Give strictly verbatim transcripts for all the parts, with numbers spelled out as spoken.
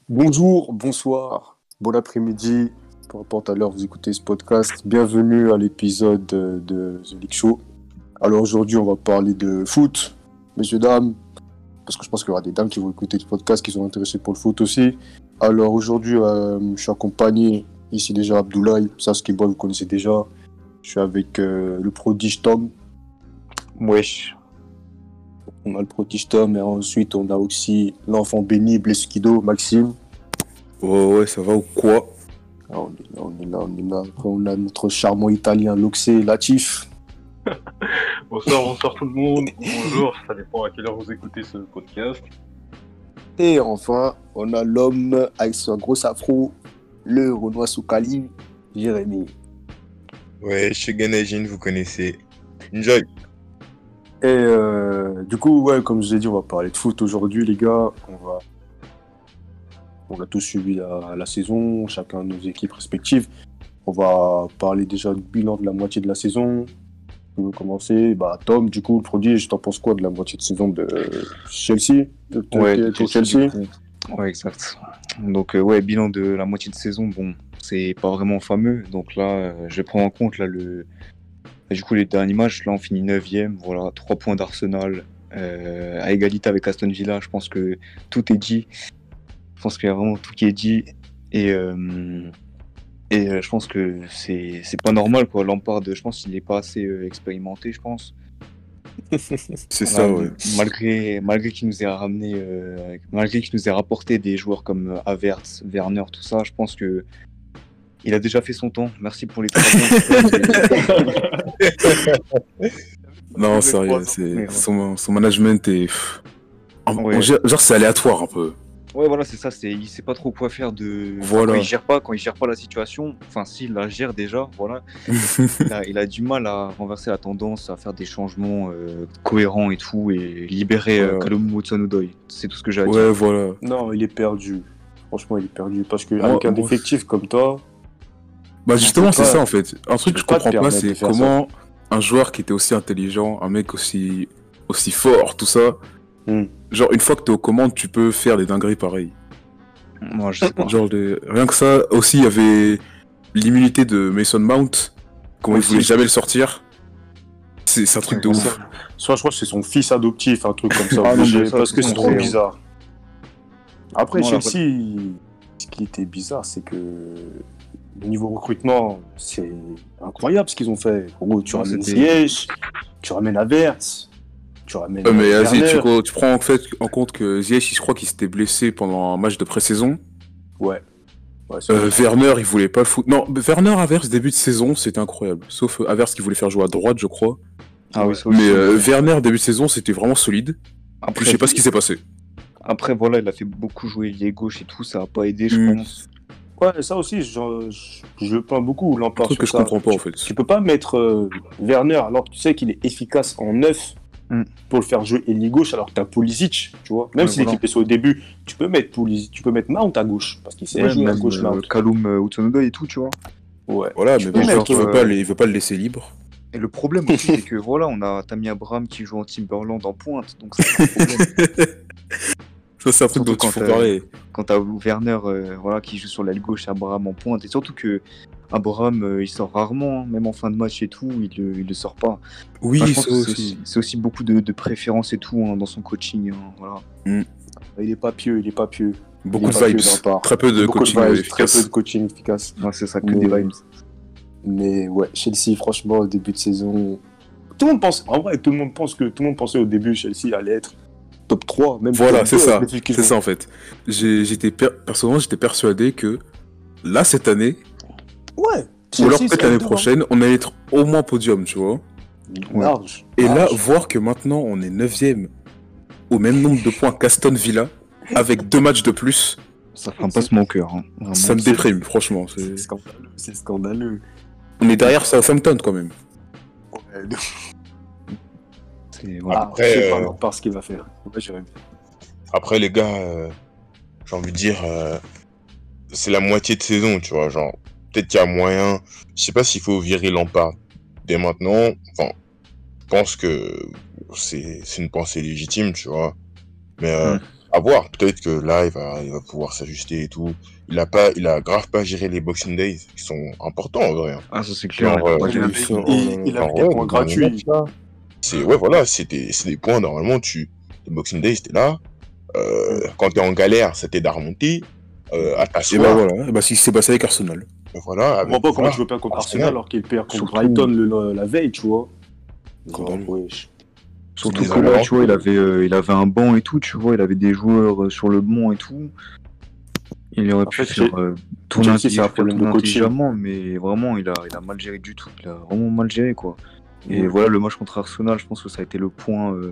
Bonjour, bonsoir, bon après-midi, peu importe à l'heure où vous écoutez ce podcast. Bienvenue à l'épisode de, de The League Show. Alors aujourd'hui, on va parler de foot, messieurs, dames, parce que je pense qu'il y aura des dames qui vont écouter ce podcast, qui sont intéressées pour le foot aussi. Alors aujourd'hui, euh, je suis accompagné ici déjà Abdoulaye, ça ce qui est bon, vous connaissez déjà. Je suis avec euh, le prodige Tom. Wesh. On a le prodige Tom et ensuite on a aussi l'enfant béni, Bleskido, Maxime. Ouais, ouais, ça va ou quoi? Ah, on est là, on est là, on est là. Après, on a notre charmant italien, Loxé, Latif. Bonsoir, bonsoir tout le monde. Bonjour, ça dépend à quelle heure vous écoutez ce podcast. Et enfin, on a l'homme avec son gros afro, le Renoir Soukali, Jérémy. Ouais, chez Ganajin, vous connaissez. Enjoy. Et euh, du coup, ouais, comme je vous ai dit, on va parler de foot aujourd'hui, les gars. On va, on a tous suivi la, la saison, chacun de nos équipes respectives. On va parler déjà du bilan de la moitié de la saison. Tu veux commencer? Bah, Tom, du coup, le prodige, t'en penses quoi de la moitié de saison de Chelsea? De, de, Ouais, de de Chelsea. Chelsea. Ouais, exact. Donc, euh, ouais, bilan de la moitié de saison, bon, c'est pas vraiment fameux. Donc là, euh, je vais prendre en compte là, le... du coup, les derniers matchs. Là, on finit neuvième. Voilà, trois points d'Arsenal. Euh, à égalité avec Aston Villa, je pense que tout est dit. Je pense qu'il y a vraiment tout qui est dit. Et, euh, et euh, je pense que c'est, c'est pas normal, quoi. Lampard, je pense qu'il est pas assez euh, expérimenté, je pense. C'est ça, Voilà, ouais. Malgré, malgré qu'il nous ait ramené, euh, malgré qu'il nous ait rapporté des joueurs comme euh, Havertz, Werner, tout ça, je pense que il a déjà fait son temps. Merci pour les trois points. Non, sérieux, c'est... Mais, ouais. son, son management est. pff, en- Ouais. on gère- genre, c'est aléatoire un peu. Ouais, voilà, c'est ça. C'est, il sait pas trop quoi faire de. Enfin, Voilà. Quand il gère pas, quand il gère pas la situation. Enfin, s'il la gère déjà, voilà. il, a, il a du mal à renverser la tendance, à faire des changements euh, cohérents et tout, et libérer euh, Ouais. Callum Hudson-Odoi. C'est tout ce que j'ai à dire. Ouais, voilà. Non, il est perdu. Franchement, il est perdu. Parce Moi- qu'avec un moi- effectif comme toi, Bah, justement, peut c'est pas- ça en fait. Un truc que peux je pas te comprends pas, permettre de c'est faire comment un joueur qui était aussi intelligent, un mec aussi, aussi fort, tout ça. Hmm. Genre, une fois que t'es aux commandes, tu peux faire des dingueries pareilles. Moi, je sais pas. Genre, des- rien que ça, aussi, il y avait l'immunité de Mason Mount. Comment il Aussi. voulait jamais le sortir. C'est c'est un truc de Ouais, ouf. ça. Soit je crois que c'est son fils adoptif, un truc comme ça, Ah non, obligé, mais ça, parce que c'est c'est son trop frère. bizarre. Après, Non, Chelsea, ce qui était bizarre, c'est que au niveau recrutement, c'est incroyable ce qu'ils ont fait. En gros, tu Non, ramènes c'était- Ziyech, tu ramènes Havertz, tu ramènes Ouais, mais euh, vas-y, Werner. tu, tu prends en fait en compte que Ziyech, je crois qu'il s'était blessé pendant un match de pré-saison. Ouais. Ouais, c'est Euh, vrai. Werner, il voulait pas le foutre. Non, Werner, Havertz, début de saison, c'était incroyable. Sauf euh, Havertz qui voulait faire jouer à droite, je crois. Ah oui, ça aussi, Mais euh, ouais. Werner, début de saison, c'était vraiment solide. Après, Je sais pas ce qui s'est passé. Après, voilà, il a fait beaucoup jouer lié gauche et tout, ça a pas aidé, je Mm. pense. Ouais, ça aussi, je, je, je le plains beaucoup, Un Lampard, truc sur que je ça. comprends pas en Tu- fait. Tu peux pas mettre euh, Werner alors que tu sais qu'il est efficace en neuf Mm. pour le faire jouer ailier gauche alors que t'as Pulisic, tu vois. Même Ouais, si voilà. l'équipe est sur au début, tu peux mettre Pulisic, tu peux mettre Mount à gauche parce qu'il sait Ouais, jouer à même gauche euh, Mount. Callum euh, Hudson-Odoi et tout, tu vois. Ouais. Voilà, Tu mais peux bon, mettre, genre, il veut euh, pas le- il veut pas le laisser libre. Et le problème aussi, c'est que voilà, on a Tammy Abraham qui joue en Timberland en pointe, donc c'est un problème. Ça, c'est un truc Surtout dont il quand faut t'as- parler. Quand t'as Werner euh, voilà, qui joue sur l'aile gauche, Abraham en pointe, et surtout que Abraham euh, il sort rarement, hein, même en fin de match et tout, il le, il le sort pas. Oui, Enfin, je pense ça que c'est aussi. aussi, c'est aussi beaucoup de, de préférence et tout hein, dans son coaching. hein, voilà. Il est pas pieux, il est pas pieux. Beaucoup Il est de pas vibes. pieux Lampard. Très peu de Beaucoup coaching de vibes, efficace. très peu de coaching efficace. Ouais, c'est ça, que Mais- des vibes. Mais ouais, Chelsea, franchement, au début de saison, tout le monde pense, en vrai, tout le monde pense que tout le monde pensait au début Chelsea allait être top trois, même Voilà, top c'est deux, ça. avec les qu'ils C'est ont. ça en fait. J'ai- J'étais per- personnellement, j'étais persuadé que là cette année, Ouais. ou alors Chelsea, peut-être c'est l'année devant. prochaine, on allait être au moins podium, tu vois. Ouais. Large. Et là, large. voir que maintenant on est neuvième au même nombre de points qu'Aston Villa, avec deux matchs de plus, Ça fait un passement au cœur. Hein, vraiment. ça me déprime, franchement. c'est c'est- scandaleux. C'est scandaleux. On est derrière Southampton quand même. Ouais, C'est- voilà. ah, Après, je sais pas euh, Lampard ce qu'il va faire. Ouais, Jérémy. Après, les gars, euh, j'ai envie de dire, euh, c'est la moitié de saison, tu vois. Genre, peut-être qu'il y a moyen. Je sais pas s'il faut virer Lampard dès maintenant. Enfin, je pense que c'est c'est une pensée légitime, tu vois. Mais euh, Mm. à voir. Peut-être que là, il va, il va pouvoir s'ajuster et tout. Il a pas, il a grave pas géré les Boxing Days qui sont importants en vrai. Hein. Ah, ça c'est clair. Genre, euh, Ouais, Il avait, ça, oh il, là là. il avait genre, des ouais, points le gratuits. dernier match, là, c'est ouais voilà, c'est des, c'est des points normalement tu les Boxing Days t'es là. Euh, quand t'es en galère, ça t'aide à remonter, euh, à Et t'asseoir. bah voilà, et bah, c'est ce qui s'est passé avec Arsenal. Voilà. Je Avec, comprends pas comment voilà. tu veux perdre contre Arsenal. Arsenal alors qu'il perd contre Surtout- Brighton le, la veille, tu vois. Scandale. Genre, wesh. Surtout C'est que là, marrant. tu vois, il avait, euh, il avait un banc et tout, tu vois, il avait des joueurs euh, sur le banc et tout. Il aurait En pu fait, faire euh, tourner, Chelsea, c'est un faire problème de tourner coaching. intelligemment, mais vraiment, il a, il a mal géré du tout. Il a vraiment mal géré, quoi. Et Mm. voilà, le match contre Arsenal, je pense que ça a été le point, euh,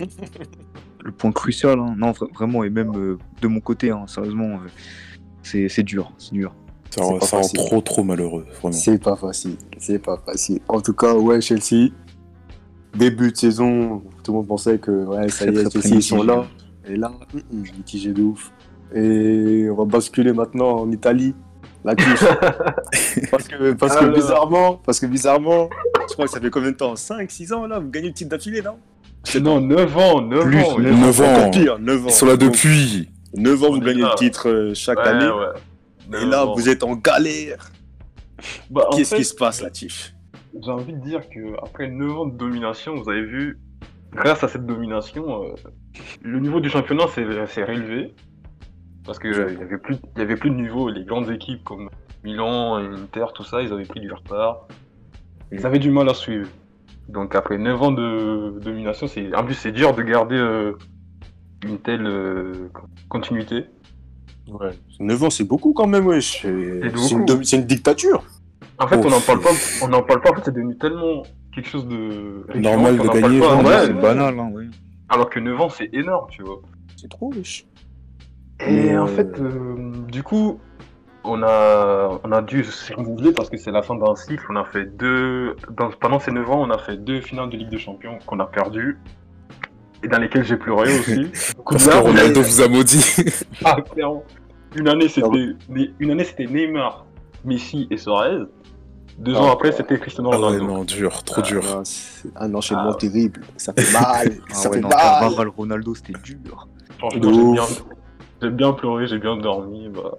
le point crucial. Hein. Non, vra- vraiment, et même euh, de mon côté, hein, sérieusement, euh, c'est, c'est dur, c'est dur. Ça, C'est rend- pas ça rend facile. trop trop malheureux, vraiment. C'est pas facile, c'est pas facile. En tout cas, ouais, Chelsea, début de saison, tout le monde pensait que ouais, ça Très, y est, très, très Chelsea, ils sont mitigé. là. Et là, hum, hum, mitigé de ouf. Et on va basculer maintenant en Italie. La quiche. parce que, parce que Alors. bizarrement, parce que bizarrement, je crois que ça fait combien de temps cinq, six ans là, vous gagnez le titre d'affilée, non Non, neuf ans, neuf Plus, ans. neuf ouais. neuf ans. Encore pire, neuf ans. Ils sont là Donc, depuis. neuf ans, On vous est gagnez là. le titre euh, chaque Ouais, année. ouais. Et neuf là, ans. vous êtes en galère. Bah, en Qu'est-ce fait, qui se passe là, Tiff? j'ai envie de dire que après neuf ans de domination, vous avez vu, grâce à cette domination, euh, le niveau du championnat s'est s'est réélevé. Parce qu'il J'avoue. n'y avait, plus- y avait plus de niveau. Les grandes équipes comme Milan, Inter, tout ça, ils avaient pris du retard. Ils avaient du mal à suivre. Donc après neuf ans de domination, c'est en plus c'est dur de garder euh, une telle euh, continuité. Ouais. neuf ans, c'est beaucoup quand même, wesh. C'est C'est c'est une, beaucoup. dom- c'est une dictature. En fait, Oh, on n'en parle c'est- pas. On n'en parle pas. En fait, c'est devenu tellement quelque chose de récurrent Normal qu'on de n'en parle gagner, pas. genre, Ouais, c'est ouais. banal, hein, oui. Alors que neuf ans, c'est énorme, tu vois. C'est trop, wesh. Et Mais, en euh, fait, euh, du coup, on a, on a dû se renouveler parce que c'est la fin d'un cycle. On a fait deux, dans- pendant ces neuf ans, on a fait deux finales de Ligue des Champions qu'on a perdues et dans lesquelles j'ai pleuré aussi. Beaucoup de Parce que larmes. Ronaldo vous a maudit. Ah, clairement. Une année, c'était, une année, c'était Neymar, Messi et Suarez. Deux Ah, ans après, ouais. c'était Cristiano Ah ouais, Ronaldo. non, dur, trop dur. Ah, c'est un enchaînement Ah. terrible. Ça fait mal. Ah ça ouais, fait non, mal. Carvajal, Ronaldo, c'était dur. Franchement, De j'ai ouf. bien, j'ai bien pleuré, j'ai bien dormi. Bah.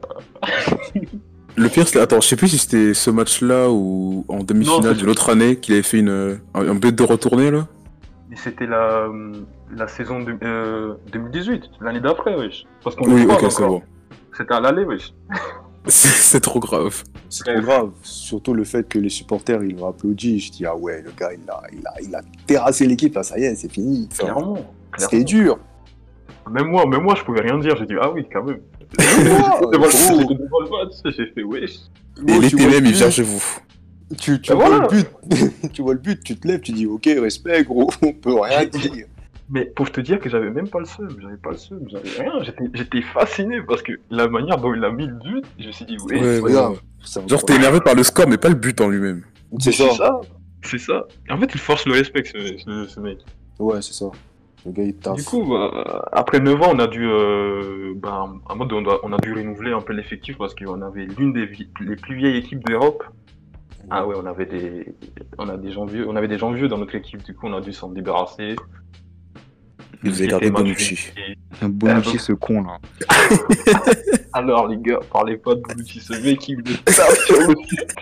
Le pire, c'est. Attends, je sais plus si c'était ce match-là ou en Non, demi-finale c'est- d'une autre année qu'il avait fait une, un, un but de retourné là. Et c'était la, la saison de, euh, deux mille dix-huit, l'année d'après, wesh. Parce qu'on Oui, est ok, trois c'est encore. bon. C'était à l'aller, wesh. C'est c'est trop grave. C'est trop grave. Surtout le fait que les supporters, ils l'ont applaudi. Je dis, ah ouais, le gars, il a, il a, il a terrassé l'équipe. Là, ça y est, c'est fini. Clairement. C'était clairement. dur. Même moi, même moi, je pouvais rien dire. J'ai dit, ah oui, quand même. Wow, Devant le- gros. J'étais devant le match, j'ai fait, wesh. Et Gros, tu l'été vois le même, il but, vient chez vous. Tu, tu Et vois voilà. le but. Tu vois le but, tu te lèves, tu dis, ok, respect, gros. On peut rien dire. Mais pour te dire que j'avais même pas le seum, j'avais pas le seum, j'avais rien. J'étais, j'étais fasciné parce que la manière dont il a mis le but, je me suis dit, wesh. Ouais, ouais, regarde. ouais. C'est Genre, t'es énervé par le score, mais pas le but en lui-même. C'est ça. C'est ça. En fait, il force le respect, ce, ce, ce mec. Ouais, c'est ça. Le gars, il taffe. Du coup, bah, après neuf ans, on a dû, euh, bah, en mode, on, doit- on a dû renouveler un peu l'effectif parce qu'on avait l'une des vi- les plus vieilles équipes d'Europe. Ah ouais, on avait des, on a des gens vieux, on avait des gens vieux dans notre équipe. Du coup, on a dû s'en débarrasser. Il vous a C'était gardé Matuidi. Bonucci. Bonucci, bon. ce con là. Alors les gars, parlez pas de Bonucci, ce mec il me tape sur le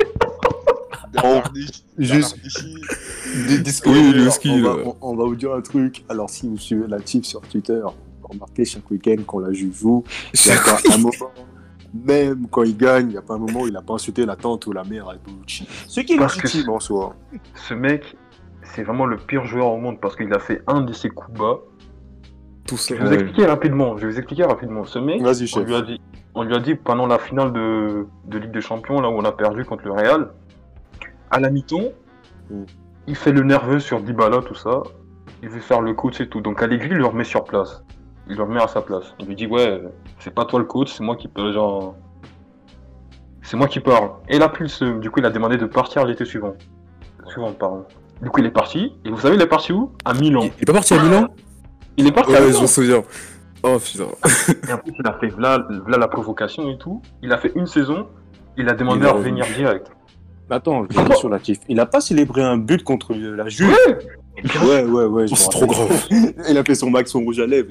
Juste- Des- des Oui, le spoilers. ski, on, va, là. on- on va vous dire un truc. Alors, si vous suivez la team sur Twitter, vous remarquez chaque week-end qu'on la joue, il n'y a pas un moment, même quand il gagne, il n'y a pas un moment où il n'a pas insulté la tante ou la mère à Bonucci. Ce qui est Parce que légitime c'est- en soi. Ce mec, c'est vraiment le pire joueur au monde parce qu'il a fait un de ses coups bas. Tout ça. Je vais vous Ouais. expliquer rapidement. Je vais vous expliquer rapidement. Ce mec, Vas-y, on chef. lui a dit, on lui a dit pendant la finale de, de Ligue des Champions, là où on a perdu contre le Real, à la mi-temps, Mm. il fait le nerveux sur Dybala, tout ça. Il veut faire le coach et tout. Donc Allegri le remet sur place. Il le remet à sa place. Il lui dit ouais, c'est pas toi le coach, c'est moi qui peux genre. C'est moi qui parle. Et il a plus le seum. Du coup, il a demandé de partir l'été suivant. Suivant, pardon. Du coup, il est parti. Et vous savez, il est parti où? À Milan. Il est pas parti à Milan? Il est parti à Ouais, je Milan. me souviens. Oh putain. Et en plus, il a fait v'là, v'là la provocation et tout. Il a fait une saison. Il a demandé Il est à revenu. revenir direct. Mais attends, je vais sur la team. Il n'a pas célébré un but contre la Juve. Ouais. Ouais, ouais, ouais. je Oh, c'est me trop rappelle. grave. Il a fait son max, son rouge à lèvres, là.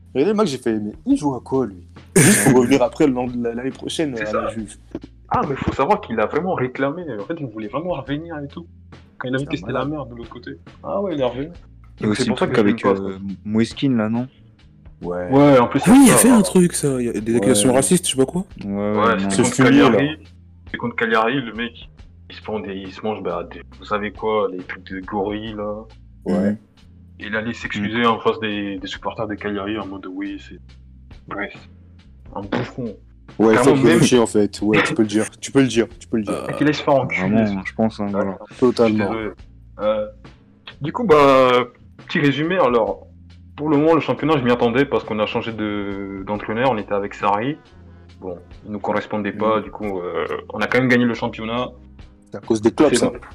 Regardez le match, j'ai fait, mais il joue à quoi, lui? Juste pour revenir après l'an- l'année prochaine C'est à ça. la Juve. Ah, mais faut savoir qu'il a vraiment réclamé. En fait, il voulait vraiment revenir et tout. Quand il a vu C'est que un c'était la malade. merde de l'autre côté. Ah ouais, il est revenu. Il y a Donc, aussi c'est le pour ça truc que je avec l'aime pas, euh, Moiskin, là, non? Ouais. Ouais, en plus, Oui, il y ça, a fait ah, un truc, ça. Il y a des Ouais. accusations racistes, je sais pas quoi. Ouais, Ouais, ouais, non. c'était Ce contre fumier, là. Cagliari. C'était contre Cagliari, le mec, il se prend des, il se mange, bah, des- vous savez quoi, les trucs de gorille, là. Ouais. Et il allait s'excuser en face des, des supporters de Cagliari en mode, oui, c'est, bref, un bouffon. Ouais, il faut Carrément, même- le en fait. Ouais, tu peux le dire. Tu peux le dire. Tu peux le dire. Euh, Et qu'il laisse faire enculer. Vraiment, je pense, hein, voilà. Je suis Totalement. désolé. Euh, du coup, bah, petit résumé, alors, pour le moment, le championnat, je m'y attendais parce qu'on a changé de, d'entraîneur, on était avec Sarri. Bon, il nous correspondait pas, du coup, euh, on a quand même gagné le championnat. C'est à cause des clubs, C'est ça. bon.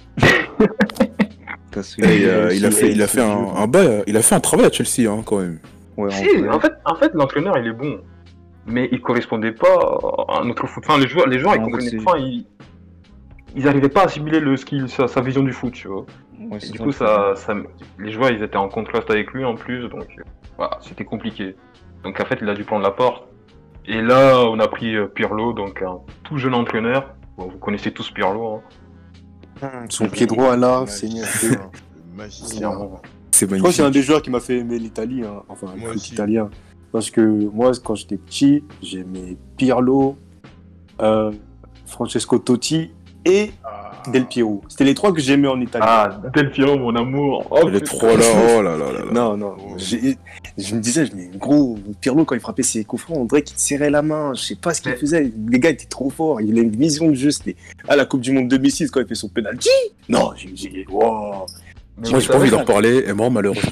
T'as su- Et, euh, il a c'est- fait, il a c'est fait un, vieux. un bail, il a fait un travail à Chelsea, hein, quand même. Ouais, en Si, vrai. en fait, en fait, l'entraîneur, il est bon. Mais il correspondait pas à notre foot. Enfin, les joueurs, les joueurs, ils En fait, comprenaient c'est- pas, ils, ils arrivaient pas à assimiler le skill, sa, sa vision du foot, tu vois. Ouais, Et c'est du ça, coup, le ça, ça, les joueurs, ils étaient en contraste avec lui en plus, donc euh, voilà, c'était compliqué. Donc en fait, il a dû prendre la porte. Et là, on a pris euh, Pirlo, donc un tout jeune entraîneur. Bon, vous connaissez tous Pirlo, hein. Son pied droit, là, Le Seigneur. magicien, le magicien. Clairement. C'est Je crois que magnifique. c'est un des joueurs qui m'a fait aimer l'Italie, hein. Enfin, le Moi foot aussi. italien. Parce que moi, quand j'étais petit, j'aimais Pirlo, euh, Francesco Totti et Ah. Del Piero. C'était les trois que j'aimais en Italie. Ah, Del Piero, mon amour. Oh, Les putain. trois là, oh là là là là. Non, non, Oh. j'ai- je me disais, mais gros, Pirlo, quand il frappait ses coups francs, on dirait qu'il te serrait la main. Je sais pas ce qu'il Mais- faisait. Les gars étaient trop forts. Il a une vision de jeu. C'était à la Coupe du Monde deux mille six, quand il fait son penalty. Non, j'ai dit, wow. Mais Moi, vous j'ai pas envie savez- d'en reparler, et moi, malheureusement.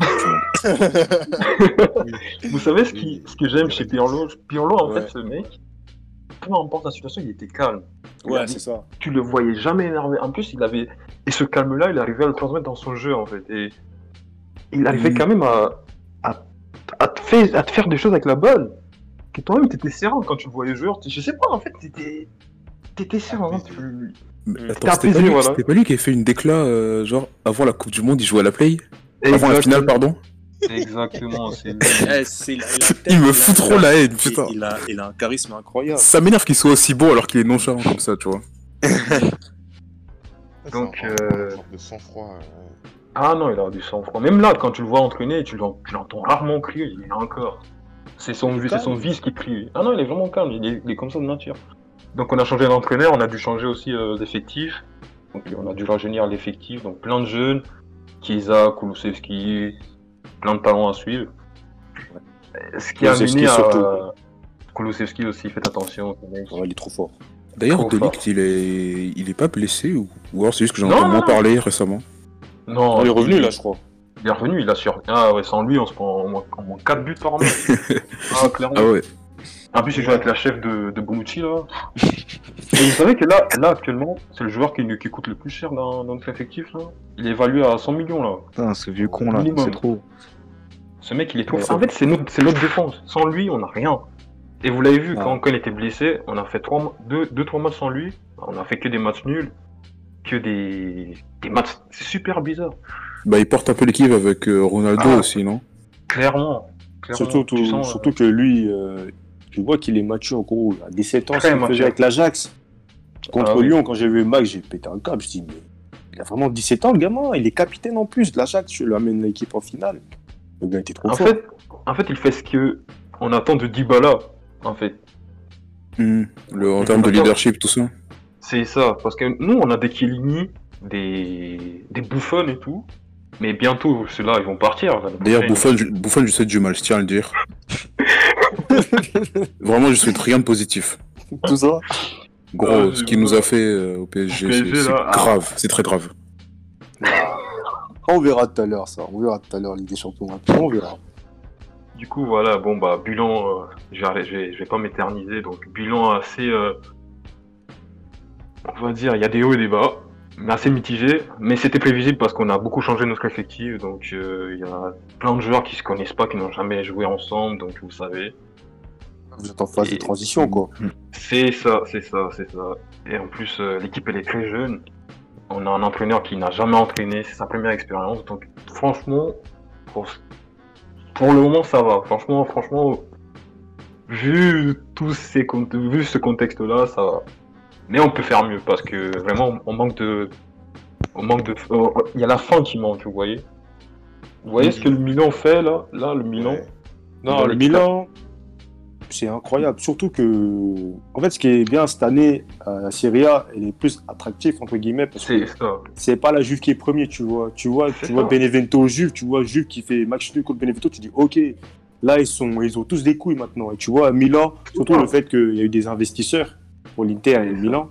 Vous savez ce, qui, ce que j'aime chez Pirlo? Pirlo, en Ouais. fait, ce mec, peu importe la situation, il était calme. Ouais, c'est ça. Tu le voyais jamais énervé. En plus, il avait. Et ce calme-là, il arrivait à le transmettre dans son jeu, en fait. Et il arrivait Mhm. quand même à, à, à, te faire, à te faire des choses avec la balle. Que toi-même, t'étais serein quand tu le voyais joueur. Je sais pas, en fait, t'étais. T'étais serein. Tu... Mais Mm. attends, T'as c'était pas, plaisir, lui- voilà. c'était pas lui qui avait fait une décla, euh, genre, avant la Coupe du Monde, il jouait à la Play? Avant la Exactement. finale, pardon? Exactement, c'est. Il me fout trop la haine, putain. Il a, il a un charisme incroyable. Ça m'énerve qu'il soit aussi bon alors qu'il est nonchalant comme ça, tu vois. Donc, C'est un- euh, une sorte de sang-froid. ouais. Ah non, il a du sang-froid. Même là, quand tu le vois entraîner, tu l'en- tu l'entends rarement crier. Il est là encore. C'est son, Il est c'est son calme. vice qui crie. Ah non, il est vraiment calme. Il est, il est comme ça de nature. Donc on a changé d'entraîneur, on a dû changer aussi euh, d'effectif. Donc on a dû rajeunir l'effectif. Donc plein de jeunes. Chiesa, Kulusevski, plein de talents à suivre. Euh, Ce qui a Kulusevski mené à... surtout. Kulusevski aussi, faites attention. ce mec. Ouais, il est trop fort. D'ailleurs, Trop Delict, il est... il est pas blessé ou, ou alors c'est juste que j'en Non, entends non, moins non. parler récemment. Non, il est revenu, là, je crois. Il est revenu, il a sur. Ah ouais, sans lui, on se prend au moins, au moins quatre buts par match. Ah, clairement. Ah ouais. En plus, il joue avec la chef de, de Bonucci, là. Et vous savez que là, là actuellement, c'est le joueur qui, qui coûte le plus cher dans, dans notre effectif, là. Il est évalué à cent millions, là. Putain, ce vieux con là, Minimum. c'est trop. Ce mec, il est trop Ouais, fort. En fait, c'est notre, c'est notre défense. Sans lui, on n'a rien. Et vous l'avez vu, Ah. quand, quand il était blessé, on a fait trois, deux, deux, trois matchs sans lui. On a fait que des matchs nuls. Que des, des matchs. C'est super bizarre. Bah, il porte un peu l'équipe avec euh, Ronaldo Ah. aussi, non? Clairement. Clairement. Surtout, Tu tout- sens, euh, surtout que lui, euh, tu vois qu'il est mature, gros. À dix-sept ans, Très ce qu'il mature. faisait avec l'Ajax. Contre Ah oui. Lyon, quand j'ai vu Max, j'ai pété un câble. Je dis, mais il a vraiment dix-sept ans, le gamin. Il est capitaine en plus de l'Ajax. Je lui amène l'équipe en finale. Le gars était trop En fort. fait, en fait, il fait ce que on attend de Dybala, en fait. Hmm. Le, en termes de D'accord. leadership, tout ça. C'est ça, parce que nous, on a des Chiellini, des, des Buffon et tout, mais bientôt, ceux-là, ils vont partir. l'année D'ailleurs, prochaine. Buffon, je- Buffon, je sais du mal, je tiens à le dire. Vraiment, je souhaite rien de positif. Tout ça. Gros, Ah, ce qu'il nous a fait euh, au P S G, P S G, c'est c'est là, ah. grave, c'est très grave. On verra tout à l'heure, ça. On verra tout à l'heure, Ligue des Champions. On verra. Du coup, voilà, bon, bah, bilan, euh, je, vais, arrêter- je, vais, je vais pas m'éterniser, donc bilan assez, euh, on va dire, il y a des hauts et des bas, mais assez mitigé, mais c'était prévisible parce qu'on a beaucoup changé notre effectif, donc euh, il y a plein de joueurs qui se connaissent pas, qui n'ont jamais joué ensemble, donc vous savez. Vous êtes en phase de Et- transition, quoi. C'est ça, c'est ça, c'est ça. Et en plus, euh, l'équipe, elle est très jeune. On a un entraîneur qui n'a jamais entraîné, c'est sa première expérience. Donc, franchement, pour... pour le moment, ça va. Franchement, franchement, vu tous ces con- vu ce contexte-là, ça va. Mais on peut faire mieux parce que vraiment, on manque de, on manque de, oh, il y a la fin qui manque, vous voyez. Vous voyez ce que le Milan fait là, là, le Milan. Ouais. Non, Dans le l'équipe- Milan, c'est incroyable. Surtout que, en fait, ce qui est bien cette année, euh, la Serie A, elle est plus attractive, entre guillemets, parce que C'est ça. c'est pas la Juve qui est premier, tu vois. Tu vois, C'est tu vois ça. Benevento Juve, tu vois Juve qui fait match nul contre Benevento, tu dis ok, là ils sont, ils ont tous des couilles maintenant. Et tu vois Milan, surtout ça. le fait qu'il y a eu des investisseurs pour l'Inter et le Milan,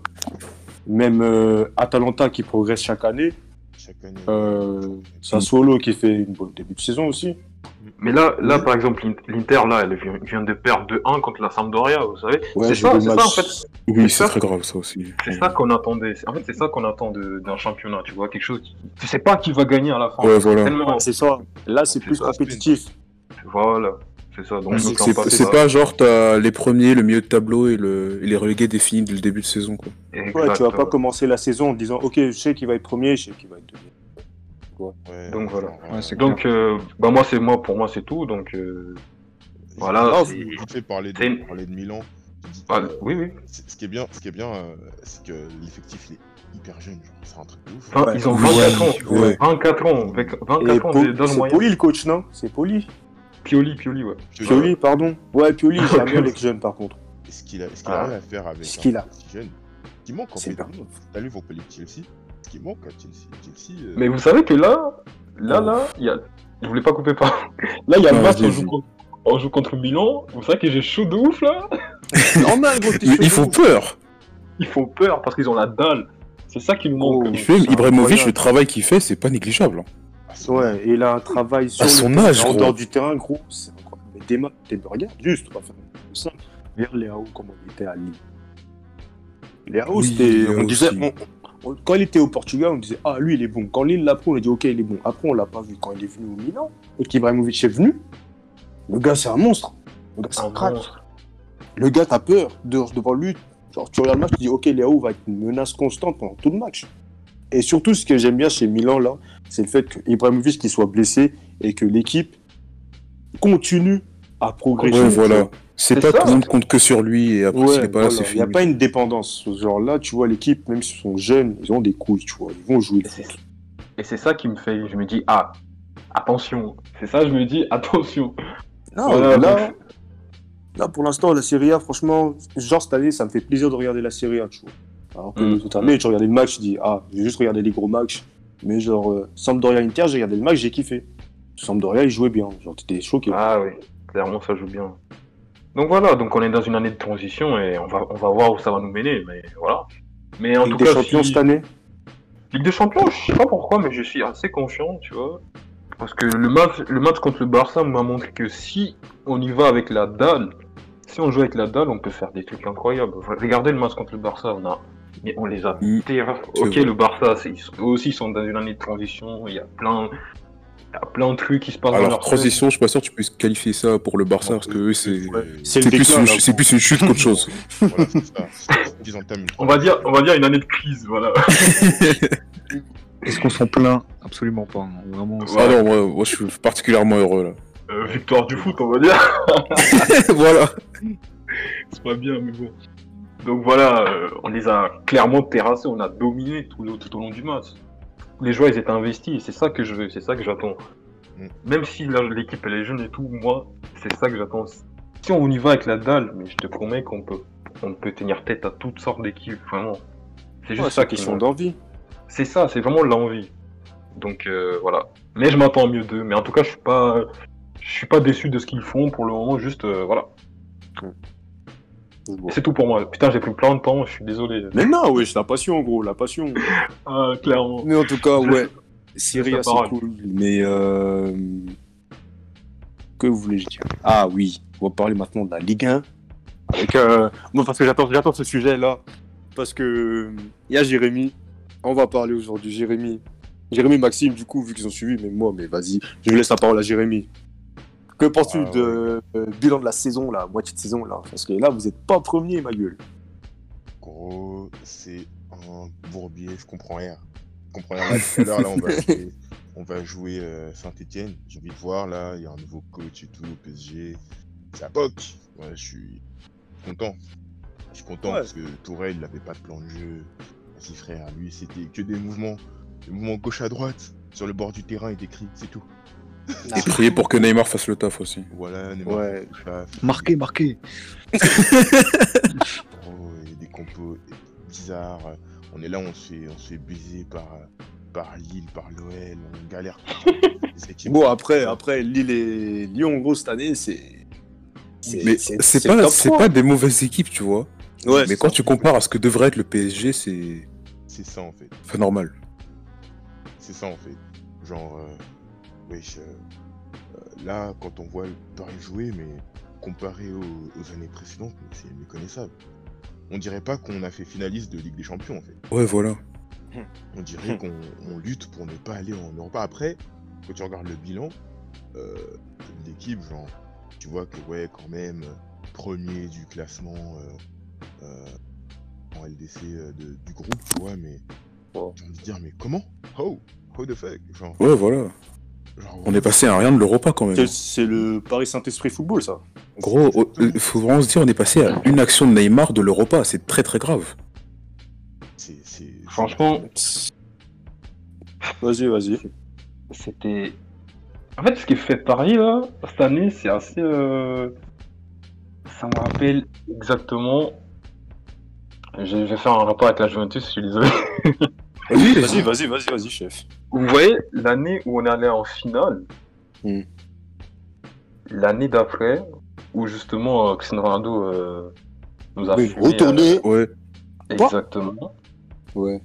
même euh, Atalanta qui progresse chaque année, Chaque année. euh, Sassuolo qui fait une bonne début de saison aussi. Mais là, là, par exemple, l'In- l'Inter, là, elle vient, vient de perdre deux un contre la Sampdoria, vous savez. Ouais, c'est j'ai ça, vu c'est le ça, en match. fait. Oui, C'est c'est ça. très grave ça aussi. C'est ça qu'on attendait. En fait, c'est ça qu'on attend de- d'un championnat, tu vois, quelque chose. Qui... Tu sais pas qui va gagner à la fin. Ouais, voilà. Tellement. C'est ça. Là, c'est C'est plus ça, compétitif. Voilà, c'est ça. Donc, C'est donc, c'est- l'an passé, c'est bah, pas genre t'as les premiers, le milieu de tableau et, le, et les relégués définis dès le début de saison, quoi. Ouais, tu vas exact, pas ouais. commencer la saison en disant ok, je sais qu'il va être premier, je sais qu'il va être deuxième. Ouais, Donc, voilà. genre, Ouais, c'est Donc, euh, bah moi, c'est moi, pour moi, c'est tout. Donc, euh, voilà, Là, c'est- vous fait parler c'est de, une- parler de Milan. tu dis, ah, euh, oui, oui. c'est- Ce qui est bien, ce qui est bien, euh, c'est que l'effectif il est hyper jeune. Genre, c'est un truc de ouf. Enfin, Ouais. ils ont Oui, vingt-quatre ans. ouais. vingt-quatre ans. Avec Et vingt-quatre ans Po- de- d'âge c'est moyen. Poli le coach, non? C'est Poli. Pioli, Pioli, ouais. Pioli, pardon. Ouais, Pioli, j'aime bien les jeunes par contre. Et ce qu'il a, ce qu'il Ah. arrive à faire avec Ce un qu'il a. si jeune, ce qui manque en C'est fait. bien. T'as lu vos de Chelsea, ce qui manque à Chelsea. Chelsea euh, Mais vous savez que là, là, là, il y a. Je voulais pas couper pas. Là, il y a le Non, match, on vas-y, joue, vas-y. contre... on joue contre Milan. Vous savez que j'ai chaud de ouf là. Normal, gros, t'es Mais chaud ils de font ouf. peur. Ils font peur parce qu'ils ont la dalle. C'est ça qui nous manque. Oh. euh. Et puis même c'est Ibrahimovic, incroyable. le travail qu'il fait, c'est pas négligeable. hein. à son- Ouais, et il a un travail sur À le son terrain, âge, en gros. dehors du terrain, gros. C'est incroyable. Mais des matchs, t'es- regarde, juste, on va faire un peu simple. Regarde Léao, comment il était à Lille. Léao, Oui, c'était. Léao On disait. aussi. on- on- quand il était au Portugal, on disait ah, lui, il est bon. Quand Lille l'a pris, on a dit ok, il est bon. Après, on l'a pas vu. Quand il est venu au Milan et qu'Ibrahimovic est venu, le gars, c'est un monstre. Le gars, c'est un Un crack. monstre. Le gars, t'as peur de- devant lui. Genre, tu regardes le match, tu dis, ok, Léao va être une menace constante pendant tout le match. Et surtout, ce que j'aime bien chez Milan, là, c'est le fait qu'Ibrahimovic qu'il soit blessé et que l'équipe continue à progresser. Ouais, voilà. C'est C'est pas ça. tout le monde compte que sur lui et après Ouais, s'il est pas là, voilà. c'est Il fini. n'y a pas une dépendance. Genre là, tu vois, l'équipe, même s'ils sont jeunes, ils ont des couilles, tu vois. Ils vont jouer le Et c'est- foot. Et c'est ça qui me fait. Je me dis, ah, attention. C'est ça, je me dis, attention. Non, Voilà, là, donc- là, pour l'instant, la Serie A, franchement, genre cette année, ça me fait plaisir de regarder la Serie A, tu vois. Alors que Mm. toute année, tu regardais le match, tu dis, ah, j'ai juste regardé les gros matchs. Mais genre, euh, Sampdoria-Inter, j'ai regardé le match, j'ai kiffé. Sampdoria, il jouait bien. Genre, t'étais choqué. Ah oui, clairement, ça joue bien. Donc voilà, donc on est dans une année de transition et on va, on va voir où ça va nous mener. Mais voilà. Mais en Ligue tout des cas, champions si- cette année. Ligue des champions, je sais pas pourquoi, mais je suis assez confiant, tu vois. Parce que le match, le match contre le Barça m'a montré que si on y va avec la dalle, si on joue avec la dalle, on peut faire des trucs incroyables. Regardez le match contre le Barça, on a, mais on les a Mm. terrassés. C'est Ok, vrai. le Barça, c'est- eux aussi ils sont dans une année de transition. Il y a plein, il y a plein de trucs qui se passent dans Alors, leur transition, je suis pas sûr que tu puisses qualifier ça pour le Barça Non, parce que eux, c'est Ouais. c'est le plus, déclin, une- là, c'est gros. plus une chute qu'autre chose. Voilà, c'est ça. Ils entament une On va dire, on va dire une année de crise, voilà. Est-ce qu'on s'en plaint? Absolument pas. hein. Vraiment, c'est- Ah non, moi, moi, je suis particulièrement heureux là. Euh, victoire du foot, on va dire. Voilà. C'est pas bien, mais bon. Donc voilà, euh, on les a clairement terrassés, on a dominé tout, le- tout au long du match. Les joueurs, ils étaient investis, et c'est ça que je veux, c'est ça que j'attends. Mm. Même si la- l'équipe elle est jeune et tout, moi, c'est ça que j'attends. Si on y va avec la dalle, mais je te promets qu'on peut, on peut tenir tête à toutes sortes d'équipes, vraiment. C'est juste Ouais, ça c'est qui question me- d'envie. C'est ça, c'est vraiment l'envie. Donc euh, voilà. Mais je m'attends mieux d'eux. Mais en tout cas, je suis pas, je suis pas déçu de ce qu'ils font pour le moment. Juste euh, voilà. Et c'est tout pour moi. Putain, j'ai pris plein de temps. Je suis désolé. Mais non, ouais, c'est la passion, gros, la passion. Ah, clairement. Mais en tout cas, Je ouais, laisse- Serie laisse A, la c'est parole. cool. Mais euh... que voulais-je dire? Ah oui, on va parler maintenant de la Ligue un. Avec, euh... Moi, parce que j'attends, j'attends ce sujet-là. Parce que il y a Jérémy. On va parler aujourd'hui, Jérémy. Jérémy, Maxime, du coup, vu qu'ils ont suivi, mais moi, mais vas-y, je vous laisse la parole à Jérémy. Que penses-tu Ah, de euh, bilan de la saison, là, moitié de saison, là? Parce que là, vous n'êtes pas premier, ma gueule. Gros, c'est un bourbier, je comprends rien. Je comprends rien. Là, tout à l'heure, là, on va acheter on va jouer euh, Saint-Etienne. J'ai envie de voir, là, il y a un nouveau coach et tout au P S G. C'est à P O C. Ouais, je suis content. Je suis content Ouais. parce que Tourelle, il avait pas de plan de jeu. Vas-y frère, lui, c'était que des mouvements. Des mouvements gauche à droite. Sur le bord du terrain, il décrit, c'est tout. Et prier pour que Neymar fasse le taf aussi. Voilà, Neymar, Ouais. tout ça. Marqué, marqué. Oh, il y a des compos bizarres. On est là, on se fait, on se fait baiser par, par Lille, par l'O L. On galère contre les équipes. Bon, après, après, Lille et Lyon, en gros, cette année, c'est. Mais c'est le pas, top c'est trois. pas des mauvaises équipes, tu vois. Ouais, Mais c'est quand ça. tu compares à ce que devrait être le P S G, c'est C'est ça en fait. pas normal. C'est ça en fait. Genre, euh, wesh, euh, euh, là, quand on voit Paris jouer, mais comparé aux, aux années précédentes, mais c'est méconnaissable. On dirait pas qu'on a fait finaliste de Ligue des Champions en fait. Ouais, voilà. On dirait qu'on on lutte pour ne pas aller en Europe. Après, quand tu regardes le bilan, euh, de l'équipe, genre, tu vois que ouais, quand même, euh, premier du classement euh, euh, en L D C euh, de- du groupe, tu vois, mais Oh. j'ai envie de dire, mais comment? How? How the fuck? Genre, Ouais, voilà. genre, On est passé à rien de l'Europa quand même. C'est- C'est le Paris Saint-Esprit Football, ça. Gros, il faut vraiment se dire, on est passé à une action de Neymar de l'Europa. C'est très très grave. c'est, c'est, Franchement, Vas-y, vas-y. c'était. En fait, ce qui fait Paris, là, cette année, c'est assez. euh, Ça me rappelle exactement. Je je vais faire un rapport avec la Juventus, je suis désolé. Vas-y, Vas-y, vas-y, vas-y, vas-y, chef. Vous voyez, l'année où on allait en finale, Hmm. l'année d'après, où justement euh, Cristiano Ronaldo euh, nous a Oui, fumé, retourner. Ouais. euh, exactement. Ouais.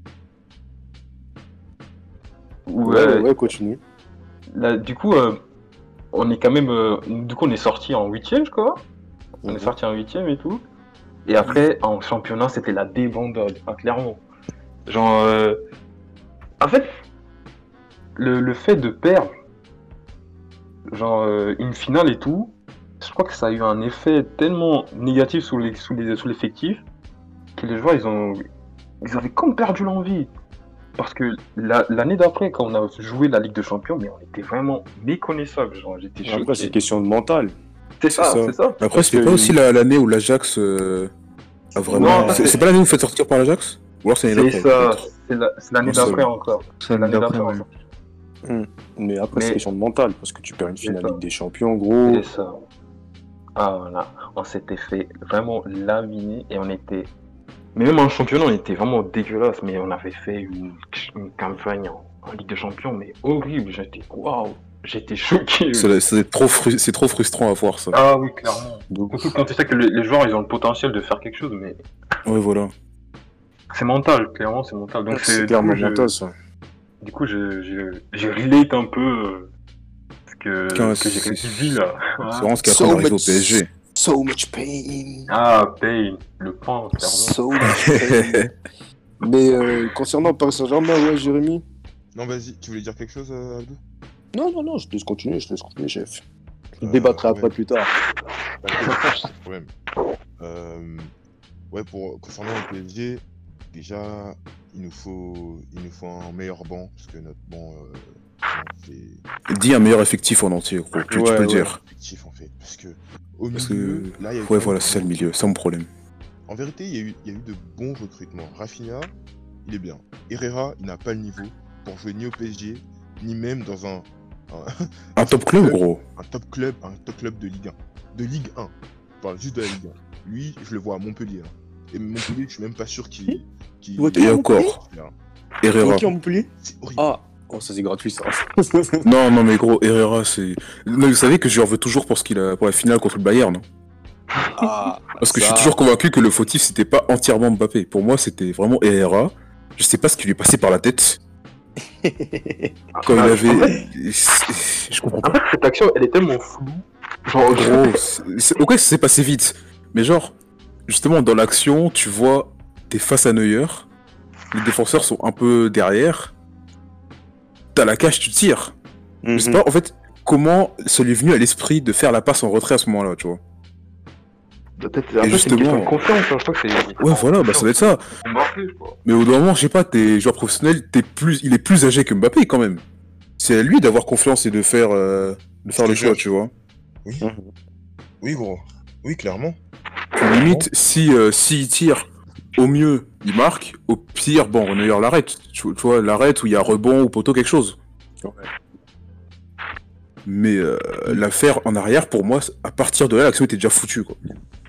Où, Ouais, euh, ouais, continue. là, du coup, euh, on est quand même. euh, du coup, on est sorti en huitième, je crois. On Mhm. est sorti en huitième et tout. Et après, en championnat, c'était la débandade, hein, clairement. Genre, euh, en fait, le, le fait de perdre, genre, euh, une finale et tout, je crois que ça a eu un effet tellement négatif sous les, sous les, sous l'effectif que les joueurs, ils ont, ils avaient comme perdu l'envie. Parce que la- l'année d'après, quand on a joué la Ligue des Champions, mais on était vraiment méconnaissables. Genre, j'étais choqué. Après, c'est question de mental. C'est ça, c'est ça. c'est ça. Après, Parce c'était que- pas aussi la- l'année où l'Ajax euh, a vraiment. Non, C'est c'est- c'est pas l'année où vous faites sortir par l'Ajax? Ou alors c'est l'année C'est d'après ça, peut-être. c'est la- c'est l'année Non, c'est d'après ça. encore. C'est l'année d'après, ouais. encore. Mais après, Mais- c'est question de mental. Parce que tu perds une C'est finale ça. Ligue des Champions, gros. C'est ça. Ah voilà, on s'était fait vraiment laminer et on était. Mais même en championnat, on était vraiment dégueulasse, mais on avait fait une, une campagne en, en Ligue des Champions, mais horrible. J'étais waouh, j'étais choqué. C'est c'est trop, fru- c'est trop frustrant à voir ça. Ah oui, clairement. Donc, Surtout quand tu sais que les, les joueurs, ils ont le potentiel de faire quelque chose, mais Ouais, voilà. c'est mental, clairement, c'est mental. Donc c'est du clairement coup, je- mental, ça. Du coup, je, je, je relate un peu euh, ce que, Putain, ce que j'ai c'est- dit là. C'est vraiment ce qui est So après d'arriver au much- P S G. So much pain. Ah, paye, le pain, clairement. So much pain. Mais euh, concernant Paris Saint-Germain, ouais, Jérémy. Non, vas-y, tu voulais dire quelque chose, euh, Abdou? Non, non, non, je te laisse continuer, je te laisse continuer, chef. Je Euh, débattrai après ouais. plus tard. Pas de problème. Euh, ouais, pour concernant le P S G, déjà, il nous faut, il nous faut un meilleur banc parce que notre banc, euh, c'est Dis un meilleur effectif en entier, gros. Tu, tu Ouais, peux le ouais. dire. effectif en fait, parce que au Parce milieu, que. là, il y a eu Ouais, quand voilà, même- c'est ça le milieu. C'est mon problème. En vérité, il y, a eu, il y a eu de bons recrutements. Rafinha, il est bien. Herrera, il n'a pas le niveau pour jouer ni au P S G, ni même dans un, un, Un top club, gros. un top club, un top club de Ligue un. De Ligue un. Je parle juste de la Ligue un. Lui, je le vois à Montpellier. hein. Et Montpellier, je suis même pas sûr qu'il. qu'il- Ouais, Et encore. Herrera. Qui en Montpellier? C'est horrible. Ah, oh, ça c'est gratuit ça. Non, non, mais gros, Herrera, c'est. Non, vous savez que je lui en veux toujours pour, ce qu'il a... pour la finale contre le Bayern, non? Ah, Parce que je ça. suis toujours convaincu que le fautif, c'était pas entièrement Mbappé. Pour moi, c'était vraiment Herrera. Je sais pas ce qui lui est passé par la tête. Quand il Ah, avait. en fait- Je comprends En pas. fait, cette action, elle est tellement floue. Genre, Gros, c'est- c'est- ok, ça s'est passé vite. Mais genre, justement, dans l'action, tu vois, t'es face à Neuer. Les défenseurs sont un peu derrière. T'as la cage, tu tires. Je sais Mhm. pas, en fait, comment ça lui est venu à l'esprit de faire la passe en retrait à ce moment-là, tu vois. peut-être après, c'est une justement- question de confiance. hein, Je crois que c'est. Ouais, voilà, bah ça va être ça. Mbappé, je crois. Mais au bout d'un moment, je sais pas, t'es joueur professionnel, t'es plus... il est plus âgé que Mbappé quand même. c'est à lui d'avoir confiance et de faire, euh, de faire le Je te choix, jure. tu vois. Oui, Mhm. oui, gros. Oui, clairement. Puis limite, si, euh, s'il tire, au mieux, il marque. Au pire, bon, Neuer l'arrête. Tu, tu vois, l'arrête où il y a rebond ou poteau, quelque chose. Mais euh, l'affaire en arrière, pour moi, à partir de là, l'action était déjà foutue, quoi.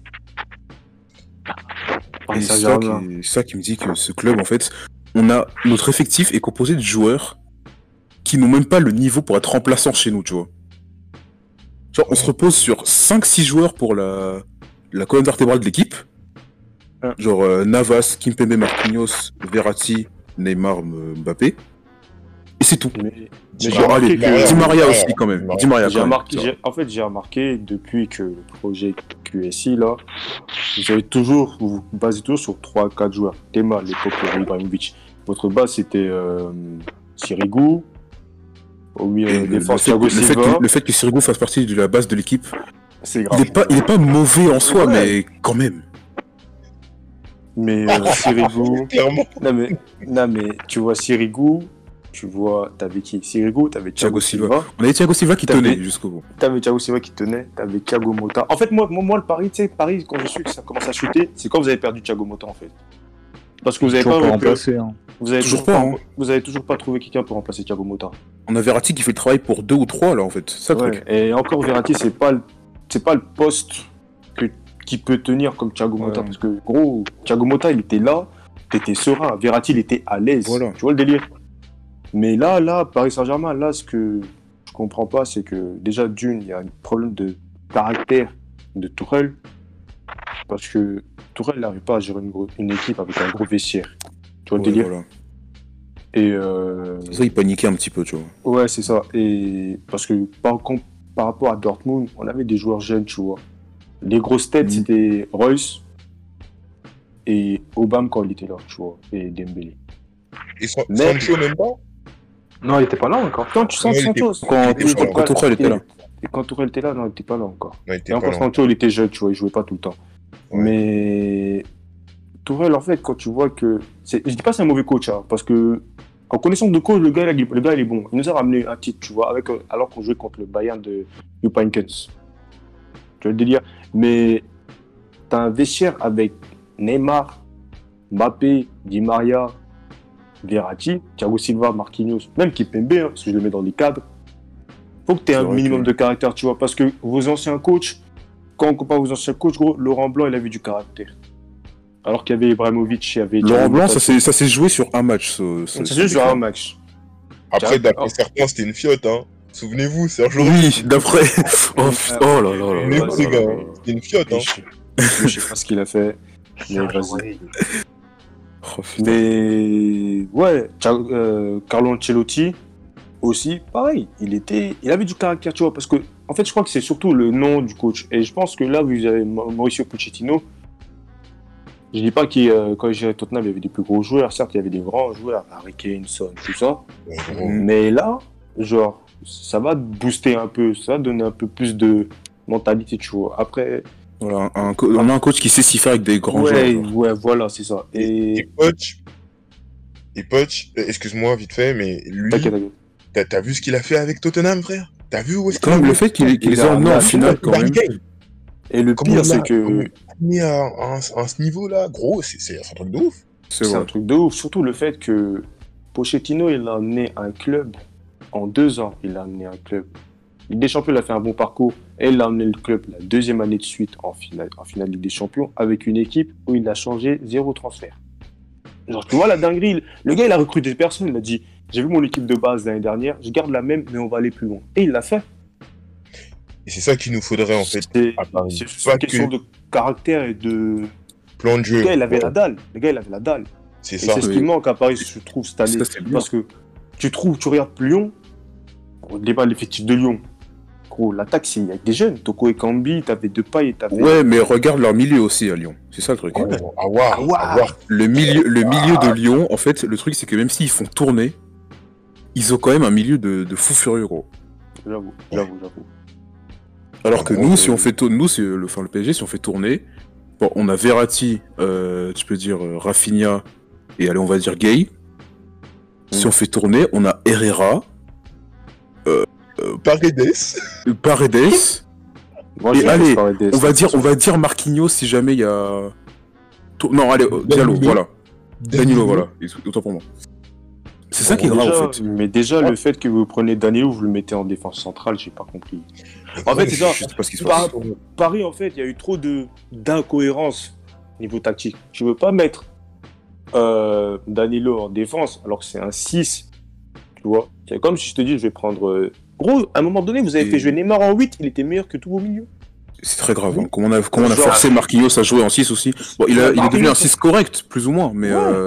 Paris Et c'est ça, Saint-Germain. qui, ça qui me dit que ce club, en fait, on a notre effectif est composé de joueurs qui n'ont même pas le niveau pour être remplaçants chez nous, tu vois. Genre, on se repose sur cinq six joueurs pour la, la colonne vertébrale de l'équipe. Ah. Genre euh, Navas, Kimpembe, Marquinhos, Verratti, Neymar, M- Mbappé. Et c'est tout. Mais, mais Di j'ai Bon, remarqué allez, Di Maria, que... Di Maria Di aussi, Maria, quand Di même. Maria. Di Maria, J'ai quand même. remarqué, ça. j'ai- en fait, j'ai remarqué depuis que le projet Q S I, là, vous avez toujours, vous vous basez toujours sur trois quatre joueurs. Théma, à l'époque, il y avait Ibrahimovic. Votre base, c'était euh, Sirigu. Au milieu Et de le, le défense, fait, Thiago le, fait Silva. que, le fait que Sirigu fasse partie de la base de l'équipe, C'est il grave. est pas, il est pas mauvais en soi, Ouais. mais quand même. Mais euh, Sirigu... Clairement. Non mais, non mais tu vois Sirigu, tu vois, t'avais qui? Sirigu, t'avais Thiago Thiago Silva. Silva, On avait Thiago Silva qui T'avais- tenait jusqu'au bout. t'avais Thiago Silva qui tenait, t'avais Thiago Motta. En fait, moi, moi, moi, le Paris, tu sais, Paris, quand je suis que ça commence à chuter, c'est quand vous avez perdu Thiago Motta en fait. Parce que vous avez Toujours pas, pas repéré- remplacé. Hein. vous avez Toujours toujours, pas, pas, hein. vous avez toujours pas trouvé quelqu'un pour remplacer Thiago Motta. On a Verratti qui fait le travail pour deux ou trois, là, en fait. C'est ça le Ouais. truc. Et encore Verratti, c'est pas, le- c'est pas le poste que qui peut tenir comme Thiago Motta, Ouais. parce que gros, Thiago Motta, il était là, t'étais serein. Verratti, il était à l'aise. Voilà. Tu vois le délire. Mais là, là, Paris Saint-Germain, là, ce que je comprends pas, c'est que déjà d'une, il y a un problème de caractère de Tourelle, parce que Tourelle n'arrive pas à gérer une, gros- une équipe avec un gros vestiaire. Tu vois le Ouais, délire. voilà. Et euh, C'est ça, il paniquait un petit peu, tu vois. ouais, c'est ça. Et parce que par, com- par rapport à Dortmund, on avait des joueurs jeunes, tu vois. Les grosses têtes, Mhm. c'était Reus et Obama quand il était là, tu vois, et Dembélé. Et San- Mais- Sancho, même pas. Non, il était pas là encore. Quand tu sens Ouais, il Sancho, était- Quand, il était quand, pas quand là. Tourelle était là. Et quand Tourelle était là, non, il était pas là encore. Non, il était Et pas encore là. Sancho, il était jeune, tu vois, il jouait pas tout le temps. Ouais. Mais Tourelle, en fait, quand tu vois que... c'est- Je dis pas que c'est un mauvais coach, hein, parce que en connaissance de coach, le gars, il, le gars, il est bon. Il nous a ramené un titre, tu vois, avec, euh, alors qu'on jouait contre le Bayern de Jupp Heynckes. Tu vois le délire. Mais t'as un vestiaire avec Neymar, Mbappé, Di Maria, Verratti, Thiago Silva, Marquinhos, même Kimpembe, hein, parce que je le mets dans les cadres. Faut que tu aies C'est un vrai minimum que- de caractère, tu vois, parce que vos anciens coachs, quand on compare vos anciens coachs, gros, Laurent Blanc, il avait du caractère. Alors qu'il y avait Ibrahimovic, il y avait... Laurent Thiago Blanc, Motta. ça s'est ça s'est joué sur un match. ce- ce- Ça ce s'est joué sur déclin. un match. Après, Tiens, d'après oh. certains, c'était une fiotte, hein. Souvenez-vous, Serge Oui, d'après. Oh, putain, oh là là là Mais là vous, là les là gars, là hein, là. c'était une fiotte, hein. Je je sais pas ce qu'il a fait, mais vas-y. Oh, putain. Mais ouais, Thiago- euh, Carlo Ancelotti aussi, pareil, il était, il avait du caractère, tu vois, parce que en fait, je crois que c'est surtout le nom du coach. Et je pense que là, vous avez Ma- Mauricio Pochettino. Je dis pas qu'il, euh, quand j'ai Tottenham, il y avait des plus gros joueurs. Certes, il y avait des grands joueurs, Harry Kane, Son, tout ça. Ouais, gros. Mm. Mais là, genre, ça va booster un peu, ça va donner un peu plus de mentalité, tu vois. Après, Voilà, un co- on a un coach qui sait s'y faire avec des grands ouais, joueurs. genre. ouais, voilà, c'est ça. Et, Et Poch, et Poch, euh, excuse-moi vite fait, mais lui, t'inquiète, t'inquiète. t'as t'as vu ce qu'il a fait avec Tottenham, frère? T'as vu où est-ce qu'il Quand même, a le fait qu'il qu'il les a emmenés en finale, quand même. Et le Comment pire, il c'est a- que amené à, à, à ce niveau-là, gros, c'est c'est un truc de ouf. C'est c'est un vrai. truc de ouf. Surtout le fait que Pochettino, il a amené un club en deux ans. Il a amené un club. Ligue des Champions, il a fait un bon parcours. Et il a amené le club la deuxième année de suite en finale, en finale Ligue des Champions avec une équipe où il a changé zéro transfert. Genre, tu vois la dinguerie. Le gars, il a recruté des personnes. Il a dit, j'ai vu mon équipe de base l'année dernière, je garde la même, mais on va aller plus loin. Et il l'a fait. Et c'est ça qu'il nous faudrait, en fait, C'est à Paris. c'est Pas une question que de caractère et de... plan de jeu. Le gars, il avait Ouais, la dalle. Le gars, il avait la dalle. C'est Et ça. c'est ce oui. qui manque à Paris, je trouve, cette année. Ça, c'est bien. Parce que tu trouves, tu regardes Lyon, on débat l'effectif de Lyon. Gros, l'attaque, c'est avec des jeunes. Toko et Kambi, t'avais Depay, t'avais... Ouais, mais regarde leur milieu aussi à Lyon. C'est ça le truc. Oh, à voir, Ah, ouais. à voir. Le milieu, le milieu de Lyon, en fait, le truc, c'est que même s'ils font tourner, ils ont quand même un milieu de, de fou furieux, gros. J'avoue, j'avoue, j'avoue. Alors que Ah, nous, ouais, si ouais. on fait tourner, nous, c'est le, enfin, le P S G, si on fait tourner, bon, on a Verratti, euh, tu peux dire euh, Rafinha, et allez, on va dire Gay. Si Mm. on fait tourner, on a Herrera, Paredes. Paredes. Moi, Et je allez, laisse Paredes. On va dire, on va dire Marquinhos si jamais il y a. Tout- Non, allez, euh, Diallo, Danilo. voilà. Danilo, voilà. Autant pour moi. C'est ça qui est grave déjà, en fait. Mais déjà, le fait que vous prenez Danilo, vous le mettez en défense centrale, j'ai pas compris. En fait, c'est ça. Je sais pas ce qui se Par- passe. Paris, en fait, il y a eu trop de d'incohérence niveau tactique. Tu veux pas mettre euh, Danilo en défense alors que c'est un six, tu vois. C'est comme si je te dis, je vais prendre. euh, Gros, à un moment donné, vous avez Et- fait jouer Neymar en huit, il était meilleur que tous vos milieux. C'est très grave. Hein. Comment on a, comment on a Genre- forcé Marquinhos à jouer en six aussi. Bon, il, a, il est devenu un Marquinhos, six correct, plus ou moins, mais. Ouais. euh,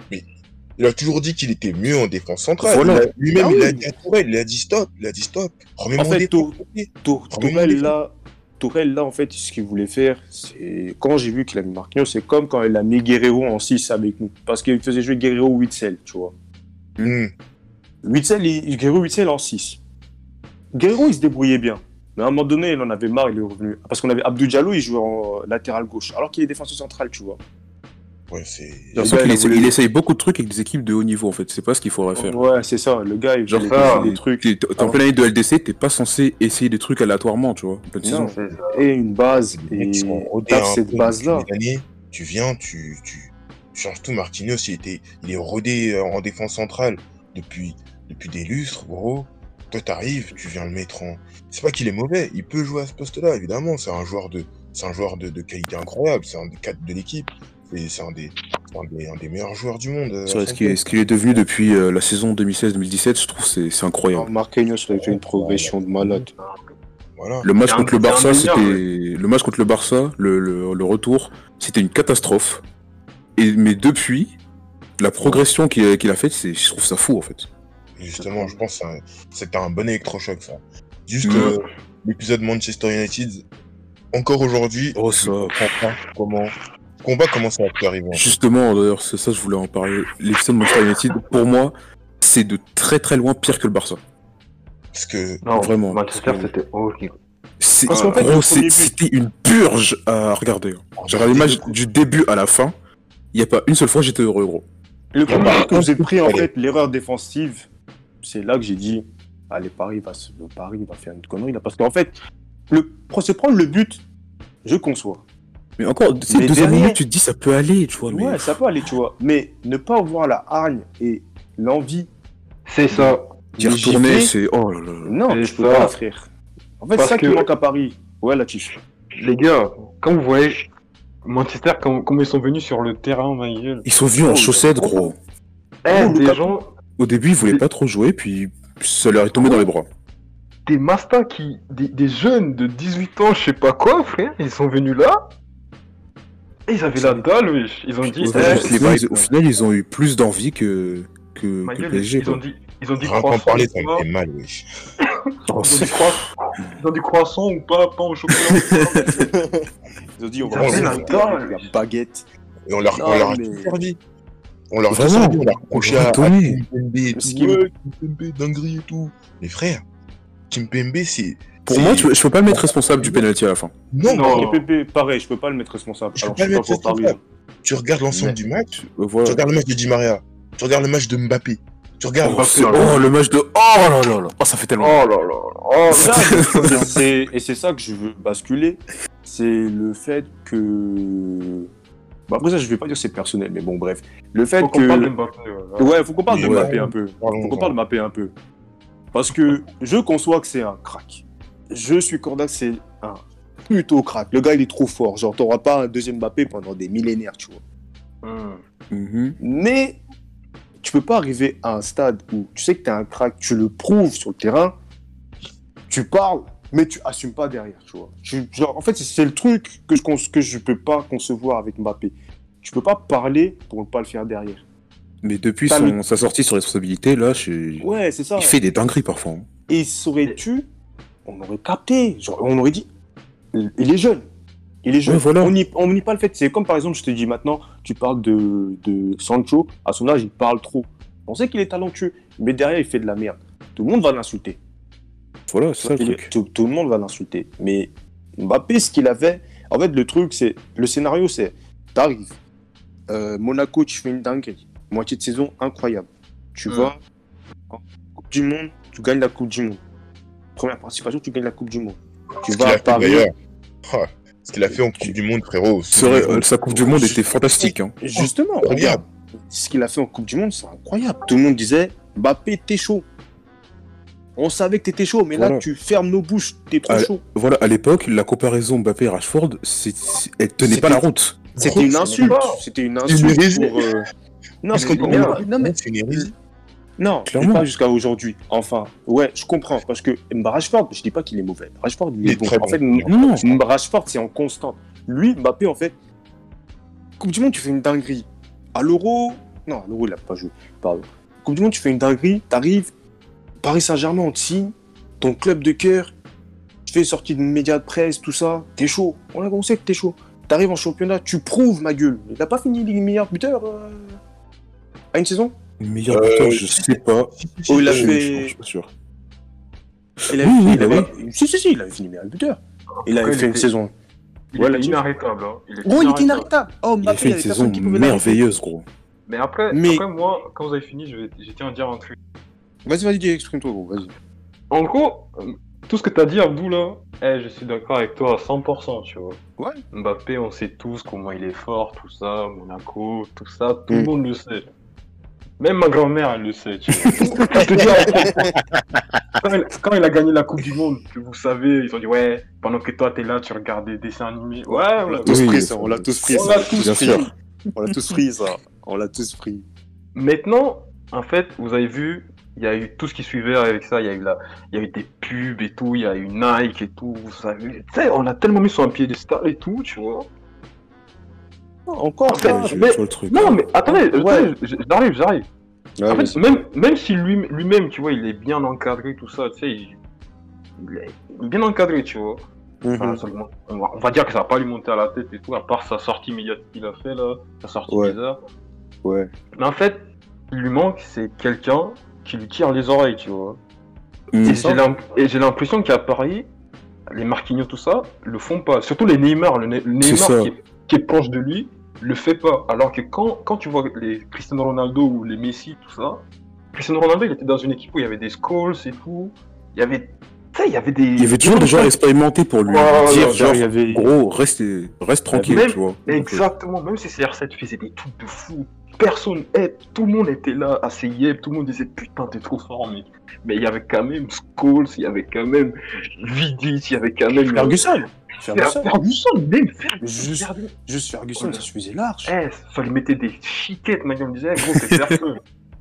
Il a toujours dit qu'il était mieux en défense centrale. Voilà. Il a- Lui-même, Ah il a oui. dit à Tourelle, il a dit stop, il a dit stop. Remets-moi En fait, des Tour- points. Tour- Remets-moi Tourelle, des là, Tourelle, là, en fait, ce qu'il voulait faire, c'est. Quand j'ai vu qu'il a mis Marquinhos, c'est comme quand il a mis Guerrero en six avec nous. Parce qu'il faisait jouer Guerrero Witzel, tu vois. Hmm. Witzel, il... Guerrero Witzel en six. Guerrero, il se débrouillait bien. Mais à un moment donné, il en avait marre, il est revenu. Parce qu'on avait Abdou Diallo, il jouait en latéral gauche, alors qu'il est défenseur central, tu vois. Ouais, c'est. J'ai l'impression gars, qu'il il a essaie, voulu- il essaye beaucoup de trucs avec des équipes de haut niveau en fait. C'est pas ce qu'il faudrait faire. Ouais, c'est ça. Le gars, il Genre, voulait ça, faire des trucs. T'es t'es en pleine année de L D C, t'es pas censé essayer des trucs aléatoirement, tu vois. En pleine Non. saison. Et une base. Les mecs Et sont rodés tape un cette peu base-là. depuis des années. Tu viens, tu, tu, tu changes tout. Marquinhos, il, était, il est rodé euh, en défense centrale depuis, depuis des lustres, gros. Toi, t'arrives, tu viens le mettre en. C'est pas qu'il est mauvais, il peut jouer à ce poste-là, évidemment. C'est un joueur de, c'est un joueur de, de qualité incroyable. C'est un des quatre de l'équipe. Et c'est un des, c'est un des, un des meilleurs joueurs du monde. euh, C'est vrai, à ce son qu'il est, poste. ce qu'il est devenu depuis euh, la saison deux mille seize deux mille dix-sept, je trouve que c'est c'est incroyable. Marquinhos, il a fait une progression de malade. Voilà. Le match C'est un- contre le c'est un Barça, meilleur, c'était le match contre le Barça, le, le, le retour, c'était une catastrophe. Et mais depuis, la progression qu'il a, qu'il a faite, c'est, je trouve ça fou en fait. Et justement, je pense que c'est un- c'était un bon électrochoc, ça. Juste Mm. euh, l'épisode Manchester United, encore aujourd'hui, Oh, je ça. comprends pas comment, combat comment ça a pu arriver. en fait. Justement, d'ailleurs, c'est ça, je voulais en parler. L'épisode Manchester United, pour moi, c'est de très très loin pire que le Barça. Parce que Non, Vraiment, Manchester, parce que- c'était horrible. C'est, Parce qu'en fait, gros, le c'est- premier but- c'était une purge à regarder. J'ai regardé le match du début à la fin. Il n'y a pas une seule fois j'étais heureux, gros. Le premier Bah, que vous avez pris, en allez. fait, l'erreur défensive, c'est là que j'ai dit, allez, Paris va, se... le Paris va faire une connerie, là. Parce qu'en fait, le... se prendre le but, je conçois. Mais encore, tu sais, Mais deuxième derrière- minute, tu te dis ça peut aller, tu vois. Mais... Ouais, ça peut aller, tu vois. Mais ne pas avoir la hargne et l'envie C'est ça. d'y de retourner, gifler, c'est. Oh là là. non, C'est je peux ça. pas, frère. En fait, c'est Parce ça qui que- manque à Paris. Ouais, Latif. Les gars, quand vous voyez Manchester, comme, comme ils sont venus sur le terrain, ma gueule. Ils sont venus en chaussettes, gros. Eh, Oh, des Lukaku. gens, Au début, ils voulaient pas trop jouer, puis ça leur est tombé dans les bras. des Masta qui. Des, des jeunes de dix-huit ans, je sais pas quoi, frère, ils sont venus là. Et ils avaient la dalle, wesh. Ils ont dit. Au eh, final, les au final, vibes. ils- au final, ils ont eu plus d'envie que, que, Ma que le gueule, P S G. ils ont Quoi. dit. Ils ont dit Rien qu'en croissant parler, ou ça me pas. fait mal, wesh. Oh, Ils ont c'est- dit croissant, ils ont dit croissant ou pas, pain au chocolat. Ils ont dit, on Ils va avaient faire la avec dalle. la baguette. Et on leur, Non, on leur a mais- tout servi. On leur a tout Vraiment, servi, on leur a reproché on leur a à, à donné. Kimpembe et Ce tout. qui- Ouais, Kimpembe, dinguerie et tout. Mais frère, Kimpembe, c'est. Pour c'est- moi, tu, je peux pas le mettre responsable du penalty à la fin. Non, Non. Et Pépé, pareil, je peux pas le mettre responsable. Je peux Alors, pas je le sais pas mettre pour Paris. responsable. Tu regardes l'ensemble Mais- du match, Euh, tu Voilà. regardes le match de Di Maria, tu regardes le match de Mbappé, tu regardes. Oh, c'est- oh, le match de. Oh là là là. Oh, ça fait tellement. Oh là là. Oh Ça, là. et c'est- et c'est ça que je veux basculer, c'est le fait que... Bon, après ça, je vais pas dire que c'est personnel, mais bon, bref. Le fait Faut que... qu'on parle de Mbappé. ouais. Ouais, faut qu'on parle de Oui, Mbappé ouais. un peu. Parlons-en. Faut qu'on parle de Mbappé un peu. Parce que je conçois que c'est un crack. Je suis cordac, c'est un plutôt crack. Le gars, il est trop fort. Genre, t'auras pas un deuxième Mbappé pendant des millénaires, tu vois. Hum. Mhm. Mais tu peux pas arriver à un stade où tu sais que t'es un crack, tu le prouves sur le terrain, tu parles, mais tu assumes pas derrière, tu vois. Tu- genre, en fait, c'est- c'est le truc que je, conce- que je peux pas concevoir avec Mbappé. Tu peux pas parler pour ne pas le faire derrière. Mais depuis T'as son- le- sa sortie sur responsabilité, là, je... Ouais, c'est ça. il fait des dingueries parfois. hein. Et saurais-tu, on aurait capté, genre, on aurait dit, il est jeune. Il est jeune. Ouais, voilà. On nie, on nie pas le fait. C'est comme par exemple, je te dis maintenant, tu parles de, de Sancho, à son âge, il parle trop. On sait qu'il est talentueux, mais derrière, il fait de la merde. Tout le monde va l'insulter. Voilà, c'est ça le Il est- truc. tout, tout le monde va l'insulter. Mais Mbappé, ce qu'il avait, en fait, le truc, c'est, le scénario, c'est, t'arrives, euh, Monaco, tu fais une dinguerie, moitié de saison incroyable. Tu Mm. vas en Coupe du Monde, tu gagnes la Coupe du Monde. première participation, tu gagnes la Coupe du Monde. Tu Ce vas qu'il à a fait Paris. d'ailleurs. Ah, ce qu'il a fait en Coupe du Monde, frérot. C'est vrai, euh, sa Coupe du Monde était fantastique. Hein. Justement, Regarde. regarde. Ce qu'il a fait en Coupe du Monde, c'est incroyable. Tout le monde disait Mbappé, t'es chaud. On savait que t'étais chaud, mais Voilà. là, tu fermes nos bouches, t'es trop Ah, chaud. Voilà, à l'époque, la comparaison Mbappé-Rashford, c'est- c'est- elle tenait C'était- pas la route. C'était une Gros, insulte. pas- C'était une une insulte hérésie. pour. euh, Non, Parce mais, que mais- pour moi, non, mais- c'est une hérésie. non, Clairement. mais pas jusqu'à aujourd'hui. Enfin, ouais, je comprends. Parce que bah, Rashford, je dis pas qu'il est mauvais. Rashford, il Il est est bon. très En bon. fait, Non, non, Rashford, c'est en constante. Lui, Mbappé, en fait, Coupe du Monde, tu fais une dinguerie. À l'Euro, non, à l'Euro, il a pas joué. Pardon. Coupe du Monde, tu fais une dinguerie, t'arrives, Paris Saint-Germain, on te signe, ton club de cœur, tu fais sortie de médias de presse, tout ça, t'es chaud. On, on sait que t'es chaud. T'arrives en championnat, tu prouves, ma gueule. Il a pas fini les meilleurs buteurs euh, à une saison. le meilleur Euh, buteur, je sais pas. Si, si, si, Oh, il a Je- fait- je- je suis pas sûr. Il avait, Oui, oui, il bah avait- Si, si, si, il avait fini meilleur buteur. Il avait Après, fait il une était- saison. Il Ouais, était là-dessus. inarrêtable. Hein. Il était Gros, il était inarrêtable. inarrêtable. Oh, Il a Mbappé, fait une avait saison personne qui pouvait l'arrêter. merveilleuse, gros. Mais après, Mais- après, moi, quand vous avez fini, je, vais, je tiens à dire un truc. Vas-y, vas-y, dis, exprime-toi, gros, vas-y. En gros, euh, tout ce que t'as dit, Abdou, là, eh, je suis d'accord avec toi à cent pour cent, tu vois. Ouais. Mbappé, on sait tous comment il est fort, tout ça, Monaco, tout ça, tout Mm. le monde le sait. Même ma grand-mère, elle le sait, tu vois. Je te dis, quand, il, quand il a gagné la Coupe du Monde, que vous savez, ils ont dit, ouais, pendant que toi, t'es là, tu regardes des dessins animés. Ouais, On ouais. l'a tous Oui, pris, oui, ça, on l'a tous pris, On ça. l'a tous bien pris. sûr. On l'a tous pris, ça. On l'a tous pris. Maintenant, en fait, vous avez vu, il y a eu tout ce qui suivait avec ça. Il y a eu la, il y a eu des pubs et tout. Il y a eu Nike et tout. Vous savez, tu sais, on a tellement mis sur un piédestal et tout, tu vois. Encore, En fait, ça. Je mais- vois le truc. Non, mais attendez, Ouais. attendez, j- j'arrive, j'arrive. Ouais, En fait, vas-y. même, même si lui, lui-même, tu vois, il est bien encadré, tout ça, tu sais, il, il est il est bien encadré, tu vois. Enfin, Mhm. ça lui monte- on, va, on va dire que ça va pas lui monter à la tête et tout, à part sa sortie médiatique qu'il a fait là, sa sortie Ouais. bizarre. Ouais. Mais en fait, il lui manque, c'est quelqu'un qui lui tire les oreilles, tu vois. Mm. Et j'ai l'im- et j'ai l'impression qu'à Paris, les Marquinhos, tout ça, le font pas. Surtout les Neymar, le, Ne- le C'est Neymar ça. qui est, qui est proche de lui, le fait pas. Alors que quand, quand tu vois les Cristiano Ronaldo ou les Messi, tout ça, Cristiano Ronaldo, il était dans une équipe où il y avait des Scholes et tout. Il y avait, tu sais, il y avait des. Il y avait toujours des gens expérimentés pour lui Voilà, dire, Genre, genre, il y avait. gros, reste, reste tranquille, Même- tu vois. Exactement, même si C R sept faisait des trucs de fou, personne, eh, tout le monde était là à ses yep, tout le monde disait putain t'es trop fort mec. Mais il y avait quand même Scholes, il y avait quand même Vidic, il y avait quand même Ferguson. Ferguson. Ferguson, même Ferguson. Juste- regardez. Juste Ferguson, ça suffisait large. Eh, ça lui mettait des chiquettes, mec, on me disait, eh, gros, t'es personne.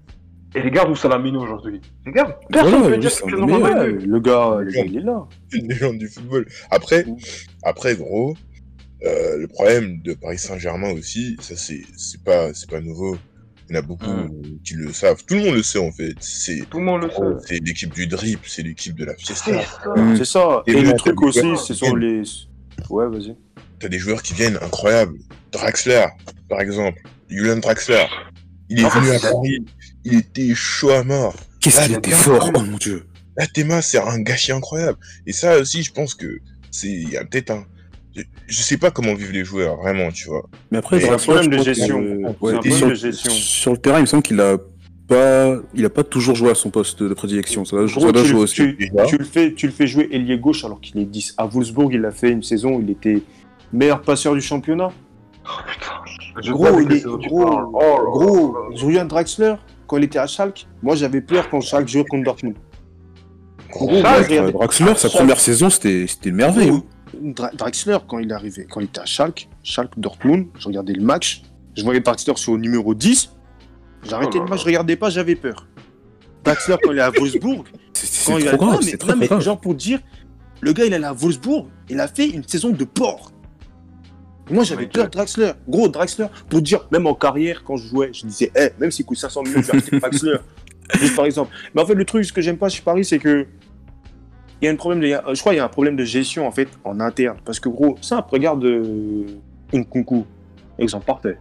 Et regarde où ça l'a mené aujourd'hui. Regarde, personne Voilà, peut lui, dire c'est que un Cristiano des meilleurs. Ronaldo. Ouais, le gars, le gars, il est là. Une légende du football. Après, après gros, euh, le problème de Paris Saint-Germain aussi, ça c'est c'est pas c'est pas nouveau. Il y en a beaucoup Mm. qui le savent. Tout le monde le sait en fait. C'est Tout le monde le gros, sait. c'est l'équipe du drip, c'est l'équipe de la C'est fiesta. ça. Mm. C'est ça. Et Et moi, le truc t'as aussi, vu ce quoi sont les. Ouais, vas-y. T'as des joueurs qui viennent incroyables. Draxler, par exemple. Julian Draxler. Il est En fait, venu à il a- Paris. Il était chaud à mort. Qu'est-ce Ah, qu'il mais était bien fort, sûr. oh mon dieu. La Théma, c'est un gâchis incroyable. Et ça aussi, je pense que c'est. Il y a peut-être un. Je, je sais pas comment vivent les joueurs, vraiment, tu vois. Mais après, C'est un Draxler, problème je de crois que- gestion. euh, C'est ouais, un et problème sur, de gestion. sur le terrain, il me semble qu'il a pas, il a pas toujours joué à son poste de prédilection. Ça, doit- ça Gros, doit tu, jouer le- aussi. tu, Déjà. tu le fais, tu le fais jouer ailier gauche alors qu'il est dix. À Wolfsburg, il a fait une saison où il était meilleur passeur du championnat. Oh putain. Je Gros, sais de il quelle est saison tu gros, parles. Oh là là gros. là là. Julian Draxler, quand il était à Schalke, moi j'avais peur quand Schalke jouait contre Dortmund. Gros, Gros, Schalke, moi, je regardais- Draxler, sa Schalke. première saison, c'était c'était une merveille. hein. Dra- Draxler, quand il est arrivé, quand il était à Schalke, Schalke Dortmund, je regardais le match, je voyais Draxler sur le numéro dix, j'arrêtais Oh là le match, là. je regardais pas, j'avais peur. Draxler, quand il est à Wolfsburg, C'est quand c'est il trop a... grave, non, mais, c'est très non, mais très grave. genre pour dire, le gars il allait à Wolfsburg, il a fait une saison de porc. Moi j'avais Mais peur que- de Draxler, gros Draxler, pour dire, même en carrière, quand je jouais, je disais, eh, même s'il coûte cinq cents millions, je vais acheter Draxler. Juste par exemple. Mais en fait, le truc, ce que j'aime pas chez Paris, c'est que il y a un problème de, il y a- je crois qu'il y a un problème de gestion en fait en interne, parce que gros, simple, regarde euh, Nkunku, exemple parfait.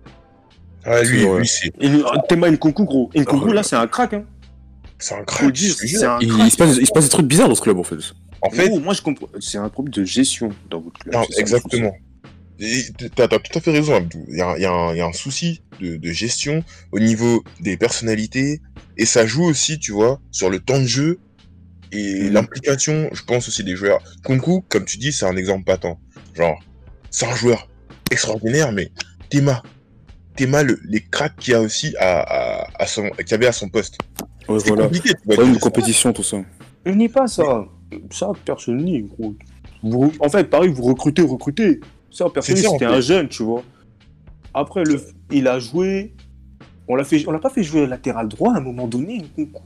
Ah, lui, C'est vrai. lui c'est Et Tema Nkunku, gros, Nkunku là c'est un crack, hein. c'est un Faut le crack. dire, je te jure. c'est un Il, crack. il se passe, il se passe des trucs bizarres dans ce club en fait. En fait, Gros, moi je comprends, c'est un problème de gestion dans votre club. non, c'est ça, le exactement. Et T'as t'as tout à fait raison, Abdou. Il y a, il y a un, il y a un souci de, de gestion au niveau des personnalités. Et ça joue aussi, tu vois, sur le temps de jeu Et Mhm. l'implication, je pense aussi des joueurs. Kunku, comme tu dis, c'est un exemple patent. Genre, c'est un joueur extraordinaire, mais Théma, Théma, le, les cracks qu'il y a aussi à, à, à son, qu'il y avait à son poste. Ouais, C'est voilà. compliqué, tu vois. Problème de gérer ça. compétition, tout ça. Je nie pas ça. Ça, personne nie, gros. Vous- En fait, pareil, vous recrutez, recrutez. Ça, personne C'est nie, ça, en c'était fait. un jeune, tu vois. Après, le... il a joué. On l'a fait... on l'a pas fait jouer latéral droit à un moment donné.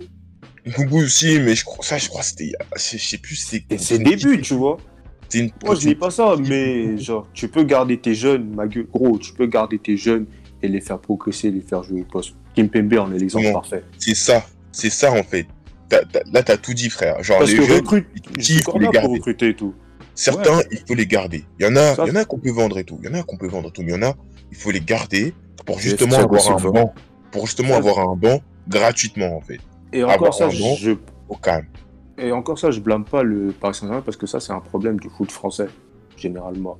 Kunku aussi, mais je crois, ça, je crois, que c'était, je sais plus, c'était. Et c'est le début, tu vois. C'est une. Moi, je dis pas ça, mais genre, tu peux garder tes jeunes, ma gueule, gros, tu peux garder tes jeunes et les faire progresser, les faire jouer au poste. Kimpembe en est l'exemple Non. parfait. C'est ça, c'est ça en fait. T'as- t'as- là, t'as tout dit, frère. Genre, Parce les que jeunes, recrute, les je petits, suis il encore faut les là pour garder. recruter et tout. Certains, il faut les garder. Il y en a, Ça, il y en a qu'on peut vendre et tout. Il y en a qu'on peut vendre et tout. Mais il y en a, il faut les garder pour Et justement Thiago avoir un Silva. banc. Pour justement Ça, avoir un banc gratuitement, en fait. Et Avoir encore ça, un banc. je Au calme. Et encore ça, je blâme pas le Paris Saint-Germain parce que ça, c'est un problème du foot français, généralement.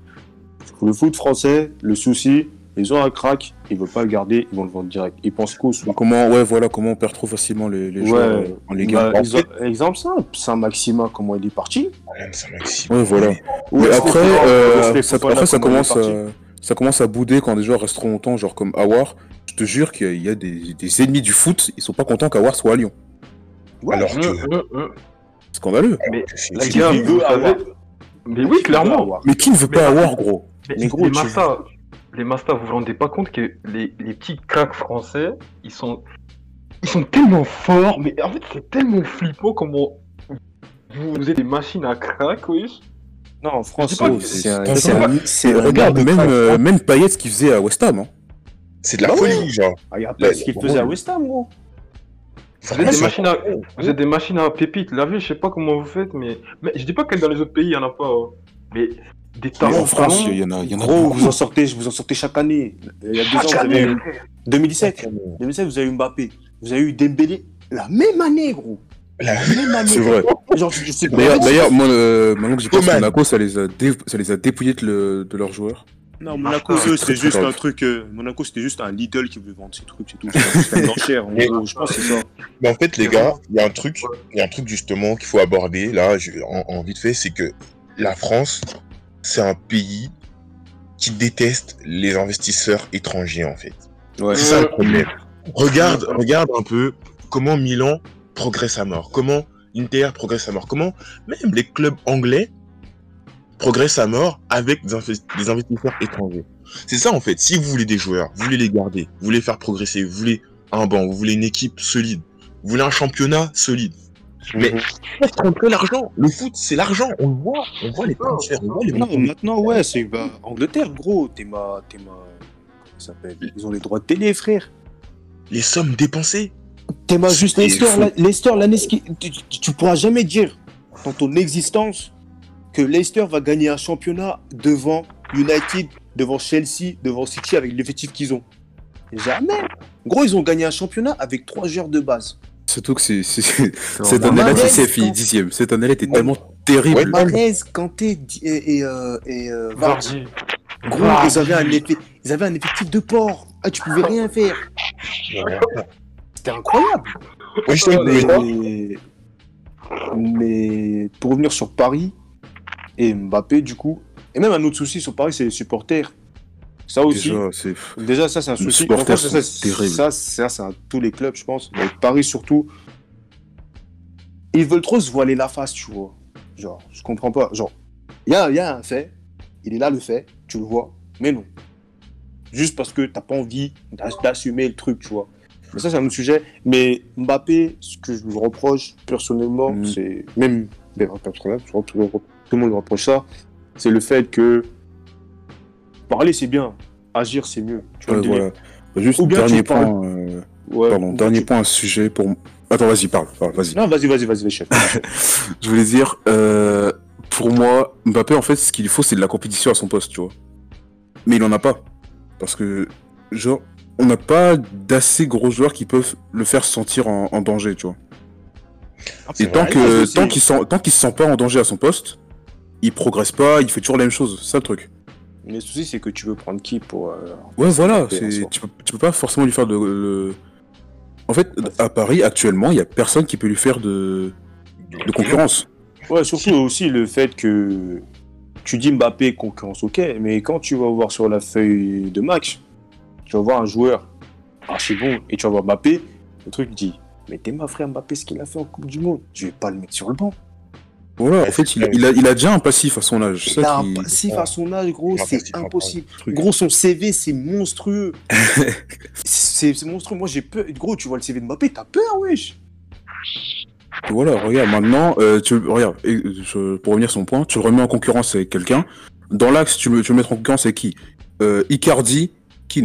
Le foot français, le souci, ils ont un crack, ils veulent pas le garder, ils vont le vendre direct. Ils pensent qu'au soir. Donc, comment, ouais, voilà, comment on perd trop facilement les, les joueurs euh, en Ligue un. Bah, En ils ont- exemple simple, Saint-Maximin, comment il est parti. Voilà, c'est un maxi. Ouais, voilà. Ouais, Mais c'est après, Fofana, euh, c'est ça, Fofana, après ça, comment il est commence parti. à, ça commence à bouder quand des joueurs restent trop longtemps, genre comme Awar. Je te jure qu'il y a, il y a des, des ennemis du foot, ils sont pas contents qu'Awar soit à Lyon. Ouais. Alors que. Hum, hum, hum. Scandaleux. Mais que c'est- les c'est- gars, Qui vous veut savez. avoir- Mais oui, clairement. Mais qui ne veut Mais pas attends. Awar, gros? Mais, Mais gros, les tu- Masta, les Masta, vous vous rendez pas compte que les, les petits cracks français, ils sont, ils sont tellement forts, mais en fait c'est tellement flippant comment vous, vous êtes des machines à crack, oui. Non, en France, Je dis pas oh, que- c'est un, c'est- c'est un, c'est un Regarde, gars de même, crack. euh, même Payet, ce qu'il faisait à West Ham. Hein. C'est de la Bah ouais. folie, genre. Regarde la- pas ce qu'il la- faisait à West Ham, gros. Vous êtes, des c'est- machines à, vous êtes des machines à pépites. La vie, je sais pas comment vous faites, mais, mais je dis pas que dans les autres pays, il y en a pas. hein. Mais des Mais talents en France, talents- il y en a, il y en a Gros, beaucoup. vous en sortez, vous en sortez chaque année. Il y a deux ans, vous Chaque avez année, eu frère. deux mille dix-sept. deux mille dix-sept, vous avez eu Mbappé. Vous avez eu Dembélé. La même année, gros. La- La même année. C'est vrai. Genre, je sais pas. D'ailleurs, d'ailleurs, moi, euh, maintenant que j'y pense, Coman. Monaco, ça les a, dé- ça les a dépouillés de, le- de leurs joueurs. Non, Monaco, Ah, eux, très, c'était très juste grave. un truc. euh, Monaco, c'était juste un Lidl qui veut vendre ses trucs, c'est tout. C'est un système d'enchères, en Mais- gros. Je pense que c'est ça. Mais en fait, les C'est gars, vraiment- il y a un truc, il y a un truc justement qu'il faut aborder là, je- en, en vite fait, c'est que la France, c'est un pays qui déteste les investisseurs étrangers en fait. Ouais. C'est ça le problème. Regarde, regarde un peu comment Milan progresse à mort, comment Inter progresse à mort, comment même les clubs anglais progressent à mort avec des, inves- des investisseurs étrangers. C'est ça en fait. Si vous voulez des joueurs, vous voulez les garder, vous voulez faire progresser, vous voulez un banc, vous voulez une équipe solide, vous voulez un championnat solide. Mais faites rentrer l'argent. Le foot, c'est l'argent. On le voit, on voit les transferts, on voit les Non, montants. maintenant, ouais, c'est bah, Angleterre, gros. T'es ma. T'es ma. Comment ça s'appelle? Ils ont les droits de télé, frère. Les sommes dépensées. T'es ma juste C'est Leicester. fou. la- Leicester, l'année. qui- Tu, tu- tu pourras jamais dire dans ton existence que Leicester va gagner un championnat devant United, devant Chelsea, devant City avec l'effectif qu'ils ont. Jamais. Gros, ils ont gagné un championnat avec trois joueurs de base. Surtout que c'est, c'est- cette en année-là, Mahrez, T C F est quand- dixième. Cette année-là était Ouais. tellement terrible. Ouais. Marez, Kanté di- et, et, euh, et euh, Vardy. Vardy. Gros, Vardy. ils avaient, un effet- ils avaient un effectif de porc. Ah, tu pouvais rien faire. C'était incroyable. Oui, je te dis, Mais... mais pour revenir sur Paris et Mbappé, du coup, et même un autre souci sur Paris, c'est les supporters. Ça aussi. Déjà, c'est. Déjà, ça, c'est un Les souci. supporters En fait, ça, sont c'est- terribles. Ça, ça, c'est à tous les clubs, je pense. Mais Paris, surtout, ils veulent trop se voiler la face, tu vois. Genre, je comprends pas. Genre, il y a, y a un fait, il est là le fait, tu le vois, mais non. Juste parce que t'as pas envie d'ass- d'assumer le truc, tu vois. Mais ça, c'est un autre sujet. Mais Mbappé, ce que je lui reproche personnellement, Mhm. c'est même, mais pas personnellement, je crois que tout le monde- tout le monde lui reproche ça, c'est le fait que parler, c'est bien, agir, c'est mieux. Tu vois Ouais, le délire. voilà. Juste, Ou bien dernier tu parles- point. euh, Ouais. Pardon, Ou dernier tu- point, un sujet pour. Attends, vas-y, parle, parle, vas-y. Non, vas-y, vas-y, vas-y, chef. Je voulais dire, euh, pour moi, Mbappé, en fait, ce qu'il faut, c'est de la compétition à son poste, tu vois. Mais il en a pas. Parce que, genre, on n'a pas d'assez gros joueurs qui peuvent le faire sentir en, en danger, tu vois. Et tant vrai, que c'est- tant qu'il sent, tant qu'il se sent pas en danger à son poste, il progresse pas, il fait toujours la même chose. C'est ça le truc. Mais le souci, c'est que tu veux prendre qui pour. euh, Ouais, voilà. c'est- C'est, tu, peux, tu peux pas forcément lui faire de. le- En fait, à Paris, actuellement, il y a personne qui peut lui faire de. de concurrence. Ouais, surtout aussi le fait que tu dis Mbappé concurrence, ok, mais quand tu vas voir sur la feuille de match, tu vas voir un joueur archi bon et tu vas voir Mbappé, le truc dit, mais t'es ma frère Mbappé, ce qu'il a fait en Coupe du Monde, je vais pas le mettre sur le banc. Voilà, en fait, il a, il a, il a déjà un passif à son âge. Il ça a qui... un passif à son âge, gros, Un c'est passif impossible. Truc. Gros, son C V, c'est monstrueux. c'est c'est monstrueux. Moi, j'ai peur. Gros, tu vois le C V de Mbappé, t'as peur, wesh. Voilà, regarde, maintenant, euh, tu, regarde, et, je, pour revenir sur son point, tu le remets en concurrence avec quelqu'un. Dans l'axe, tu veux, tu veux mettre en concurrence avec qui euh, Icardi, Keane.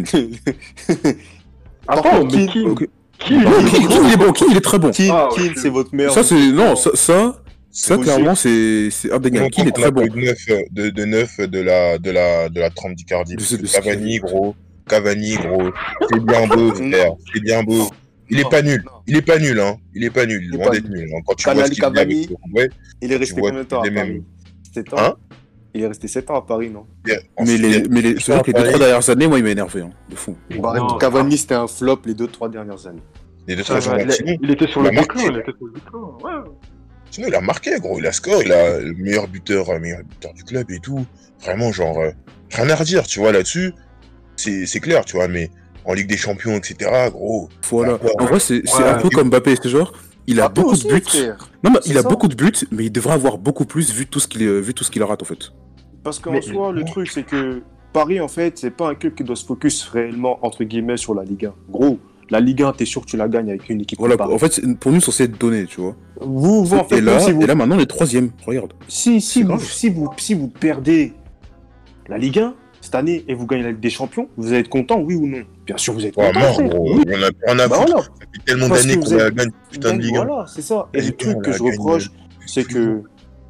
Attends, mais Keane- qui Ok. Qui Non, Keane, Keane, il est bon, Keane, il est très bon. Keane, Ah, Keane, ok. c'est votre meilleur. Ça, c'est, non, ça, ça, ça possible. clairement, c'est, c'est indéniable. Keane est très bon. De neuf de, de neuf de la de la de la trempe d'Icardi. De Parce ce- que de ce Cavani, qu'il- gros. Cavani, gros. C'est bien beau, frère. C'est bien beau. Non. Il est Non. pas nul. Non. Il est pas nul, hein. Il est pas nul. Il est Loin pas d'être nul. nul. hein. Quand tu Canali, vois ce qu'il fait Cavani. avec le ouais, Il est resté Tu vois combien de temps à qu'il est Paris même- sept ans. Hein Il est resté sept ans à Paris, non Mais ensuite, les, il- mais les, c'est vrai que les deux, Paris. trois dernières années, moi, il m'a énervé, hein, de fou. Bah, Non, Cavani, c'était un flop les deux, trois dernières années. Les deux Ça trois va, jours il, a- sinon, il était sur il le a déclin, marqué. il était sur le déclin. Ouais. sinon, il a marqué, gros. Il a score. Il a le meilleur buteur, euh, meilleur buteur du club et tout. Vraiment, genre, euh, rien à redire, tu vois, là-dessus. C'est c'est clair, tu vois, mais en Ligue des Champions, et cetera, gros. Voilà. Encore. En vrai, c'est, c'est Ouais. un peu comme Mbappé, c'est genre, il a Mbappé beaucoup aussi, de buts. frère. Non, mais C'est il a ça. beaucoup de buts, mais il devrait avoir beaucoup plus vu tout ce qu'il, euh, vu tout ce qu'il rate, en fait. Parce qu'en Mais- soi, le truc, c'est que Paris, en fait, c'est pas un club qui doit se focus réellement, entre guillemets, sur la Ligue un. Gros, la Ligue un, t'es sûr que tu la gagnes avec une équipe Voilà, comme Paris. en fait, c'est- pour nous, c'est censé être donné, tu vois. Vous, vous, en fait, et, là, même si vous, et là, maintenant, on est troisième. Regarde. si, si, c'est vous, grave. si, vous, si vous perdez la Ligue un cette année et vous gagnez la Ligue des Champions, vous allez être content, oui ou non? Bien sûr, vous êtes Ouais, content. mort, frère. gros. Oui. On a rien à Bah foutre. voilà. Ça fait tellement Parce d'années que qu'on vous a êtes- gagné putain de Ligue un. Voilà, c'est ça. Et Et le putain, truc on que a je gagné reproche, c'est que,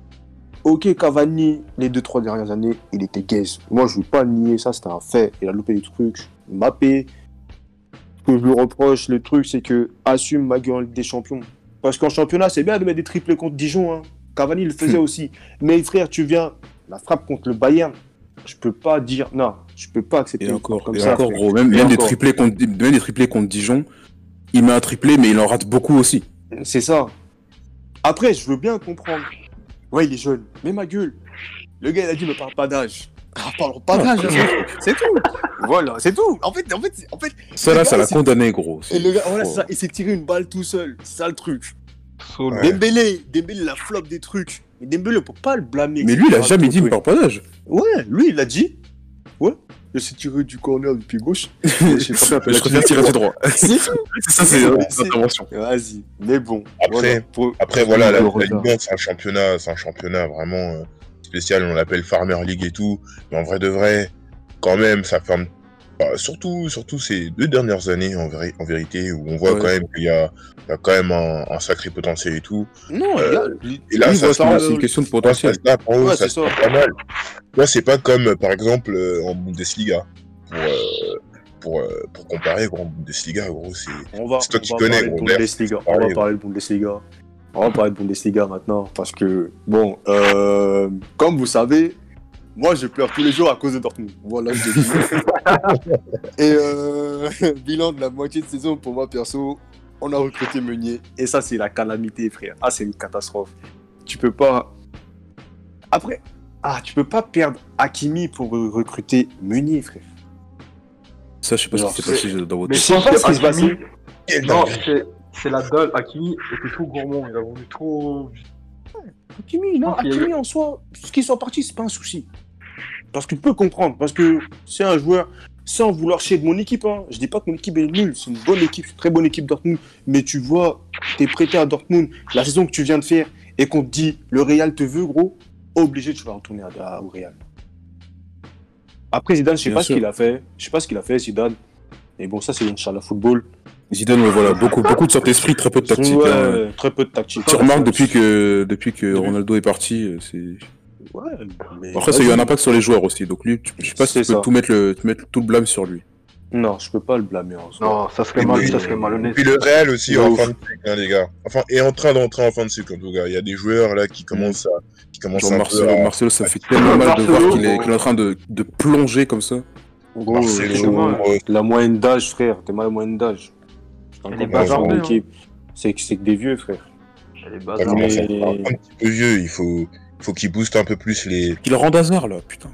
ok, Cavani, les deux, trois dernières années, il était gaze. Moi, je ne veux pas le nier, ça, c'était un fait. Il a loupé des trucs. Mbappé, ce que je lui reproche, le truc, c'est que assume ma gueule en Ligue des Champions. Parce qu'en championnat, c'est bien de mettre des triplés contre Dijon. Hein. Cavani le faisait aussi. Mais frère, tu viens, la frappe contre le Bayern, je peux pas dire, non, je peux pas accepter Et une encore, frappe comme et ça. encore frère. gros. Même, Et même, des encore. triplés contre, même des triplés contre Dijon, il met un triplé, mais il en rate beaucoup aussi. C'est ça. Après, je veux bien comprendre. Ouais, il est jeune. Mais ma gueule, le gars, il a dit, ne parle pas d'âge. Ah, parlons pas d'âge, hein. C'est tout. Voilà, c'est tout. En fait, en fait, en fait. Ça, le là, gars, ça l'a c'est- condamné, gros. Et le gars, voilà, Oh. c'est ça. Il s'est tiré une balle tout seul. C'est ça le truc. Solo. Ouais. Dembélé, Dembélé, la flop des trucs. Mais Dembélé, on peut pas le blâmer. Mais lui, il a etc. jamais dit, me parle pas d'âge. Ouais, lui, il l'a dit. Ouais. Il s'est tiré du corner du pied gauche. Je sais pas faire Je préfère tirer du droit. C'est tout. C'est ça, c'est euh, C'est- l'intervention. Vas-y. Mais bon. Après- voilà, pour- Après, voilà, la, le la retard. Ligue un, c'est un championnat, c'est un championnat vraiment euh, spécial. On l'appelle Farmer League et tout. Mais en vrai de vrai, quand même, ça ferme. Bah, surtout, surtout ces deux dernières années, en, vrai- en vérité, où on voit Ouais. quand même qu'il y a, il y a quand même un, un sacré potentiel et tout. Non, Euh, il y a- Et là, Oui, ça voilà, se c'est passe- une question de ouais, ça potentiel. se tape en haut, Ouais, ça c'est se ça. tape pas mal. Tu vois, c'est pas comme, euh, par exemple, euh, en Bundesliga. Pour, euh, pour, euh, pour comparer, gros, en Bundesliga, gros, c'est. On va, C'est toi on qui va connais, parler de gros, Bundesliga. c'est On va pareil, parler de Bundesliga. On va parler de Bundesliga maintenant parce que, bon, euh, comme vous savez, moi je pleure tous les jours à cause de Dortmund. Voilà, je le dis. Et euh, bilan de la moitié de saison pour moi perso, on a recruté Meunier et ça c'est la calamité, frère. Ah, c'est une catastrophe. Tu peux pas. Après, ah, tu peux pas perdre Hakimi pour recruter Meunier, frère. Ça, je sais pas ce Genre, qui s'est passé dans votre Mais Je je sais pense pas que ce qui se passe. Hakimi, Quel non, dingue. c'est c'est la dalle. Hakimi était trop gourmand. Il a voulu trop. Hakimi, non, Je pense qu'il y a Hakimi en soi, ce qu'il soit parti, c'est pas un souci. Parce que tu peux comprendre, parce que c'est un joueur, sans vouloir chier de mon équipe, hein. Je dis pas que mon équipe est nulle, c'est une bonne équipe, c'est une très bonne équipe Dortmund, mais tu vois, t'es prêté à Dortmund, la saison que tu viens de faire, et qu'on te dit, le Real te veut, gros, obligé, tu vas retourner à, à- au Real. Après, Zidane, je sais Bien pas ce sûr. qu'il a fait, je sais pas ce qu'il a fait, Zidane, mais bon, ça, c'est Inch'Allah football. Zidane, ouais, voilà, beaucoup, beaucoup de Saint-Esprit, très peu de tactique. Ouais, hein. très peu de tactique. Tu remarques depuis que, depuis que Depuis- Ronaldo est parti, euh, c'est. Ouais, mais Après, ça a eu un vas-y. impact sur les joueurs aussi. Donc lui, tu- je sais pas si C'est tu peux ça. tout mettre, le, tu mettre tout le blâme sur lui. Non, je peux pas le blâmer en soi. Non, ça serait Et mal, puis- ça serait Et malhonnête. puis le Real aussi De en ouf. fin de cycle, hein, les gars. Enfin, est en train d'entrer en fin de cycle en tout cas. Il y a des joueurs là qui commencent à, qui commencent Genre un Marcelo, peu à... Marcelo, ça fait tellement mal de Marcelo, voir qu'il est, bon. qu'il est en train de, de plonger comme ça. Gros, Marcelo, euh, dommage. euh, la moyenne d'âge, frère, t'es mal la moyenne d'âge. Elle est Encore bazardée, dans hein. l'équipe. C'est que c'est que des vieux, frère. Les Ça bazars. commence à Mais- faire un petit peu vieux, il faut, faut qu'il booste un peu plus les. Qu'il rende hasard, là, putain.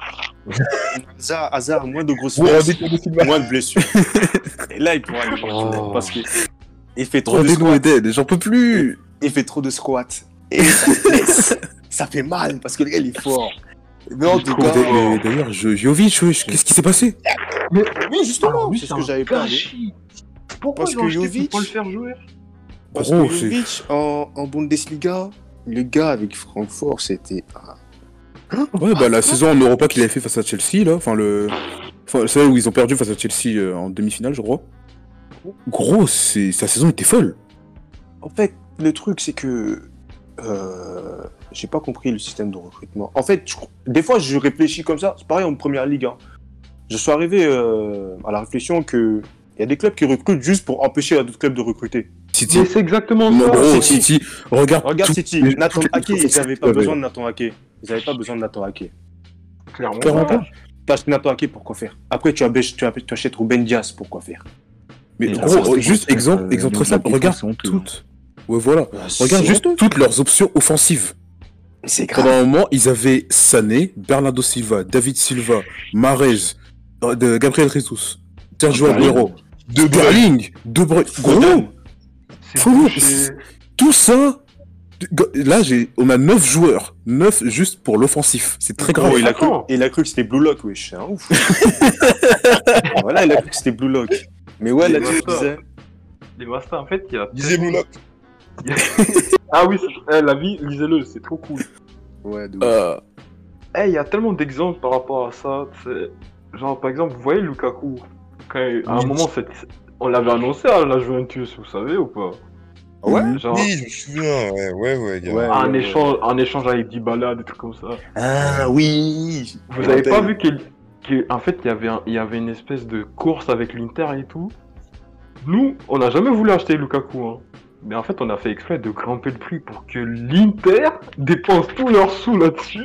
Hazard, Hazard, moins de grosses Vous fesses, rendez compte de Silva moins de blessures. Et là, il pourra aller Oh. parce que il fait trop de Rendez-nous squats. Eden, j'en peux plus. Il fait trop de squats. Et ça blesse. Ça fait mal parce que le gars, il est fort. Mais en tout cas, Mais- mais D'ailleurs, je- Jovic, wesh, qu'est-ce qui s'est passé? oui, justement, Ah, lui, c'est ce un que j'avais pas. gâchis. Pourquoi Parce ils que ont acheté Jovic- pour pas le faire jouer? Parce Gros, que c'est- Jovic, en, en Bundesliga, le gars avec Francfort, c'était. ah, Ouais, bah la saison en Europa qu'il avait fait face à Chelsea, là, enfin le... Enfin, c'est là où ils ont perdu face à Chelsea euh, en demi-finale, je crois. Gros, c'est... sa saison était folle. En fait, le truc, c'est que. Euh, j'ai pas compris le système de recrutement. En fait, je- des fois, je réfléchis comme ça. C'est pareil en première ligue. Hein. Je suis arrivé euh, à la réflexion que. Il y a des clubs qui recrutent juste pour empêcher d'autres clubs de recruter. City. Mais c'est exactement Non, ça. gros, City. City. Regarde, Regarde tout- City, les- Nathan toutes les Ake, ils transferts n'avaient qu'ils pas avaient. besoin de Nathan Ake. Ils n'avaient pas besoin de Nathan Ake. Clairement. Clairement pas. pas. Parce que Nathan Ake, pourquoi faire? Après, tu, abèches- tu, abèches- tu achètes Ruben Diaz, pourquoi faire? Mais Et gros, ça, c'est juste pour exemple, faire, exemple euh, très simple, la regarde défense, c'est honteux. toutes. Ouais, voilà. Bah, Regarde c'est juste honteux. toutes leurs options offensives. C'est grave. Pendant un moment, ils avaient Sané, Bernardo Silva, David Silva, Mahrez, euh, de Gabriel Jesus, Sergio Sterling. Aguero, De Bruyne. Sterling, De Bruyne. Gros, Foden. C'est Faut- bouché. tout ça. Là, j'ai, on a neuf joueurs, neuf juste pour l'offensif. C'est très grave. Oh, il, a cru, Attends. il a cru que c'était Blue Lock, wesh. C'est un ouf. Voilà, il a cru que c'était Blue Lock. Mais ouais, Mais là, tu voilà. disais. Les masters, en fait, il y a. Disait Blue Lock. Ah oui, c'est- eh, la vie, lisez-le, c'est trop cool. Ouais, de ouf. Euh, Eh, il y a tellement d'exemples par rapport à ça. c'est- Genre, par exemple, vous voyez Lukaku, quand, à un Oui. moment, cette- on l'avait annoncé à la Juventus, vous savez ou pas? Ouais. Genre, Oui, je me souviens, ouais, ouais, ouais. il y a- Ouais. un, échange, un échange avec Dybala, des trucs comme ça. Ah oui. Vous avez pas vu qu'il, qu'il- en fait, il y avait un- il y avait une espèce de course avec l'Inter et tout. Nous, on n'a jamais voulu acheter Lukaku, hein. Mais en fait, on a fait exprès de grimper le prix pour que l'Inter dépense tous leurs sous là-dessus.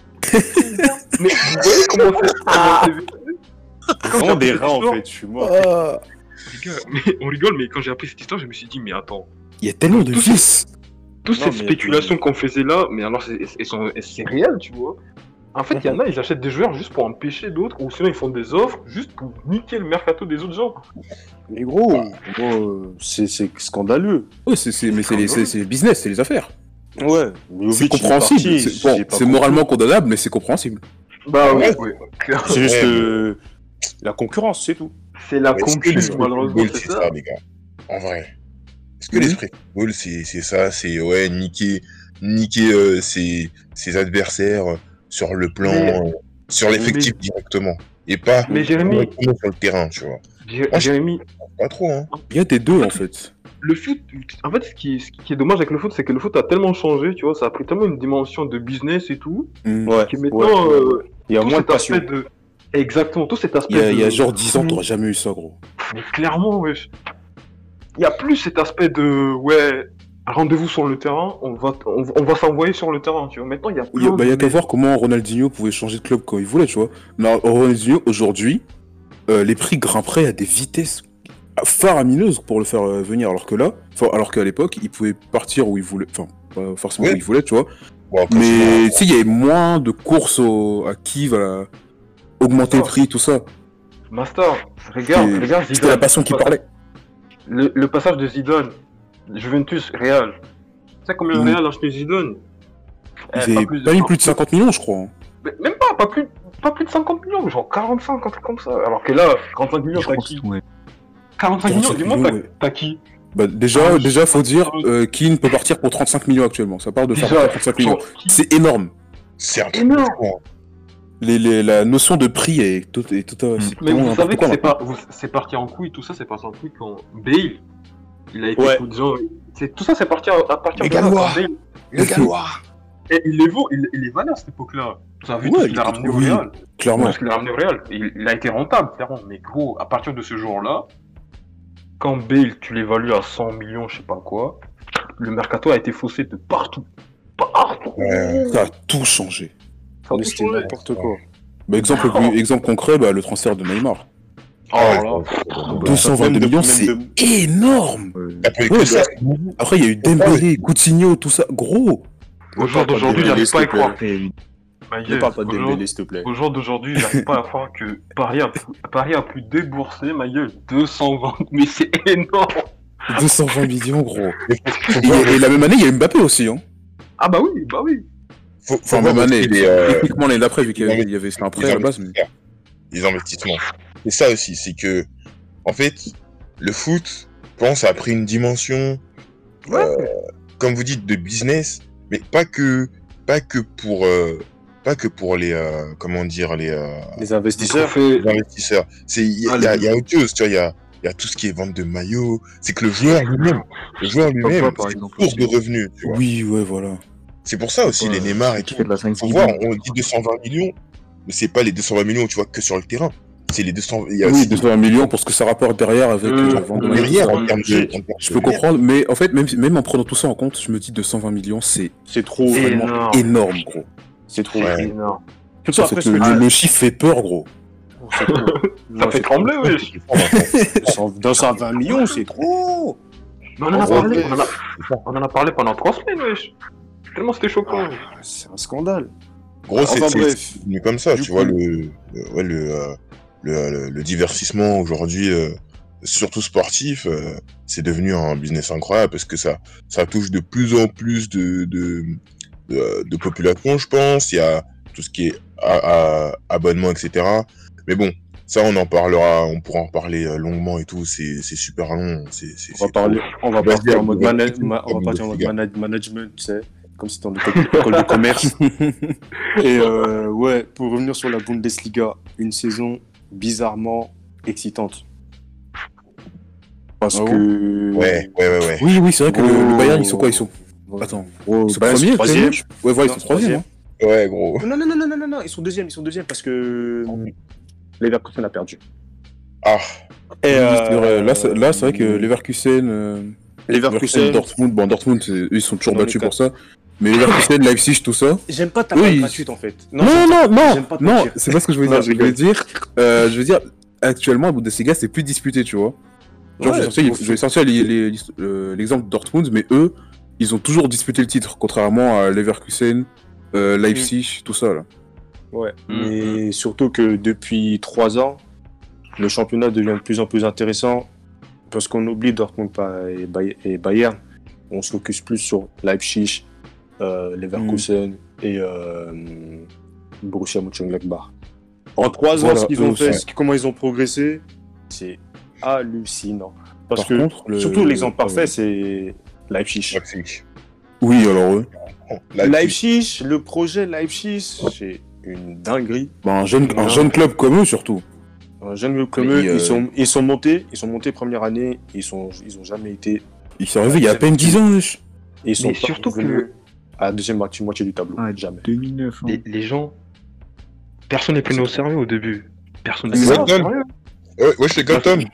Mais vous voyez comment c'est, comment c'est vécu? Quand j'ai Vraiment appris des cette rats, en histoire- fait. Je suis mort. ah, Les gars, mais on rigole, mais quand j'ai appris cette histoire, je me suis dit, mais attends, Il y a tellement de Tout vices. toutes Non, ces mais- spéculations qu'on faisait là, mais alors c'est, elles sont- c'est réel, tu vois. En fait, il y en a, ils achètent des joueurs juste pour empêcher d'autres, ou sinon ils font des offres juste pour niquer le mercato des autres gens. Mais gros, gros, euh, c'est c'est scandaleux. Ouais, c'est, c'est- mais c'est, les, c'est, c'est le business, c'est les affaires. Ouais. C'est Jovic, il est compréhensible. parti, c'est, j'ai bon, pas c'est compris. moralement condamnable, mais c'est compréhensible. Bah ouais, ouais, C'est juste Ouais, euh, la concurrence, c'est tout. c'est la Est-ce que concurrence, l'esprit malheureusement, football, c'est c'est ça. ça, les gars? En vrai. Est-ce que Mhm. l'esprit football, c'est c'est ça? C'est, ouais, niquer, niquer euh, ses, ses adversaires euh, sur le plan, Mais- euh, sur l'effectif mais- directement. Et pas Mais Jérémy, directement sur le terrain, tu vois. Jé- Moi, je- Jérémy, Pas trop, hein. Il y a des deux, en fait. le foot, en fait, ce qui, ce qui est dommage avec le foot, c'est que le foot a tellement changé, tu vois, ça a pris tellement une dimension de business et tout, Mm. Ouais. que maintenant, ouais. euh, Il y a tout moins de cet aspect passion. de... Exactement, tout cet aspect Il y a, il y a de- genre dix ans, t'aurais jamais eu ça, gros. Mais clairement, wesh. Il y a plus cet aspect de, ouais, rendez-vous sur le terrain, on va, on, on va s'envoyer sur le terrain, tu vois. Maintenant, il y a Il y a, plein bah, il y a de- qu'à voir comment Ronaldinho pouvait changer de club quand il voulait, tu vois. Non, Ronaldinho, aujourd'hui, euh, les prix grimperaient à des vitesses faramineuses pour le faire euh, venir, alors que là, enfin, alors qu'à l'époque, il pouvait partir où il voulait, enfin, pas forcément Ouais. où il voulait, tu vois. Bon, après, Mais tu sais, il y avait moins de courses au- à qui va augmenter le prix, tout ça. Master, regarde, Et regarde C'était Zidane. la passion qui Le- parlait. Le, le passage de Zidane, Juventus, Real. Tu sais combien Mm. Real a acheté Zidane? Eh, Ils avaient pas mis plus de cinquante millions, je crois. hein. Mais Même pas, pas plus, pas plus de cinquante millions, genre quarante-cinq, un truc comme ça. Alors que là, quarante-cinq millions, Je t'as crois qui que ouais. quarante-cinq millions, quarante-cinq dis-moi, millions, t'as ouais. t'as qui Bah, déjà, Ah, déjà, faut dire, euh, Keane peut partir pour trente-cinq millions actuellement. Ça part de faire Déjà, trente-cinq millions. genre, qui- C'est énorme. c'est un truc énorme. fou, hein. Les, les- la notion de prix est tout, est tout, Mm. c'est Mais totalement vous n'importe savez que quoi, c'est maintenant. pas, vous- c'est parti en couille, tout ça, c'est parti en couille quand Bale, il a été Ouais. coup de gens. C'est tout ça, c'est parti à, à partir Les de là, Gallois. quand Bale. Le Gallois. Et il les vaut, il, il les valait à cette époque-là. Tu as vu Ouais, tout ce qu'il il a était ramené au trop- oui. Real. Clairement. Tout ce qu'il a ramené au Real. Il, il a été rentable, clairement. Mais gros, à partir de ce jour-là, quand Bale, tu l'évalues à cent millions, je sais pas quoi, le mercato a été faussé de partout. Partout. Ouais. Ça a tout changé. Ça a Mais tout c'était changé. n'importe quoi. Bah, exemple, le plus- exemple concret, bah, le transfert de Neymar. Oh Ah, là. ouais. deux cent vingt-deux Même de- millions, même c'est de- énorme. T'as pas eu Ouais, que ça. Après, il y a eu Dembélé, Coutinho, tout ça. Gros. Au Ne jour parle pas de d'aujourd'hui, Dembélé, j'arrive pas à y s'il te plaît. croire. Et Ma Ne gueule, parle pas de au jour- Dembélé, s'il te plaît. Au jour d'aujourd'hui, j'arrive pas à croire que Paris a, Paris a pu débourser, ma gueule, deux cent vingt. Mais c'est énorme. deux cent vingt millions, gros. Mais faut, faut Et, voir, et la même année, il y a Mbappé aussi. Hein. Ah bah oui, bah oui. faut, faut Enfin, voir même aussi année. les, euh, Techniquement, l'année d'après, vu qu'il y avait, les il y avait c'était un prêt les à la base. Mais... investissements. Les investissements. Et ça aussi, c'est que, en fait, le foot, je pense, a pris une dimension, Ouais. euh, comme vous dites, de business, mais pas que, pas que pour, euh, pas que pour les, euh, comment dire, les, euh, Les investisseurs. Trophée. les investisseurs. C'est, il y, a- Ah, il y a- les- il y a autre chose, tu vois, il y a, il y a tout ce qui est vente de maillots. C'est que le joueur lui-même, le joueur lui-même, Pogba, par c'est une exemple, source aussi. de revenus, tu vois. Oui, ouais, voilà. C'est pour ça aussi Ouais, les Neymar et qui tout. fait de la cinq Faut voir, millions. on dit deux cent vingt millions, mais c'est pas les deux cent vingt millions, tu vois, que sur le terrain. C'est les deux cents. Il y a Oui, aussi deux cent vingt millions pour ce que ça rapporte derrière avec Euh, euh, vente de maillots, derrière tout ça. en termes de. en termes Je de peux lumière. comprendre, mais en fait, même, même en prenant tout ça en compte, je me dis deux cent vingt millions, c'est C'est trop. C'est vraiment énorme. énorme, gros. C'est trop. Ouais. C'est énorme. Surtout En après fait, ce le, que le- tu- le chiffre fait peur, gros. C'est trop. Ça Non, fait c'est trembler, trop. wesh. deux cents deux cent vingt millions, c'est trop. Mais on en a En parlé, vrai, on en a, on en a parlé pendant trois semaines, wesh. Tellement c'était choquant. C'est un scandale. Gros, c'est Enfin c'est- bref. c'est devenu comme ça, Du tu coup- vois, le, le, ouais, le, euh, le, le, le divertissement aujourd'hui, euh, surtout sportif, euh, c'est devenu un business incroyable parce que ça, ça touche de plus en plus de, de, de, de population, je pense. Il y a tout ce qui est à, à, abonnement, et cetera. Mais bon, ça, on en parlera, on pourra en parler euh, longuement et tout. C'est c'est super long. C'est c'est- On va c'est parler, on va Vas-y, partir en mode, vas-y, mana- vas-y, ma- on va vas-y, partir en mode vas-y. mana- management, tu sais, comme si c'était en école, école de commerce. Et euh, ouais, pour revenir sur la Bundesliga, une saison bizarrement excitante. Parce Ah bon que. Ouais, ouais, ouais, ouais. Oui, oui, c'est vrai que le, le Oh. Bayern, ils sont quoi? Ils sont. Attends, Oh, ils sont Bayern, premiers, c'est troisième. premiers Ouais, voilà, ils Non, sont troisième. troisième. Hein. Ouais, gros. Non, non, non, non, non, non, non, ils sont deuxième, ils sont deuxième parce que Leverkusen a perdu. Ah, Et Oui, euh, c'est vrai. Là, c'est- là, c'est vrai que Leverkusen, euh, Leverkusen, Dortmund, bon, Dortmund, c'est- eux, ils sont toujours Dans les battus quatre. pour ça. Mais Leverkusen, Leipzig, tout ça. j'aime pas ta Oui, part ils- gratuite en fait. Non, j'aime non, non, j'aime pas te non, mentir. c'est pas ce que je veux Non, dire. je Je veux rigole. dire, euh, je veux dire, actuellement, la Bundesliga, c'est plus disputé, tu vois. Genre, Ouais, je vais sortir- faut- je vais sortir les- les- les- euh, l'exemple de Dortmund, mais eux, ils ont toujours disputé le titre, contrairement à Leverkusen, euh, Leipzig, tout ça, là. Ouais, Mm. mais surtout que depuis trois ans, le championnat devient de plus en plus intéressant parce qu'on oublie Dortmund pa- et Bay- et Bayern. On se focus plus sur Leipzig, euh, Leverkusen et euh, Borussia Mönchengladbach. En trois ans, Voilà, ce qu'ils eux ont fait, aussi. ce- comment ils ont progressé, c'est hallucinant. Parce Par que contre, le- surtout l'exemple euh, parfait, c'est Leipzig. Leipzig. Oui, alors, eux. Leipzig. Leipzig, le projet Leipzig, c'est une dinguerie. Bah, un, jeune, un Non. jeune club comme eux, surtout. Un jeune groupe comme Mais, eux, euh, ils, sont, ils sont montés, ils sont montés première année, ils sont, ils ont jamais été, Ils sont arrivés il y a à peine dix ans, wesh. et ils sont Mais pas surtout revenus à la deuxième moitié, moitié du tableau, Ah, jamais. deux mille neuf. hein. Les, les gens, personne n'est pris au sérieux au début. Personne n'est C'est pris ça. au sérieux. Ouais, ouais, je suis gars, Tom.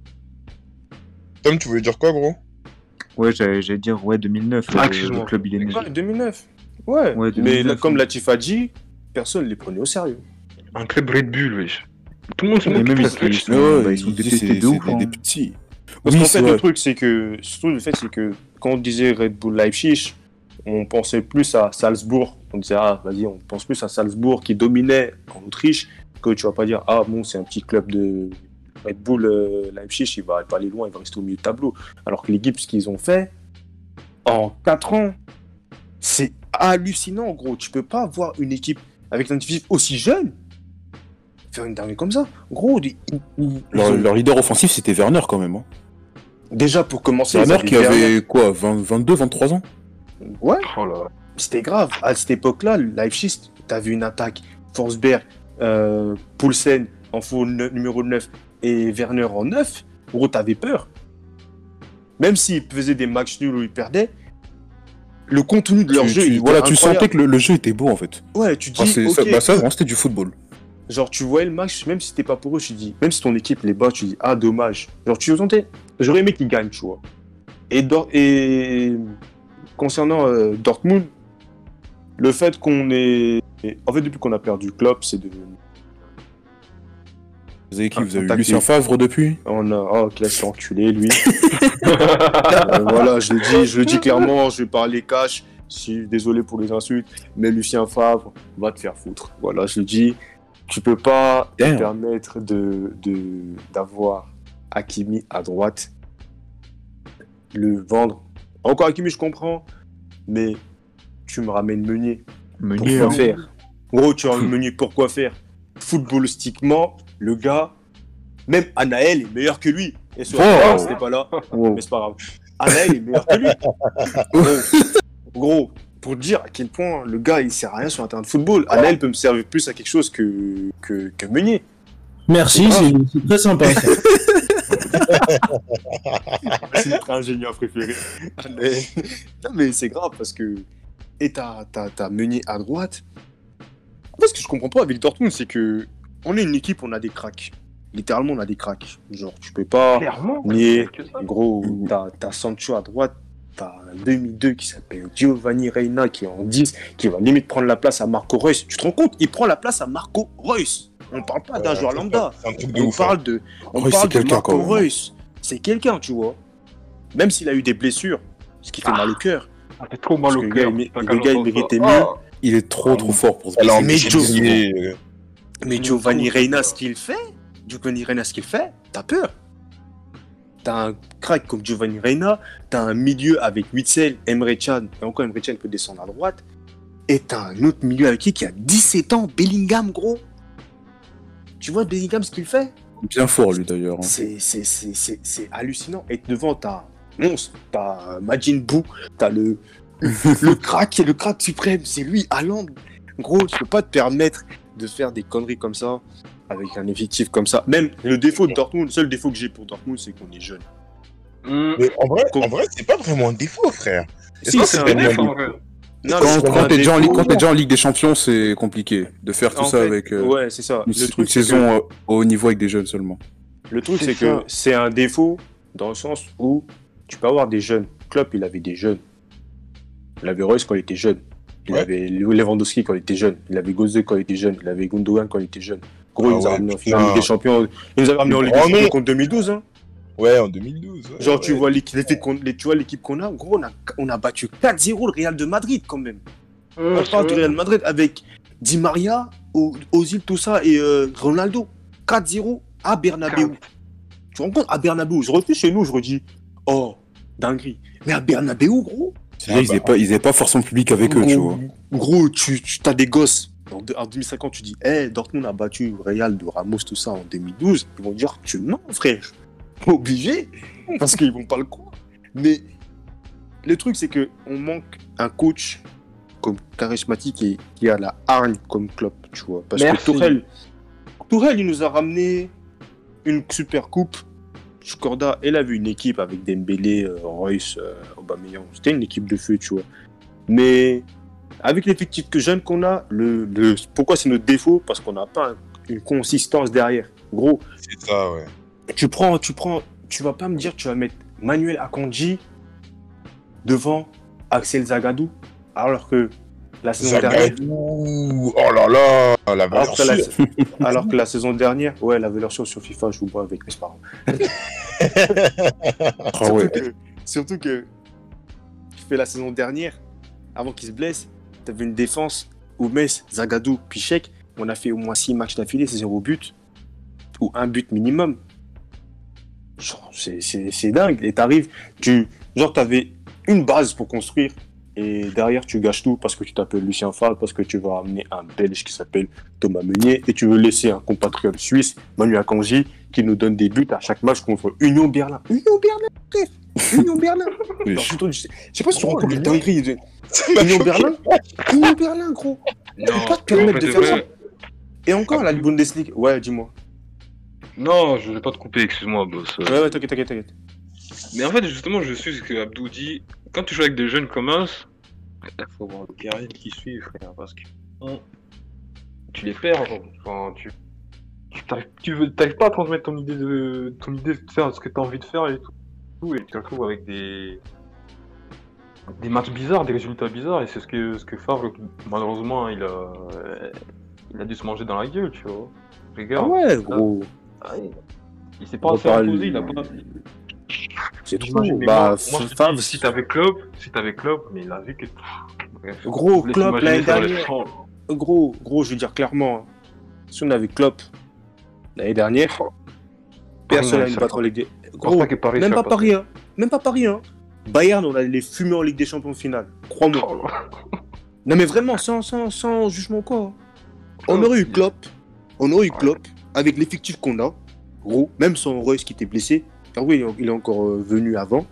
Tom, tu voulais dire quoi, gros? Ouais, j'allais j'allais dire, ouais, deux mille neuf. Ah, euh, excuse-moi. le club, il est né. Ouais, deux mille neuf. Ouais, Ouais, deux mais mille neuf, là, comme hein. Latif a dit, personne ne les prenait au sérieux. Un club Red Bull, wesh. Tout le monde se Mais moque même du ils Leipzig. sont- Ouais, bah, ils ils sont sont détestés c'est- de c'est ouf, des- hein. des petits. Parce Oui, qu'en c'est fait, vrai. le truc, c'est que, surtout le fait, c'est que quand on disait Red Bull Leipzig, on pensait plus à Salzbourg. On disait, ah, vas-y, on pense plus à Salzbourg qui dominait en Autriche, que tu vas pas dire, ah, bon, c'est un petit club de Red Bull euh, Leipzig, il va pas aller loin, il va rester au milieu de tableau. Alors que les Gibbs qu'ils ont fait, en quatre ans, c'est hallucinant, gros. Tu peux pas avoir une équipe avec un effectif aussi jeune faire une dinguerie comme ça. Gros, ils- ils- ils Leur, ont- leur leader offensif, c'était Werner, quand même. Hein. déjà pour commencer, ils Werner avaient qui Werner. avait, quoi, vingt, vingt-deux, vingt-trois ans. Ouais, Oh là là. c'était grave. À cette époque-là, le Leipzig, t'avais une attaque. Forsberg, euh, Poulsen en faux ne- numéro neuf et Werner en neuf. Gros, t'avais peur. Même s'ils faisaient des matchs nuls où ils perdaient, le contenu de leur Tu- jeu, tu- il était voilà, tu incroyable. sentais que le, le jeu était beau, en fait. Ouais, tu dis, Enfin, c'est- ok, ça, bah, ça, vraiment, c'était du football. genre tu voyais le match, même si c'était pas pour eux, tu dis, même si ton équipe les bat, tu dis, ah dommage. Genre tu sentais, j'aurais aimé qu'ils gagnent, tu vois. Et, Dor- et concernant euh, Dortmund, le fait qu'on ait, en fait depuis qu'on a perdu Klopp, c'est devenu Vous avez qui? Vous avez eu Contacté. Lucien Favre depuis? On a... Oh, qu'il a enculé, lui. Euh, voilà, je le dis, je le dis clairement, je vais parler cash. Je suis désolé pour les insultes, mais Lucien Favre va te faire foutre. Voilà, je le dis. Tu peux pas te Damn. permettre de, de, d'avoir Hakimi à droite, le vendre. Encore Hakimi, je comprends, mais tu me ramènes Meunier. Meunier, Pourquoi hein. faire? Gros, tu ramènes Meunier, pourquoi faire? Footballistiquement, le gars, même Anaël est meilleur que lui. Et sur Oh. c'était pas là, Wow. mais c'est pas grave. Anaël est meilleur que lui. Gros, gros, pour dire à quel point le gars il sert à rien sur un terrain de football. Anaël peut me servir plus à quelque chose que, que, que Meunier. Merci, c'est c'est très sympa. ça. C'est notre ingénieur préféré. Anaël. Non mais c'est grave parce que. Et t'as, t'as, t'as Meunier à droite. En fait, ce que je comprends pas avec Dortmund, c'est que. On est une équipe, on a des cracks. Littéralement, on a des cracks. Genre, tu peux pas. Clairement. nier. que ça. Gros, t'as, t'as Sancho à droite, t'as un demi-deux qui s'appelle Giovanni Reina qui est en dix, qui va limite prendre la place à Marco Reus. Tu te rends compte? Il prend la place à Marco Reus. On parle pas d'un Euh, joueur c'est- lambda. C'est un truc de On ouf. hein. parle de, on Reus, parle c'est de quelqu'un, Marco quand même. Reus. C'est quelqu'un, tu vois. Même s'il a eu des blessures, ce qui fait Ah. mal au cœur. Ça fait trop mal Parce au que le cœur. gars, il- putain, le quand gars, il j'entends ça. méritait Ah. Il est trop trop fort pour se Elle a blesser. Mais empêché de- Mais Giovanni Reina, ce qu'il fait, Giovanni Reina, ce qu'il fait, t'as peur. T'as un crack comme Giovanni Reina, t'as un milieu avec Witsel, Emre Can, et encore Emre Can peut descendre à droite, et t'as un autre milieu avec qui qui a dix-sept ans, Bellingham, gros. Tu vois Bellingham, ce qu'il fait? Bien fort lui d'ailleurs. hein. C'est, c'est, c'est, c'est, c'est hallucinant. Et devant, t'as monstre, t'as Majin Buu, t'as le, le crack, le crack suprême, c'est lui, Haaland. Gros, tu peux pas te permettre de faire des conneries comme ça, avec un effectif comme ça. Même le défaut de Dortmund, le seul défaut que j'ai pour Dortmund, c'est qu'on est jeune. Hum. Mais en vrai, en vrai, c'est pas vraiment un défaut, frère. Si, pas c'est que un c'est Bénéf, défaut. en vrai. Non, Quand, mais c'est quand un t'es déjà, en Ligue- défaut. quand t'es déjà en Ligue des Champions, c'est compliqué de faire tout En ça fait, avec euh, ouais, c'est ça. une, Le une truc, c'est que- saison euh, au haut niveau avec des jeunes seulement. Le truc, C'est c'est ça. que c'est un défaut dans le sens où tu peux avoir des jeunes. Klopp, il avait des jeunes. Il avait Reus quand il était jeune. Il Ouais. avait Lewandowski quand il était jeune. Il avait Götze quand il était jeune. Il avait Gundogan quand il était jeune. Gros, Ah il nous a ouais, ramené en putain. finale Ligue des Champions. Il nous a ramené en Ligue des Oh Champions non. contre deux mille douze. Hein. Ouais, en deux mille douze. ouais, Genre, ouais. tu vois l'équipe l'équipe qu'on les- tu vois l'équipe qu'on a. Gros, on a, on a battu quatre zéro le Real de Madrid quand même. On parle du Real Madrid avec Di Maria, O- Ozil, tout ça et euh, Ronaldo. quatre zéro à Bernabeu. Tu te rends compte, à Bernabeu, je refais chez nous, je redis, oh, dinguerie. Mais à Bernabeu, gros, C'est vrai, ils n'avaient pas, ils avaient pas forcément public avec eux, tu gros, vois. gros, tu, tu as des gosses. En, de- en deux mille cinquante, tu dis, hé, Dortmund a battu le Real de Ramos, tout ça, en deux mille douze. Ils vont dire, tu non, frère, obligé, parce qu'ils vont pas le croire. Mais le truc, c'est que on manque un coach comme charismatique et qui a la hargne comme Klopp, tu vois. Parce Merci. que Tourelle, Tourelle, il nous a ramené une super coupe. Skorda, elle avait une équipe avec Dembélé, euh, Reus, euh, Aubameyang. C'était une équipe de feu, tu vois. Mais avec l'effectif que jeune qu'on a, le, le- pourquoi c'est notre défaut? Parce qu'on n'a pas un- une consistance derrière. Gros, C'est ça, ouais. tu prends, tu prends, tu vas pas me dire que tu vas mettre Manuel Akanji devant Axel Zagadou, alors que la saison dernière, Zagadou. Oh là là, la valeur alors que la, sûre. alors que la saison dernière, ouais, la valeur sûre sur FIFA, je vous vois avec mes parents. Ah ouais. Surtout que, surtout que tu fais la saison dernière, avant qu'il se blesse, tu avais une défense où Metz, Zagadou, Pichek, on a fait au moins six matchs d'affilée, c'est zéro but, ou un but minimum. Genre, c'est, c'est, c'est dingue. Et t'arrives, tu, genre, t'avais une base pour construire, et derrière, tu gâches tout parce que tu t'appelles Lucien Favre, parce que tu vas ramener un Belge qui s'appelle Thomas Meunier, et tu veux laisser un compatriote suisse, Manu Akanji, qui nous donne des buts à chaque match contre Union Berlin. Union Berlin, frère Union Berlin Oui. Alors, surtout, je sais je sais pas si tu te rends Oh, compte des Union. dingueries. de- Ça m'a Union choqué. Berlin Union Berlin, gros Tu peux pas te permettre de faire ça. Et encore, la Bundesliga. Ouais, dis-moi. Non, je vais pas te couper, excuse-moi, boss. Ouais, ouais, t'inquiète, t'inquiète, t'inquiète. Mais en fait, justement, je suis ce que Abdou dit. Quand tu joues avec des jeunes comme us, il faut voir le carré qui suit, frère, parce que on- tu les perds. Enfin, tu tu t'arrives, tu veux, t'arrives pas à transmettre ton idée de ton idée de faire ce que t'as envie de faire et tout. Et tu te retrouves avec des des matchs bizarres, des résultats bizarres. Et c'est ce que ce que Favre, malheureusement, il a il a dû se manger dans la gueule, tu vois. Ah Regarde. ouais, gros. Ah, il- il s'est On pas va assez parler- imposé, il a pas. C'est trop. J'imagine, mais Bah, moi, moi, je te Favre, dis, si t'avais Klopp, si t'avais Klopp, mais il a vu que. Bref. Gros, Je vous laisse Klopp, imaginer l'année sur les dernière. champs. Gros, gros, je veux dire clairement, hein, si on avait Klopp l'année dernière, personne non, n'allait il battre en serait Ligue des Je pense Gros, pas que Paris même serait pas Paris, hein. Même pas Paris, hein. Bayern, on allait les fumer en Ligue des Champions finale. Crois-moi. Oh là. Non, mais vraiment, sans, sans, sans jugement quoi. hein. On Klopp, aurait eu il- Klopp, on aurait eu Ouais. Klopp, avec l'effectif qu'on a, gros, même sans Reus qui était blessé. Ah oui, il est encore euh, venu avant.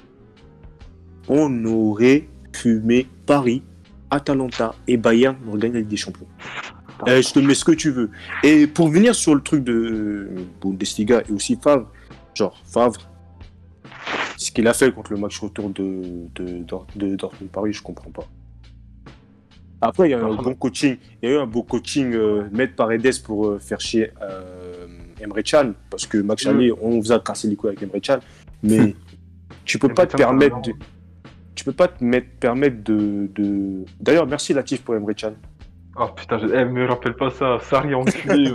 On aurait fumé Paris, Atalanta et Bayern pour gagner la Ligue des Champions. Euh, je te mets ce que tu veux. Et pour venir sur le truc de euh, Bundesliga et aussi Favre, genre Favre, ce qu'il a fait contre le match retour de, de, de, de Dortmund-Paris, je comprends pas. Après, il y a eu un bon coaching, il y a eu un beau coaching euh, Maître Paredes pour euh, faire chier euh, Emre Can, parce que Max Chalet, on vous a cassé les couilles avec Emre Can, mais tu peux pas te Emre Can, permettre c'est de, tu peux pas te mettre, permettre de, de... D'ailleurs, merci Latif pour Emre Can. Oh putain, je... eh, me rappelle pas ça, Sarri enculé.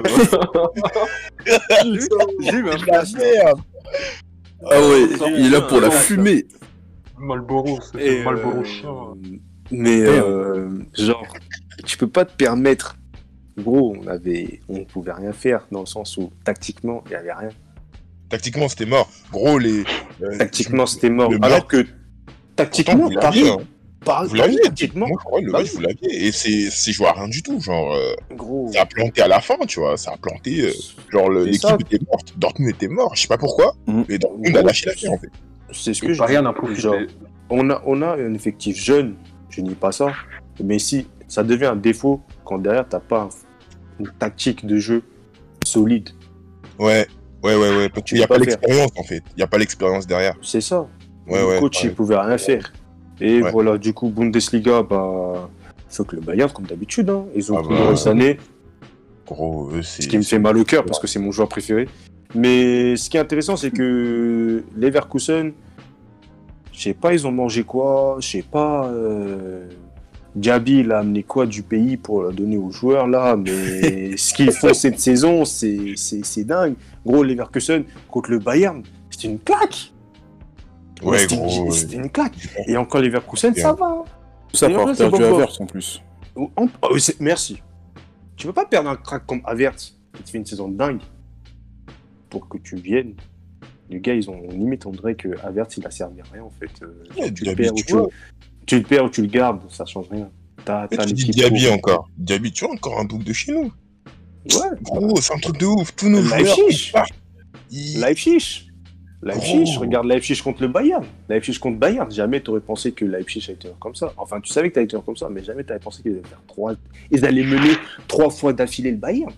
J'ai eu un La merde. Ah ouais, J'ai il est là eu pour un- la fumée. Malboro, c'est Et, Malboro euh, chien. Mais euh, genre, tu peux pas te permettre. Gros, on avait, on pouvait rien faire dans le sens où tactiquement, il y avait rien. Tactiquement, c'était mort. Gros, les. euh, Tactiquement, c'était mort. le Alors match- que pourtant, tactiquement, vous Paris, l'aviez. hein. Paris, Vous l'aviez. tactiquement, Moi, je crois que le bah match, oui. vous l'aviez. Et c'est c'est joué à rien du tout. Genre, euh, gros. ça a planté à la fin, tu vois. Ça a planté. euh, genre, le- C'est l'équipe ça. était morte. Dortmund était mort. Je sais pas pourquoi. Mhm. Mais Dortmund a Gros, lâché l'affaire, en fait. C'est ce Et que je Paris en a dis. profité. Genre, on a, on a un effectif jeune, je nie pas ça, mais si ça devient un défaut quand derrière t'as pas un- une tactique de jeu solide, Ouais. Ouais, ouais, ouais. Parce Tu qu'il n'y a peux pas pas faire. l'expérience, en fait. Il n'y a pas l'expérience derrière. c'est ça. Ouais, le ouais. coach ouais. il pouvait rien faire. Et Ouais. voilà, du coup Bundesliga, bah, faut que le Bayern comme d'habitude, hein, ils ont Ah pris bah. Loris Sané, Gros, eux, c'est. ce qui me fait mal au cœur parce que c'est mon joueur préféré. Mais ce qui est intéressant, c'est que Leverkusen, je sais pas, ils ont mangé quoi, je sais pas. Euh... Diaby, il a amené quoi du pays pour la donner aux joueurs là, mais ce qu'ils font cette saison, c'est, c'est, c'est dingue. Gros, Leverkusen contre le Bayern, c'était une claque. Ouais, c'était, gros. une, ouais. c'était une claque. Et encore Leverkusen, ça va. hein. Tout ça Et en par vrai, c'est perdu bon, à bon. Verts en plus. En- oh, c'est- Merci. Tu peux pas perdre un crack comme Havertz qui te fait une saison dingue pour que tu viennes. Les gars, ils ont limite, on dirait que Havertz, il a servi à rien en fait. Euh, Ouais, tu, le Diaby, perds ou tu tu, vois. tu le perds ou tu le gardes, ça change rien. T'as, Et t'as tu dis l'équipe Diaby pour- encore. Diaby, tu vois, encore un bouc de chez nous. Ouais. Gros, c'est un truc de ouf. Tous nos joueurs. Leipzig. ils- Leipzig. Leipzig, Gros. regarde Leipzig contre le Bayern. Leipzig contre Bayern. Jamais t'aurais pensé que Leipzig allait être comme ça. Enfin, tu savais que t'allais être comme ça, mais jamais t'avais pensé qu'ils allaient faire trois. Ils allaient mener trois fois d'affilée le Bayern.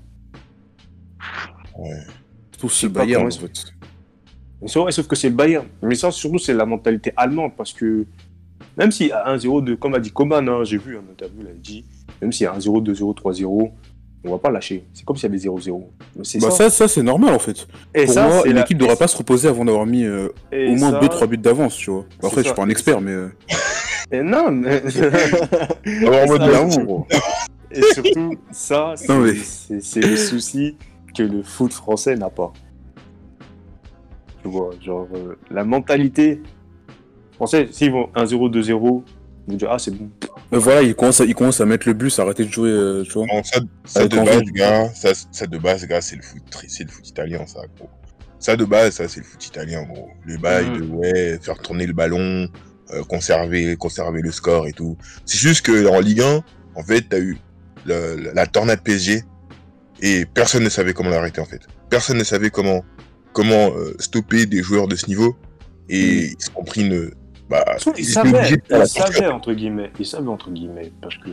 Ouais. Tout Je ce sais pas Bayern en comment fait. C'est vrai, sauf que c'est le Bayern. Mais ça, surtout, c'est la mentalité allemande. Parce que même si à un zéro, de, comme a dit Coman, hein, j'ai vu un interview, il a dit, même s'il y a un zéro, deux zéro, trois zéro, on va pas lâcher. C'est comme s'il y avait zéro zéro. Mais c'est Bah ça. ça, ça c'est normal en fait. Et Pour ça, moi, c'est une la- équipe ne devrait pas se reposer avant d'avoir mis euh, et au moins ça- deux trois buts d'avance, tu vois. C'est Après, je ça. suis pas un expert, mais euh, Et non, mais... Alors, en mode, ça, clairement, gros. Et surtout, ça, c'est, Non, mais- c'est, c'est le souci que le foot français n'a pas. Tu vois, genre, euh, la mentalité française, s'ils vont un zéro, deux zéro, ils vont dire, ah, c'est bon. Mais voilà, ils commencent, à, ils commencent à mettre le bus, à arrêter de jouer, euh, tu vois. Non, ça, ça Avec de envie. base, gars, ça, ça de base, gars, c'est le foot, c'est le foot italien, ça, gros. Ça de base, ça, c'est le foot italien, gros. Le bail Mhm. de, ouais, faire tourner le ballon, euh, conserver, conserver le score et tout. C'est juste que en Ligue un, en fait, t'as eu le- la, la tornade P S G et personne ne savait comment l'arrêter, en fait. Personne ne savait comment, comment euh, stopper des joueurs de ce niveau et ils se sont pris une. Bah, Ils étaient savaient, obligés de faire ils la savaient, entre guillemets, ils savaient, entre guillemets, parce que...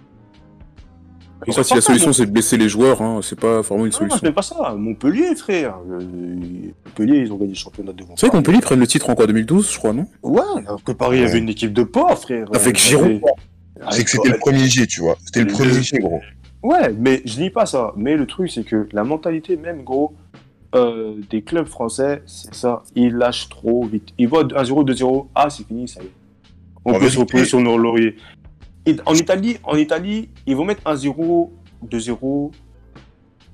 Et ça, si la solution c'est de blesser les joueurs, hein, c'est pas vraiment une Non, solution. c'est même pas ça. Montpellier, frère. Euh, Montpellier, ils ont gagné le championnat devant. C'est vrai Paris. qu'on peut prendre le titre en quoi, deux mille douze, je crois, non? Ouais, alors que Paris Ouais. avait une équipe de porc, frère. Avec Euh, Giroud. avait- C'est que c'était le premier G, tu vois. C'était le Le- premier G, gros. Ouais, mais je dis pas ça. Mais le truc, c'est que la mentalité même, gros, euh, des clubs français, c'est ça. Ils lâchent trop vite. Ils voient un zéro, deux zéro. Ah, c'est fini, ça y est. On En peut vérité- se reposer sur nos lauriers. Et en Italie, en Italie, ils vont mettre un zéro, deux zéro.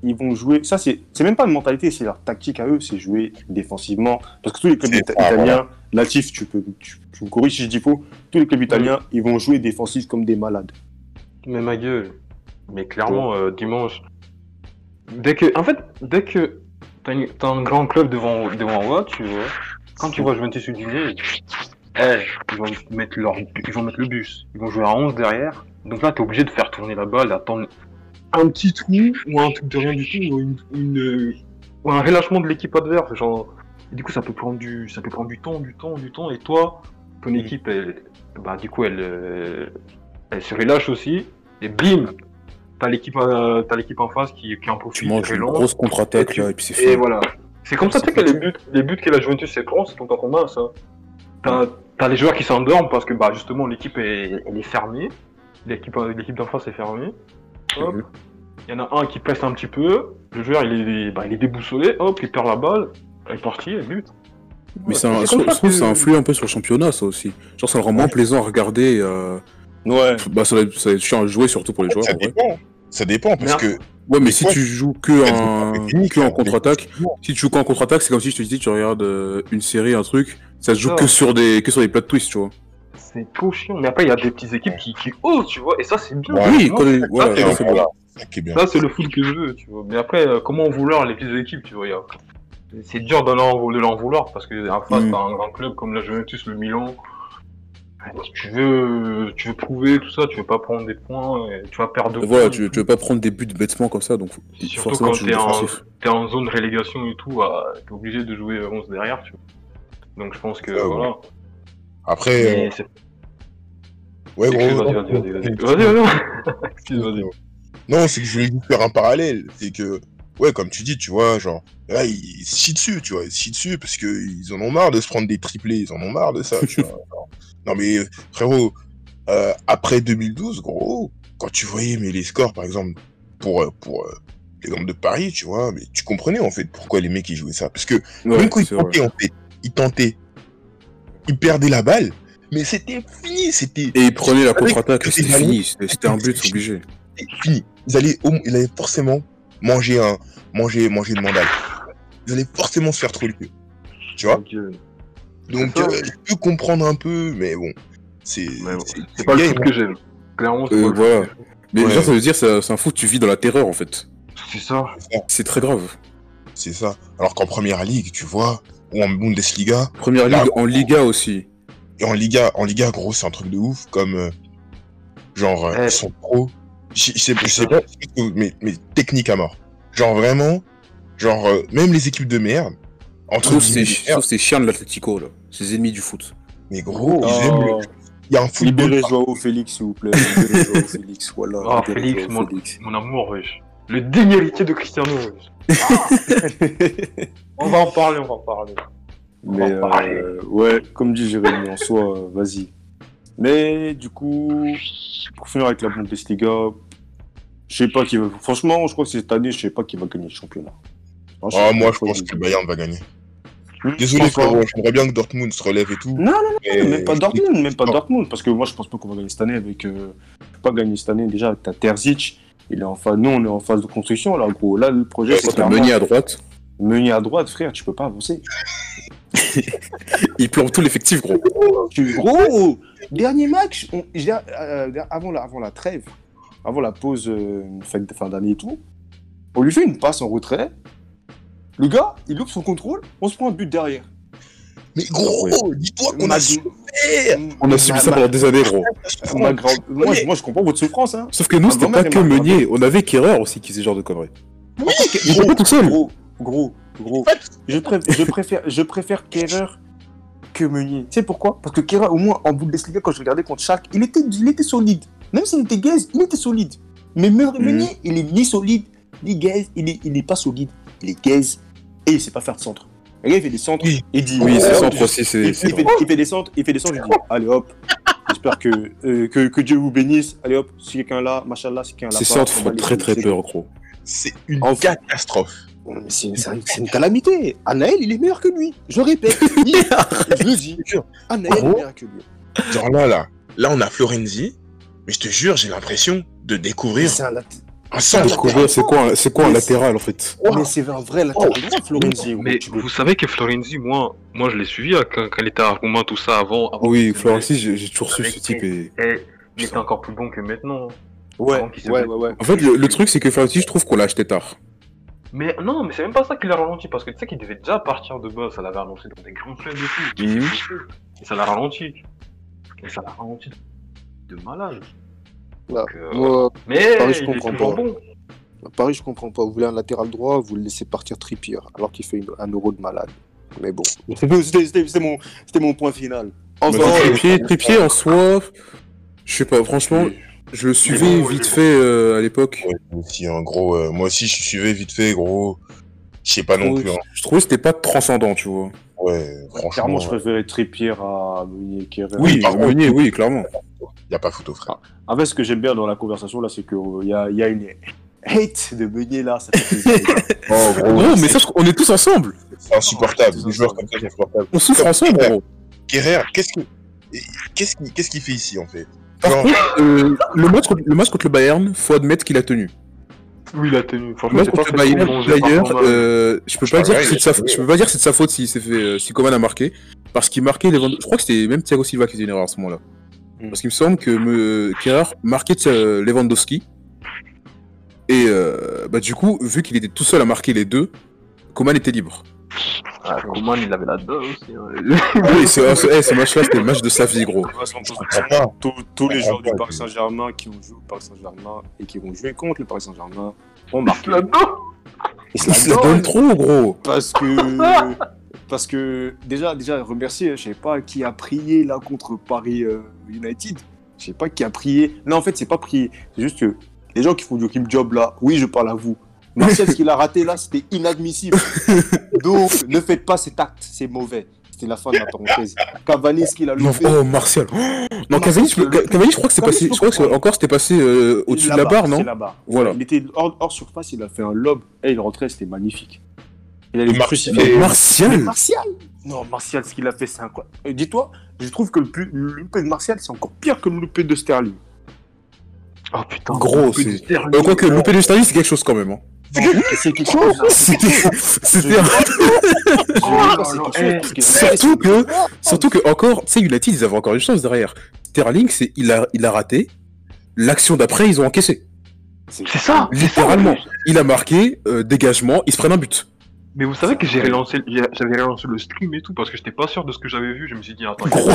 ils vont jouer. Ça, c'est c'est même pas une mentalité, c'est leur tactique à eux, c'est jouer défensivement. Parce que tous les clubs C'est ita- ça, italiens, Latif, tu peux, tu, tu me corriges si je dis faux, tous les clubs italiens, ils vont jouer défensif comme des malades. Mais ma gueule. Mais clairement, euh, dimanche. Dès que. En fait, dès que t'as, une- t'as un grand club devant, devant moi, tu vois. Quand tu vois Juventus Udinese, eh, ils vont mettre leur, ils vont mettre le bus. Ils vont jouer à onze derrière. Donc là, t'es obligé de faire tourner la balle, d'attendre un petit trou ou un truc de rien du tout, ou, une, une, euh, ou un relâchement de l'équipe adverse. Genre, et du coup, ça peut prendre du, ça peut prendre du temps, du temps, du temps. Et toi, ton Mm. équipe, elle, bah, du coup, elle, euh, elle se relâche aussi. Et bim, t'as l'équipe, euh, t'as l'équipe en face qui, qui en profite. Tu manges très une lent. grosse contre-attaque Et tu- là, et puis c'est Et fini. voilà. C'est comme ça, tu sais que les buts, les buts que la Juventus se prend, c'est tout en commun, ça. T'as, t'as les joueurs qui s'endorment parce que, bah, justement, l'équipe est, elle est fermée. L'équipe, l'équipe d'en face est fermée. Hop. Mhm. Il y en a un qui presse un petit peu. Le joueur, il est, bah, il est déboussolé. Hop, il perd la balle. Elle est partie, elle but. Mais ça, C'est je comme trouve ça que ça que- influe un peu sur le championnat, ça aussi. Genre, ça le rend moins plaisant à regarder. euh, Ouais. Bah, ça va, être, ça va être chiant à jouer, surtout pour les joueurs. Ça en vrai. dépend. Ça dépend parce Merde. que. Ouais, mais Des si fois, tu joues que, elles sont un... pas techniques, que en hein. contre-attaque, si tu joues qu'en contre-attaque, c'est comme si je te disais tu regardes euh, une série, un truc, ça se joue Ça. que sur des que sur des plats de twist, tu vois. C'est trop chiant. Mais après, il y a des petites équipes qui, qui osent, tu vois. Et ça, c'est bien. Ouais. Oui, Moi, quand les- ça, voilà, c'est ça, le c'est foot. bon. C'est ça qui est bien. Ça, c'est le foot que je veux, tu vois. Mais après, euh, comment en vouloir les petites équipes, tu vois. y a- C'est dur de l'en, de l'en vouloir parce que en face, Mm. t'as un grand club comme la Juventus, le Milan. Tu veux, tu veux prouver tout ça, tu veux pas prendre des points, et tu vas perdre de Voilà, points. tu, tu veux pas prendre des buts bêtement comme ça, donc Surtout forcément quand tu joues t'es en, défensif. t'es en zone relégation et tout, ah, t'es obligé de jouer onze derrière, tu vois. Donc je pense que Ah ouais. voilà. Après, Mais euh, c'est... ouais, Excuse, gros. vas-y, vas-y, vas-y, vas-y. Vas-y, vas-y. Excuse, vas-y. Non, c'est que je voulais juste faire un parallèle. C'est que, ouais, comme tu dis, tu vois, genre, là, ils se chient dessus, tu vois, ils se chient dessus parce qu'ils en ont marre de se prendre des triplés, ils en ont marre de ça, tu vois. Genre, non, mais euh, frérot, euh, après deux mille douze, gros, quand tu voyais mais les scores, par exemple, pour, euh, pour euh, l'exemple de Paris, tu vois, mais tu comprenais en fait pourquoi les mecs ils jouaient ça. Parce que Ouais, même quand ils c'est vrai. tentaient, en fait, ils tentaient, ils perdaient la balle, mais c'était fini, c'était Et ils prenaient la contre-attaque, Avec- c'était fini, c'était c'était un but obligé. c'était fini. Ils allaient, au- ils allaient forcément manger un, manger, manger une mandale. Ils allaient forcément se faire trop le cul. Tu vois? Donc, euh, Donc, C'est ça, euh, ouais. je peux comprendre un peu, mais bon, c'est, Mais bon, c'est, c'est pas le game, foot que j'aime. Clairement, c'est Euh, pas le voilà. foot que Mais Ouais. genre, ça veut dire, c'est c'est un foot, tu vis dans la terreur en fait. j'aime. C'est ça. C'est très grave. c'est ça. Alors qu'en première ligue, tu vois, ou en Bundesliga, Première Là, ligue, en Liga aussi. et en Liga, en Liga, gros, c'est un truc de ouf, comme, euh, genre, euh, Eh. ils sont pro. Je je sais je sais pas, mais, mais technique à mort. Genre, vraiment, genre, euh, même les équipes de merde, entre Sauf guillemets, ces, de merde, sauf ces chiens de l'Atlético, là. Ces ennemis du foot. mais gros, Oh. ils aiment le... Il y a un football. Libérez Joao Félix, s'il vous plaît. Libérez Joao Félix, voilà. Ah, Libérez Félix, Joao mon, Félix. mon amour, wesh. Le digne héritier de Cristiano, wesh. On va en parler, on va en parler. Mais On va en parler. euh, ouais, comme dit Jérémy, en soi, euh, vas-y. Mais du coup, pour finir avec la Bundesliga, je sais pas qui va. Franchement, je crois que cette année, je sais pas qui va gagner le championnat. Franchement, Ah, sais moi, pas je quoi pense vous que dire. Bayern va gagner. Hmm, Désolé, franchement. frérot, j'aimerais bien que Dortmund se relève et tout. Non, non, mais Même pas je- Dortmund, même pas Non. Dortmund, parce que moi je pense pas qu'on va gagner cette année avec. Euh... Pas gagner cette année déjà avec ta Terzic. Il est en phase. Nous, on est en phase de construction là, gros. Là, le projet, Ouais, c'est Quand t'as clairement Meunier à droite, Meunier à droite, frère. Tu peux pas avancer. il plombe tout l'effectif, gros. Tu... Gros, dernier match, on- j'ai- euh, avant, la, avant la trêve, avant la pause euh, fête de fin d'année et tout, on lui fait une passe en retrait. Le gars, il loupe son contrôle, on se prend un but derrière. Mais gros, dis-toi qu'on Ma- a souffert. On a subi ça ma- pendant des années, gros. ma grande- moi, je- moi, je comprends votre souffrance. Hein. Sauf que nous, Ah, c'était ma mère pas est que marquée. Meunier, on avait Kerrer aussi qui faisait ce genre de conneries. Oui, Il était pas tout seul. Gros, gros, gros. Je, pré- je préfère, je préfère Kerrer que Meunier. Tu sais pourquoi? Parce que Kerrer, au moins en Bundesliga, quand je regardais contre Schalke, il était, il était solide. Même s'il était gaze, il était solide. Mais Me- Meunier, il est ni solide, ni gaze, il est, il est pas solide. Il est gaze et il sait pas faire de centre. Le gars, il fait des centres, Oui. il dit. Oui, allez, c'est hop, centre je- aussi, c'est. Il, il c'est fait, vrai. il fait des centres, il fait des centres, je dis, allez hop. J'espère que, euh, que, que Dieu vous bénisse. Allez hop, si quelqu'un là, machallah, si quelqu'un là. Ces pas, centres on font va les- très très c'est- peur, gros. c'est une En fait- catastrophe. C'est c'est- c'est une calamité. Anaël, il est meilleur que lui. Je répète. Il- je le dis. Anaël est meilleur que lui. Genre là, là, là, on a Florenzi, mais je te jure, j'ai l'impression de découvrir C'est un lat- Un seul Donc, Robert, c'est quoi, un- c'est quoi un latéral en fait? Mais c'est un vrai latéral droit, Florenzi. gros. Mais Tu peux- vous savez que Florenzi, moi, moi je l'ai suivi hein, quand, quand il était à Roma, tout ça avant. avant Oui, qu'il se Florenzi, blesse. j'ai j'ai toujours su ce type et... Et il était encore plus bon que maintenant. Ouais, avant qu'il se ouais, blesse. ouais, ouais. En fait, le, le truc, c'est que Florenzi, je trouve qu'on l'a acheté tard. Mais non, mais c'est même pas ça qui l'a ralenti, parce que tu sais qu'il devait déjà partir de base, ça l'avait annoncé dans des grands clubs et tout. Mhm. Et ça l'a ralenti. Et ça l'a ralenti de malade. Là, Donc, euh, moi, Mais Paris, je il est comprends toujours pas. bon. à Paris, je comprends pas. Vous voulez un latéral droit, vous le laissez partir Trippier, alors qu'il fait une- un euro de malade. Mais bon, c'était c'était- c'était mon, c'était mon point final. Bah, Enfin, Trippier, Trippier en soi, je sais pas, franchement, je le suivais bon, il est vite bon. fait euh, à l'époque. Ouais, moi aussi, en gros, euh, moi aussi, je suivais vite fait, gros. Je sais pas non Oui, plus. Hein. Je trouvais que c'était pas transcendant, tu vois. Ouais, franchement. clairement, je préférais Trippier à Meunier Kehrer. Oui, par contre- Meunier, oui, clairement. Y a pas photo, frère. En fait, ce que j'aime bien dans la conversation, là, c'est qu'il y a, y a une hate de Meunier, là, ça fait plaisir. les gars. Oh, gros, Non, mais c'est- ça, on est tous ensemble. c'est insupportable. Des joueurs comme ça, c'est insupportable. On souffre ensemble, gros. Kerrer, qu'est-ce que- qu'est-ce qu'il qu'est-ce qu'il fait ici, en fait? Par Genre, contre, euh, le, match contre, le match contre le Bayern, faut admettre qu'il a tenu. Oui, il a tenu. Le Franchement, match c'est pas contre le fait Bayern, bon, j'ai pas d'ailleurs, trop mal. euh, je peux Je pas sais dire pas, que il c'est de sa a- faute. Je peux pas dire que c'est de sa faute s'il s'est fait, euh, si Coman a marqué, parce qu'il marquait les. Je crois que c'était même Thiago Silva qui faisait une erreur à ce moment-là. Mm. Parce qu'il me semble que me... Kerrer marquait euh, Lewandowski. Et euh, bah, du coup, vu qu'il était tout seul à marquer les deux, Coman était libre. Ah, Coman, il avait la dalle aussi. hein. Oui, c'est- c'est- eh, ce match-là, c'était le match de sa vie, gros. je comprends pas. Tous, tous les Ah, joueurs du ouais, Paris ouais. Saint-Germain qui ont joué au Paris Saint-Germain et qui vont jouer contre le Paris Saint-Germain ont marqué. Là-dedans. Ils Il se la donne trop, gros. Parce que, parce que déjà, déjà remercier, je sais pas qui a prié là contre Paris euh, United. Je sais pas qui a prié. Non, en fait, c'est pas prié. C'est juste que les gens qui font du Kim Job là, oui, je parle à vous. Martial, ce qu'il a raté là, c'était inadmissible. Donc, ne faites pas cet acte, c'est mauvais. C'était la fin de la parenthèse. Cavani, ce qu'il a Non, loupé. oh, Martial. Non, Cavani, je, peux- Cavani, je crois que c'est Cavani, passé. je Je crois que c'est- comprends. encore c'était passé euh, au-dessus de la Là-bas, barre, non c'est là-bas. Voilà. Il était hors, hors surface, il a fait un lob. Et il rentrait, c'était magnifique. Il allait Et le Martial- crucifier. Mais Mais Martial. Martial Non, Martial, ce qu'il a fait, c'est incroyable. Euh, Dis-toi, je trouve que le, plus- le loupé de Martial, c'est encore pire que le loupé de Sterling. Oh putain. Gros, Plus c'est- de Sterling. Euh, Quoique, le loupé de Sterling, c'est quelque chose quand même. Hein. C'est quelque chose. hein. C'était. C'était. un- Je Oh veux là dire, c'est là, quelque eh, chose, parce que- Surtout que. Surtout que, encore, tu sais, United, ils avaient encore une chance derrière. Sterling, c'est, il a, il a raté. L'action d'après, ils ont encaissé. C'est ça. c'est ça, Littéralement. en plus. Il a marqué, euh, dégagement, ils se prennent un but. Mais vous savez que j'ai relancé, j'ai- j'avais relancé le stream et tout parce que j'étais pas sûr de ce que j'avais vu. Je me suis dit attends. Gros,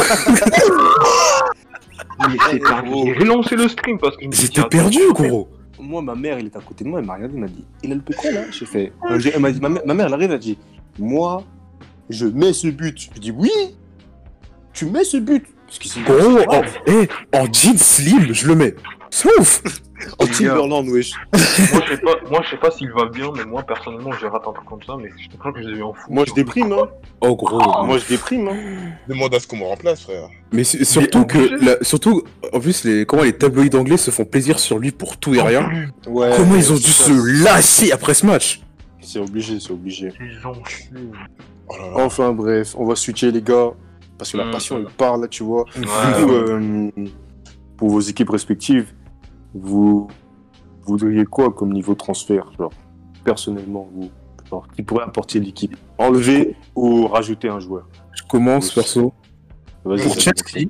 Mais c'est un- J'ai relancé le stream parce que je me suis dit, j'étais attends, perdu, en fait, gros. Moi, ma mère, elle était à côté de moi, elle m'a regardé, elle m'a dit, il a loupé quoi là J'ai fait. Euh, j'ai- Elle m'a dit, ma mère, ma mère, elle arrive, elle a dit, moi, je mets ce but. Je dis, oui, tu mets ce but. Parce que c'est Gros, en, eh, en jean slim, je le mets. C'est ouf. en les gars. Timberland, wesh. Moi je sais pas, moi je sais pas s'il va bien, mais moi personnellement je rate un truc comme ça, mais je crois que je l'ai eu en fou. Moi, je déprime, hein. Oh, gros. Moi, je déprime, hein. Demande à ce qu'on me remplace, frère. Mais c'est- surtout Mais que, obligé. la- surtout, en plus, les, comment les tabloïds anglais se font plaisir sur lui pour tout et rien. Ouais. Comment ils ont dû c'est se ça. lasser après ce match? C'est obligé, c'est obligé. Ils ont chié. Oh là là. Enfin, bref, on va switcher, les gars. Parce que la Mm. passion, elle parle, là, tu vois. Ouais, Du coup, euh, pour vos équipes respectives, vous voudriez quoi comme niveau transfert, genre, personnellement, vous, genre, qui pourrait apporter l'équipe? Enlever ou rajouter un joueur? Je commence, perso. Vas-y, Pour vas-y, Chelsea,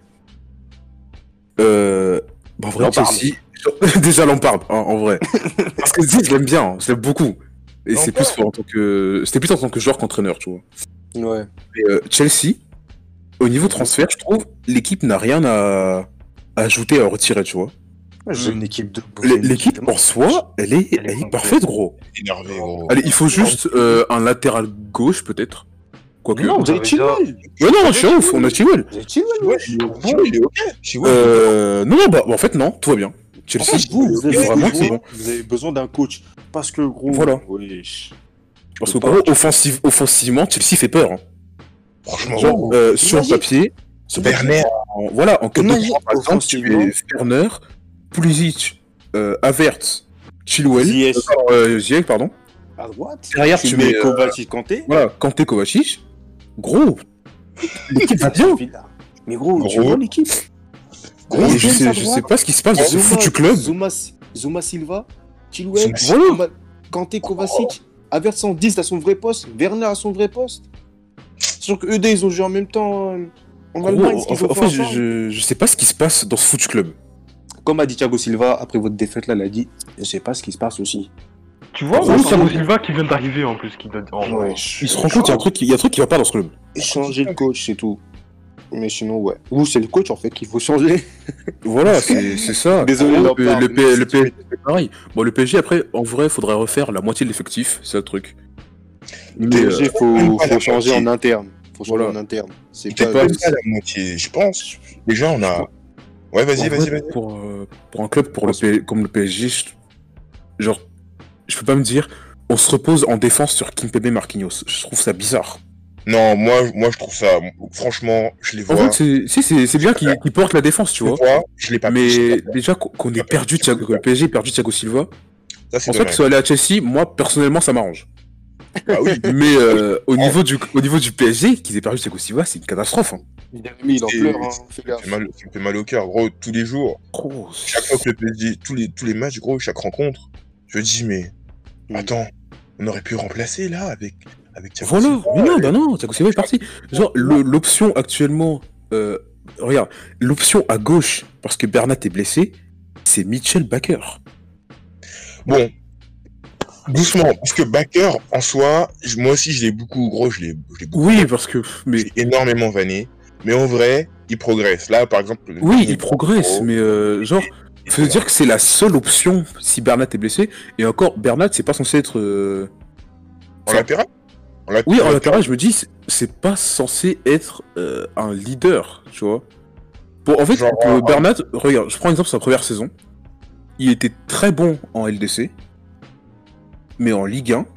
euh, bah, en vrai, Lampard. Chelsea, déjà Lampard, hein, en vrai. Parce que Zid, je l'aime bien, je l'aime beaucoup. Et c'est plus Lampard. en tant que, c'était plus en tant que joueur qu'entraîneur, tu vois. Ouais. Et, euh, Chelsea, au niveau transfert, je trouve, l'équipe n'a rien à, à ajouter, à retirer, tu vois. J'ai une équipe de. L- L'équipe en soi, elle est, Elle est elle est complète. parfaite, gros. Énervé, gros. Allez, il faut juste euh, un latéral gauche, peut-être. Quoique. Non, vous avez avez Chilwell. Ouais, non, je suis ouf, on a Chilwell. Vous avez Chilwell, Ouais, wesh. Chilwell, il est ok. Chilwell, Euh, non, non, bah, bah, en fait, non, tout va bien. Chelsea, En fait, vous, vous avez, vraiment, c'est besoin, bon. vous avez besoin d'un coach. Parce que, gros. Voilà. Wesh. Parce que, gros, offensive, offensivement, Chelsea fait peur. Hein. franchement, Genre, euh, sur Imagine. papier, Werner, en, voilà, en cas de Imagine, droit, par exemple, tu offensivement. mets Werner, Pulisic, euh, Havertz, Chilwell, Ziyech. euh, euh, Ziyech, pardon. À droite. Derrière, tu, tu mets mets, euh, Kovacic Kanté. Voilà, Kanté, Kovacic. Gros, l'équipe va bien. Mais gros, tu Gros. vois l'équipe. Gros, je sais, je sais pas ce qui se passe dans ce Zuma- foutu club. Zuma, Zuma Silva, Chilwell, Son- voilà. Koma- Kanté, Kovacic, Havertz en dix à son vrai poste, Werner à son vrai poste. C'est sûr que eux deux, ils ont joué en même temps euh, en Gros, Allemagne. ce en, qu'ils ont en fait fait, je, ensemble. je, je sais pas ce qui se passe dans ce foot club. Comme a dit Thiago Silva, après votre défaite là, il a dit, je sais pas ce qui se passe aussi. Tu vois, Gros, gros, Thiago ça- Silva qui vient d'arriver en plus, qui doit en Ouais, Il se rend compte, il y a un truc, qui- il y a un truc qui va pas dans ce club. changer le coach, c'est tout. Mais sinon, ouais. Vous, c'est le coach en fait qu'il faut changer. Voilà, c'est c'est ça. Désolé, le, Lampard, le, mais P- si le tu P S G, c'est pareil. Bon, le P S G, après, en vrai, il faudrait refaire la moitié de l'effectif, c'est le truc. Le Mais, P S euh, G, faut, même pas faut la changer moitié. en interne. Faut changer Voilà. en interne. C'est Peut-être pas. pas à la moitié, je pense. Déjà, on a. Ouais, vas-y, en vas-y, vrai, vas-y. Pour, euh, pour un club pour le P- comme le P S G, je- genre, je peux pas me dire, on se repose en défense sur Kimpembe et Marquinhos. Je trouve ça bizarre. Non, moi, moi, je trouve ça. Franchement, je les En vois. fait, c'est si, c'est c'est bien qu'ils qu'ils portent la défense, tu Je les vois. vois, je l'ai pas pris, je l'ai Mais pas déjà qu'on qu'on ait perdu Thiago, que le P S G ait perdu Thiago Silva, pris. Ça, c'est en fait, dommage. qu'ils soient allés à Chelsea, moi personnellement ça m'arrange. Ah oui, Mais euh, au niveau du au niveau du P S G, qu'ils aient perdu Thiago Silva, c'est une catastrophe. Hein. Jérémy, il en C'est- pleure, hein. Fais ça gaffe. me fait mal, ça me fait mal au cœur, gros, tous les jours. Gros, Chaque fois que le P S G, tous les, tous les matchs, gros, chaque rencontre, je me dis, mais Mm. attends, on aurait pu remplacer là avec, avec Thiago Voilà, Silva, mais non, et- bah non, Thiago Silva est parti. Genre, le- l'option actuellement, euh, regarde, l'option à gauche, parce que Bernat est blessé, c'est Mitchell Baker. Bon, doucement, parce que Baker, en soi, je- moi aussi, je l'ai beaucoup, gros, je l'ai je l'ai beaucoup, Oui, parce que, mais je l'ai énormément vanné, mais en vrai, il progresse. Là, par exemple... le oui, dernier il progresse, gros, mais euh, genre, faut se dire que c'est la seule option si Bernat est blessé. Et encore, Bernat, c'est pas censé être. euh, En latéral En lat- Oui, en latéral, je me dis, c'est- c'est pas censé être euh, un leader, tu vois. Bon, en fait, Genre, euh, euh, Bernat, regarde, je prends exemple sa première saison. Il était très bon en L D C, mais en Ligue un,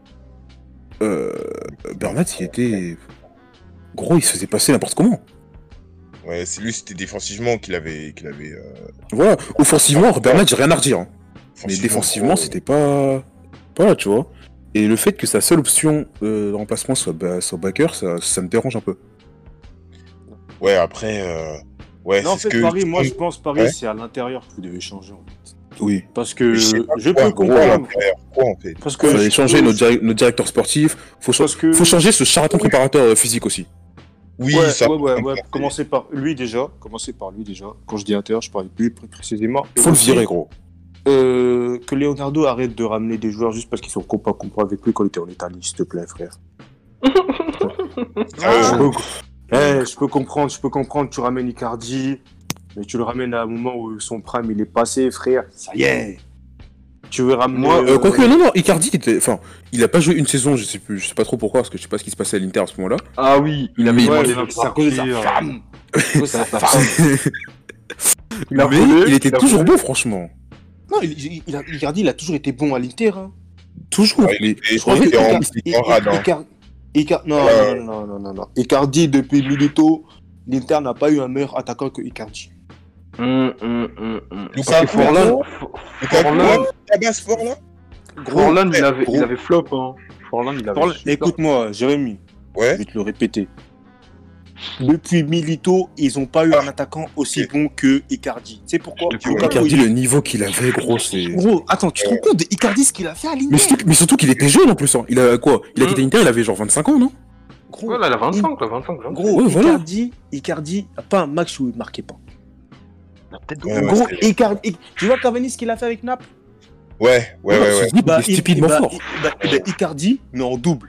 euh, Bernat, il était. Gros, il se faisait passer n'importe comment. Ouais, c'est lui, c'était défensivement qu'il avait... qu'il avait euh, Voilà, offensivement, Bernat, j'ai rien à redire. hein. Mais offensivement, défensivement, gros. c'était pas. Pas là, tu vois. Et le fait que sa seule option euh, de remplacement soit, ba- soit Baker, ça, ça me dérange un peu. Ouais, après... euh, Ouais, Non, en c'est fait, ce que... Paris, moi, je pense Paris, Ouais. c'est à l'intérieur que vous devez changer. En fait. Oui. Parce que Je sais pas je quoi, peux gros, à comprendre. l'intérieur, quoi, en fait. Parce que Il fallait je changer peux- notre, diri- notre directeur sportif. Faut, cha- Parce que- faut changer ce charlatan préparateur euh, physique aussi. Oui, ouais, ça... ouais, ouais, ouais. Commencez par lui déjà. Commencez par lui déjà. Quand je dis intérieur, je parle de lui plus précisément. Et Faut le aussi, virer, gros. Euh, que Leonardo arrête de ramener des joueurs juste parce qu'ils sont compas compas avec lui quand il était en Italie, s'il te plaît, frère. Ah, je, peux... Eh, je peux comprendre, je peux comprendre, tu ramènes Icardi, mais tu le ramènes à un moment où son prime il est passé, frère. Ça y est. Tu veux ramener. Moi, euh, euh, quoique, non, non, Icardi était. Enfin, il a pas joué une saison, je sais plus, je sais pas trop pourquoi, parce que je sais pas ce qui se passait à l'Inter à ce moment-là. Ah oui, il Mais- avait Ouais, demandé c'est de à cause de sa partir. femme. À cause de sa femme. Il a Mais voulu, il était il a toujours voulu. bon, franchement. Non, il, il, il a, Icardi, il a toujours été bon à l'Inter. Hein. Toujours. Ouais, mais et- je crois et- que- et en- Icar- il était en rade, hein. Icar- Icar- non, Ouais. non, non, non, non, non. Icardi, depuis Milito, l'Inter n'a pas eu un meilleur attaquant que Icardi. Hum, hum, hum, hum. Lukaku, Parce que Forlan, gros. Forlan, Lukaku, tabasse fort, là Forlan, il avait, gros. il avait flop. Hein. Forlan, il avait. Forlan, super- écoute-moi, Jérémy, je Ouais. vais te le répéter. Depuis Milito, ils n'ont pas eu un attaquant aussi Ok. bon que Icardi. Tu sais pourquoi Depuis Lukaku, Icardi, il- le niveau qu'il avait, gros, c'est. Gros, attends, tu te rends compte de Icardi ce qu'il a fait à l'Inter Mais surtout, mais surtout qu'il était jeune en plus. Hein. Il a quoi Il a quitté l'Inter, il avait genre vingt-cinq ans, non Gros, Ouais, là, il a vingt-cinq, là, vingt-cinq, vingt-cinq. gros Ouais, voilà. Icardi, Icardi n'a pas un match où il ne marquait pas. Il a peut-être Ouais, ouais, Gros, c'est- Icardi, I- tu vois Cavani ce qu'il a fait avec Naples Ouais, ouais, ouais, ouais. Il est il- stupidement bah, fort. il- bah, bah, Icardi, mais en double.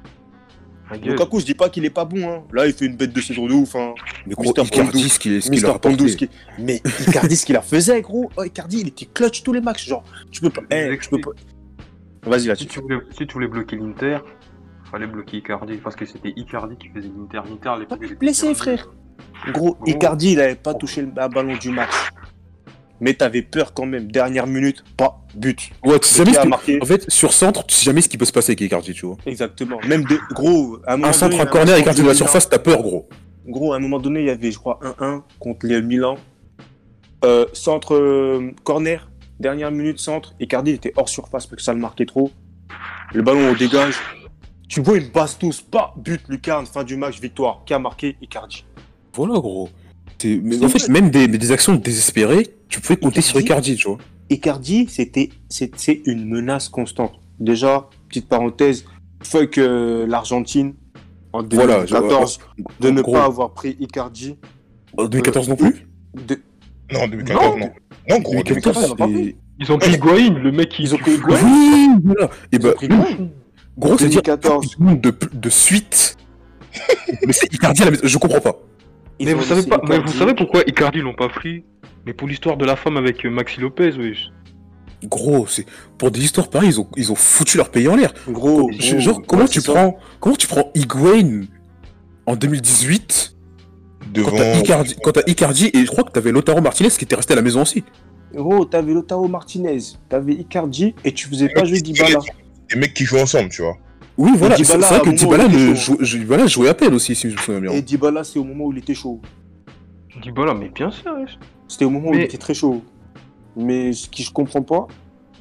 Ma gueule. Lukaku, je dis pas qu'il est pas bon. Hein. Là, il fait une bête de saison de ouf. Hein. Mais gros, Mister Icardi, Pondou. ce qu'il ce qu'il a Mister Pondou, rapporté. ce qui- mais Icardi, ce qu'il a faisait, gros. Oh, Icardi, il était clutch tous les matchs. Genre, tu peux pas. Eh, tu peux pas. Vas-y, Si là-dessus. tu voulais, si tu voulais bloquer l'Inter, fallait bloquer Icardi, parce que c'était Icardi qui faisait l'Inter. L'Inter, à l'époque, il était Blessé, perdu. frère. Gros, Gros. Icardi, il avait pas touché le un ballon du match. Mais t'avais peur quand même. Dernière minute, pas but. Ouais, tu sais Mais jamais qui ce a que- marqué En fait, sur centre, tu sais jamais ce qui peut se passer avec Icardi, tu vois. Exactement. Même de. Gros, à un, moment Un centre, donné, un il y a corner, match Icardi de contre la le surface, t'as peur, gros. Milan. Gros, à un moment donné, il y avait, je crois, un un contre le Milan. Euh, centre, euh, corner, dernière minute, centre. Icardi, il était hors surface parce que ça le marquait trop. Le ballon, on dégage. Tu vois une basse tous, pas but, Lucarne, fin du match, victoire. Qui a marqué Icardi. Voilà, gros. T'es- mais C'est en fait, vrai. même des, des actions désespérées, tu pouvais compter sur Icardi. Icardi, tu vois. Icardi, c'était, c'est, c'est une menace constante. Déjà, petite parenthèse, fuck euh, l'Argentine en Voilà, deux mille quatorze je- de ne gros. pas avoir pris Icardi. En deux mille quatorze non plus. De... Non, deux mille quatorze, non. Non, gros, deux mille quatorze, ils ont pas c'est- pris. Ils ont pris Higuain, le mec qui. Ils ont pris Higuain. Oui, voilà. Et Ils bah, ont pris Higuain. gros, c'est-à-dire deux mille quatorze. de, de suite. Mais c'est Icardi à la maison, je comprends pas. Ils Mais ont vous savez laissé pas, mais Icardi. vous savez pourquoi Icardi l'ont pas pris? Mais pour l'histoire de la femme avec euh, Maxi Lopez, wesh. Gros, c'est pour des histoires pareilles, ils ont, ils ont foutu leur pays en l'air. Gros, Je- gros, Genre, comment ouais, tu c'est ça. prends, comment tu prends Higuain en deux mille dix-huit quand t'as devant. Icardi, quand t'as Icardi et je crois que t'avais Lautaro Martinez qui était resté à la maison aussi. Gros, t'avais Lautaro Martinez, t'avais Icardi et tu faisais pas jouer Dybala. Des mecs qui jouent ensemble, tu vois. Oui, voilà. C'est Dybala, c'est vrai à que un moment, Dybala, il était ne chaud. jou- Dybala jouait à peine aussi, si je me souviens bien. Et Dybala, c'est au moment où il était chaud. Dybala, mais bien sûr, wesh. C'était au moment où Mais- il était très chaud. Mais ce que je comprends pas,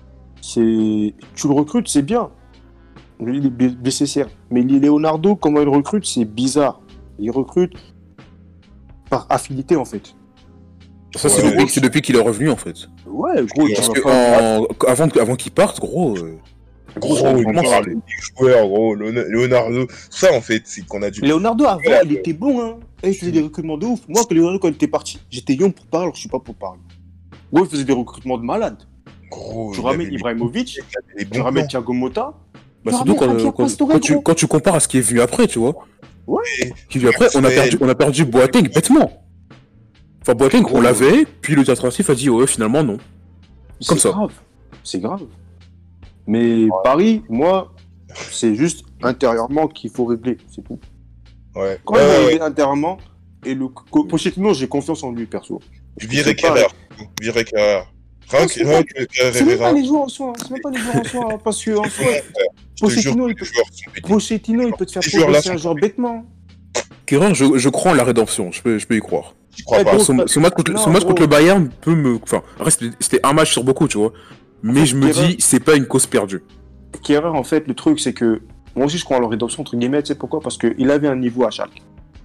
c'est. Tu le recrutes, c'est bien. Lui, il est B- BCCR. Mais Leonardo, comment il recrute, c'est bizarre. Il recrute par affinité, en fait. Ça, c'est Ouais. depuis, c'est depuis qu'il est revenu, en fait. Ouais, gros, tu Parce vas que pas- en- avant, avant qu'il parte, gros. euh, Gros, Gros, il vraiment, parle c'est- des joueurs, gros. Leon- Leonardo. Ça, en fait, c'est qu'on a dû. Leonardo, avant, Ouais. il était bon, hein. Et il faisait des recrutements de ouf. Moi, que Leonardo, quand il était parti, j'étais young pour parler, alors je suis pas pour parler. Ouais, il faisait des recrutements de malade. Gros, Tu il ramènes avait des- Ibrahimovic, il avait des tu bons ramènes plans. Thiago Motta. Bah, Tu surtout ramènes quand, Javier quand, Pastore, quand tu, gros. quand tu compares à ce qui est venu après, tu vois. Ouais. Qui est venu après, on a perdu, on a perdu Boateng bêtement. Enfin, Boateng, on l'avait, puis le administratif a dit, ouais, finalement, non. Comme C'est ça. grave. C'est grave. Mais Paris, moi, c'est juste intérieurement qu'il faut régler. C'est tout. Ouais. Quand Ouais, il va ouais, régler intérieurement, et le co- Pochettino, j'ai confiance en lui, perso. Virez C'est pas- Kerrer. Virez Kerrer. Rien Non, que c'est rien pas- que Kerrer C'est même pas Herrera. les joueurs en soi. hein. C'est même pas les joueurs en soi. hein, Parce que en soi, Je te jure Pochettino, que il les peut, joueurs sont pétés. Pochettino, il peut te faire Ces joueurs-là progresser un sont- joueur bêtement. Kerrer, je, je crois en la rédemption, je peux, je peux y croire. J'y crois Ouais, pas. gros, Son, son match, contre, non, son match gros. contre le Bayern peut me. Enfin, après, c'était c'était un match sur beaucoup, tu vois. Mais je me Kerrer- dis, c'est pas une cause perdue. Kerrer, en fait, le truc, c'est que moi aussi, je crois en leur rédemption, entre guillemets. Tu sais pourquoi? Parce qu'il avait un niveau à Schalke.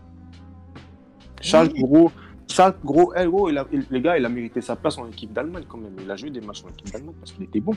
Schalke, gros, Schalke, gros, eh, gros il a, il- les gars, il a mérité sa place en équipe d'Allemagne quand même. Il a joué des matchs en équipe d'Allemagne parce qu'il était bon.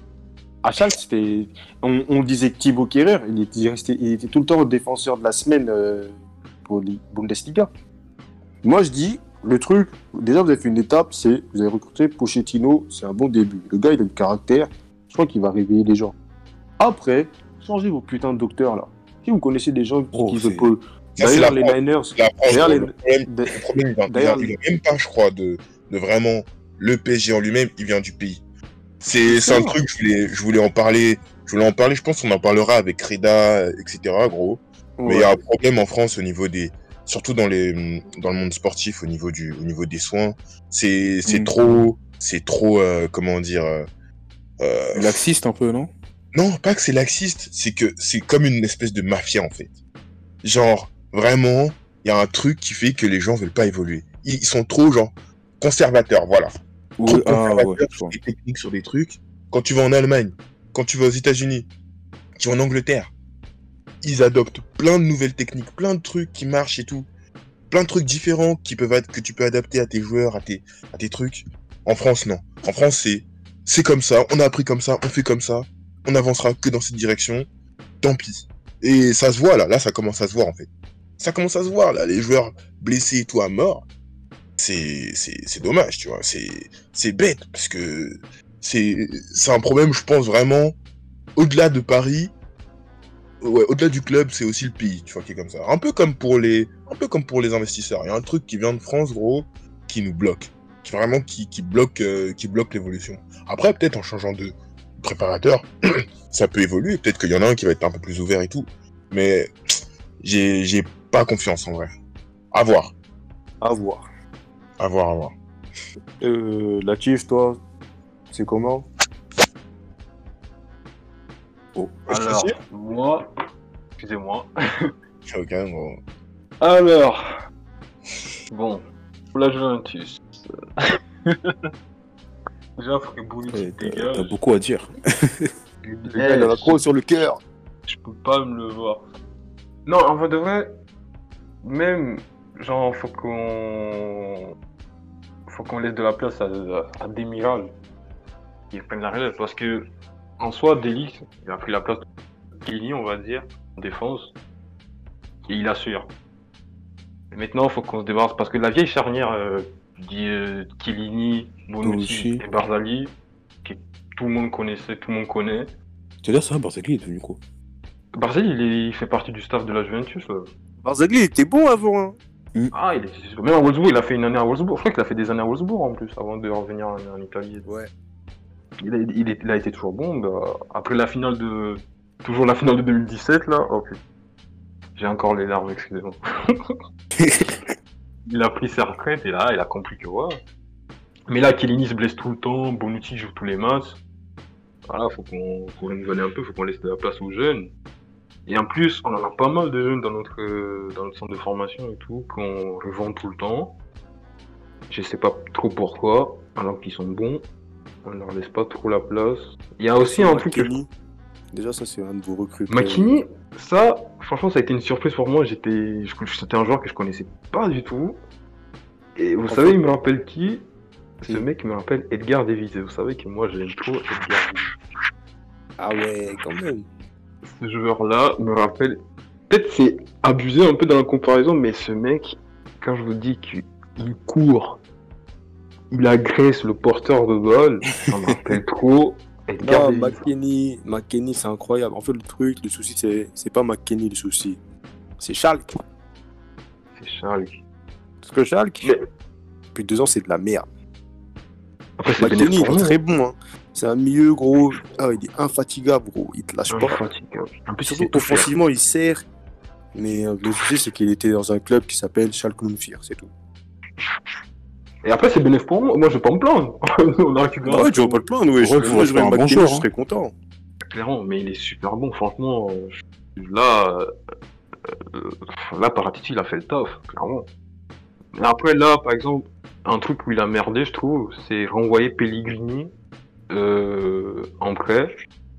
À Schalke, c'était. On, on disait que Thibaut Kerrer, il était, il restait- il était tout le temps défenseur de la semaine euh, pour la Bundesliga. Moi, je dis, le truc, déjà, vous avez fait une étape, c'est vous avez recruté Pochettino, c'est un bon début. Le gars, il a du caractère, je crois qu'il va réveiller les gens. Après, changez vos putains de docteurs là. Si vous connaissez des gens qui, Oh, qui c'est- veulent pas. Ça, c'est D'ailleurs, la les France. Niners. La France, D'ailleurs, gros, les- le problème, de- le problème, il vient, il D'ailleurs, vient- il vient même pas, je crois, de, de vraiment le P S G en lui-même, il vient du pays. C'est c'est un truc, je voulais, je voulais en parler, je voulais en parler, je pense qu'on en parlera avec Reda, et cetera, gros. Mais il y a un problème en France au niveau des, surtout dans les, dans le monde sportif, au niveau du, au niveau des soins, c'est, c'est Mm. trop, c'est trop, euh, comment dire, euh, euh, Laxiste un peu, non? non, pas que c'est laxiste, c'est que c'est comme une espèce de mafia en fait. Genre, vraiment, il y a un truc qui fait que les gens veulent pas évoluer. Ils, ils sont trop, genre, conservateurs, voilà. Trop Ouais, ah, conservateurs ouais, je sur vois. des techniques, sur des trucs. Quand tu vas en Allemagne, quand tu vas aux États-Unis, tu vas en Angleterre, ils adoptent plein de nouvelles techniques, plein de trucs qui marchent et tout. Plein de trucs différents qui peuvent ad- que tu peux adapter à tes joueurs, à tes, à tes trucs. En France, non. En France, c'est, c'est comme ça, on a appris comme ça, on fait comme ça, on avancera que dans cette direction, tant pis. Et ça se voit là, là ça commence à se voir en fait. Ça commence à se voir là, les joueurs blessés et tout à mort. C'est, c'est, c'est dommage, tu vois, c'est, c'est bête parce que c'est, c'est un problème, je pense vraiment, au-delà de Paris, ouais, au-delà du club, c'est aussi le pays, tu vois, qui est comme ça. Un peu comme pour les, un peu comme pour les investisseurs. Il y a un truc qui vient de France, gros, qui nous bloque, qui vraiment qui, qui bloque, euh, qui bloque l'évolution. Après, peut-être en changeant de préparateur, ça peut évoluer. Peut-être qu'il y en a un qui va être un peu plus ouvert et tout. Mais j'ai, j'ai pas confiance en vrai. À voir, À voir. à voir, à voir. Euh, Latif, toi, c'est comment? Oh, Alors, moi, excusez-moi. ok, gros. Alors, bon, pour la Juventus. Déjà, faut que Bouni Ouais, se T'as t'as dégage. beaucoup à dire. Le gars, il a la croix sur le cœur. Je peux pas me le voir. Non, en vrai de vrai, même, genre, faut qu'on. Faut qu'on laisse de la place à, à des mirages. qu'il prenne la relève. Parce que, en soi, Deli, il a pris la place de Chiellini, on va dire, en défense. Et il assure. Et maintenant, il faut qu'on se débarrasse. Parce que la vieille charnière, euh, dit euh, Chiellini, Bonucci Bonucci. et Barzagli, que tout le monde connaissait, tout le monde connaît. Tu veux dire ça, Barzagli est devenu quoi? Barzagli, il, est- il fait partie du staff de la Juventus. Là. Barzagli était bon avant. Hein. Ah, il est... Même à Wolfsburg, il a fait une année à Wolfsburg. Je crois qu'il a fait des années à Wolfsburg en plus, avant de revenir en, en Italie. Ouais. Il a, il, est- il a été toujours bon. Bah, après la finale de... Toujours la finale de deux mille dix-sept, là. Oh putain. J'ai encore les larmes, excusez-moi. Il a pris sa retraite et là, il a compris que ouais. Mais là, Chiellini se blesse tout le temps, Bonucci joue tous les matchs. Voilà, faut qu'on faut renouveler un peu, faut qu'on laisse de la place aux jeunes. Et en plus, on en a pas mal de jeunes dans notre, euh, dans notre centre de formation et tout, qu'on revend tout le temps. Je sais pas trop pourquoi, alors qu'ils sont bons. On leur laisse pas trop la place. Il y a aussi un truc que... McKennie. Déjà, ça, c'est un de vos recrues. McKennie, ça, franchement, ça a été une surprise pour moi. J'étais, je- c'était un joueur que je connaissais pas du tout. Et vous En savez, fait- il me rappelle qui? Ce Qui mec me rappelle Edgar Davids. Et vous savez que moi, j'aime trop Edgar Davids. Ah ouais, quand même. Ce joueur-là me rappelle. Peut-être c'est abusé un peu dans la comparaison, mais ce mec, quand je vous dis qu'il court, il agresse le porteur de balle, ça me rappelle trop Edgar Non, Davids. McKennie, McKennie, c'est incroyable. En fait, le truc, le souci, c'est, c'est pas McKennie le souci. C'est Schalke. C'est Charles. Parce que Schalke, Mais- depuis deux ans, c'est de la merde. Après, c'est McKennie, il est bénéfique. très bon. Hein. C'est un milieu, gros. Ah, il est infatigable, gros. Il te lâche pas. Infatigable. En plus, Surtout c'est tout faire. offensivement, il sert. Mais euh, le souci, c'est qu'il était dans un club qui s'appelle Schalke Nunfir, c'est tout. Et après, c'est bénéfique pour moi. Moi, je vais pas me plaindre. On a récupéré. Ah ouais, tu vas pas le plaindre, ouais. Ouais, Je- faut Moi, je vais faire un bon McKennie, joueur, je hein. serais content. Clairement, mais il est super bon. Franchement, euh, je- là, euh, euh, là, Paratici, il a fait le taf, clairement. Mais après, là, par exemple, un truc où il a merdé, je trouve, c'est renvoyer Pellegrini euh, en prêt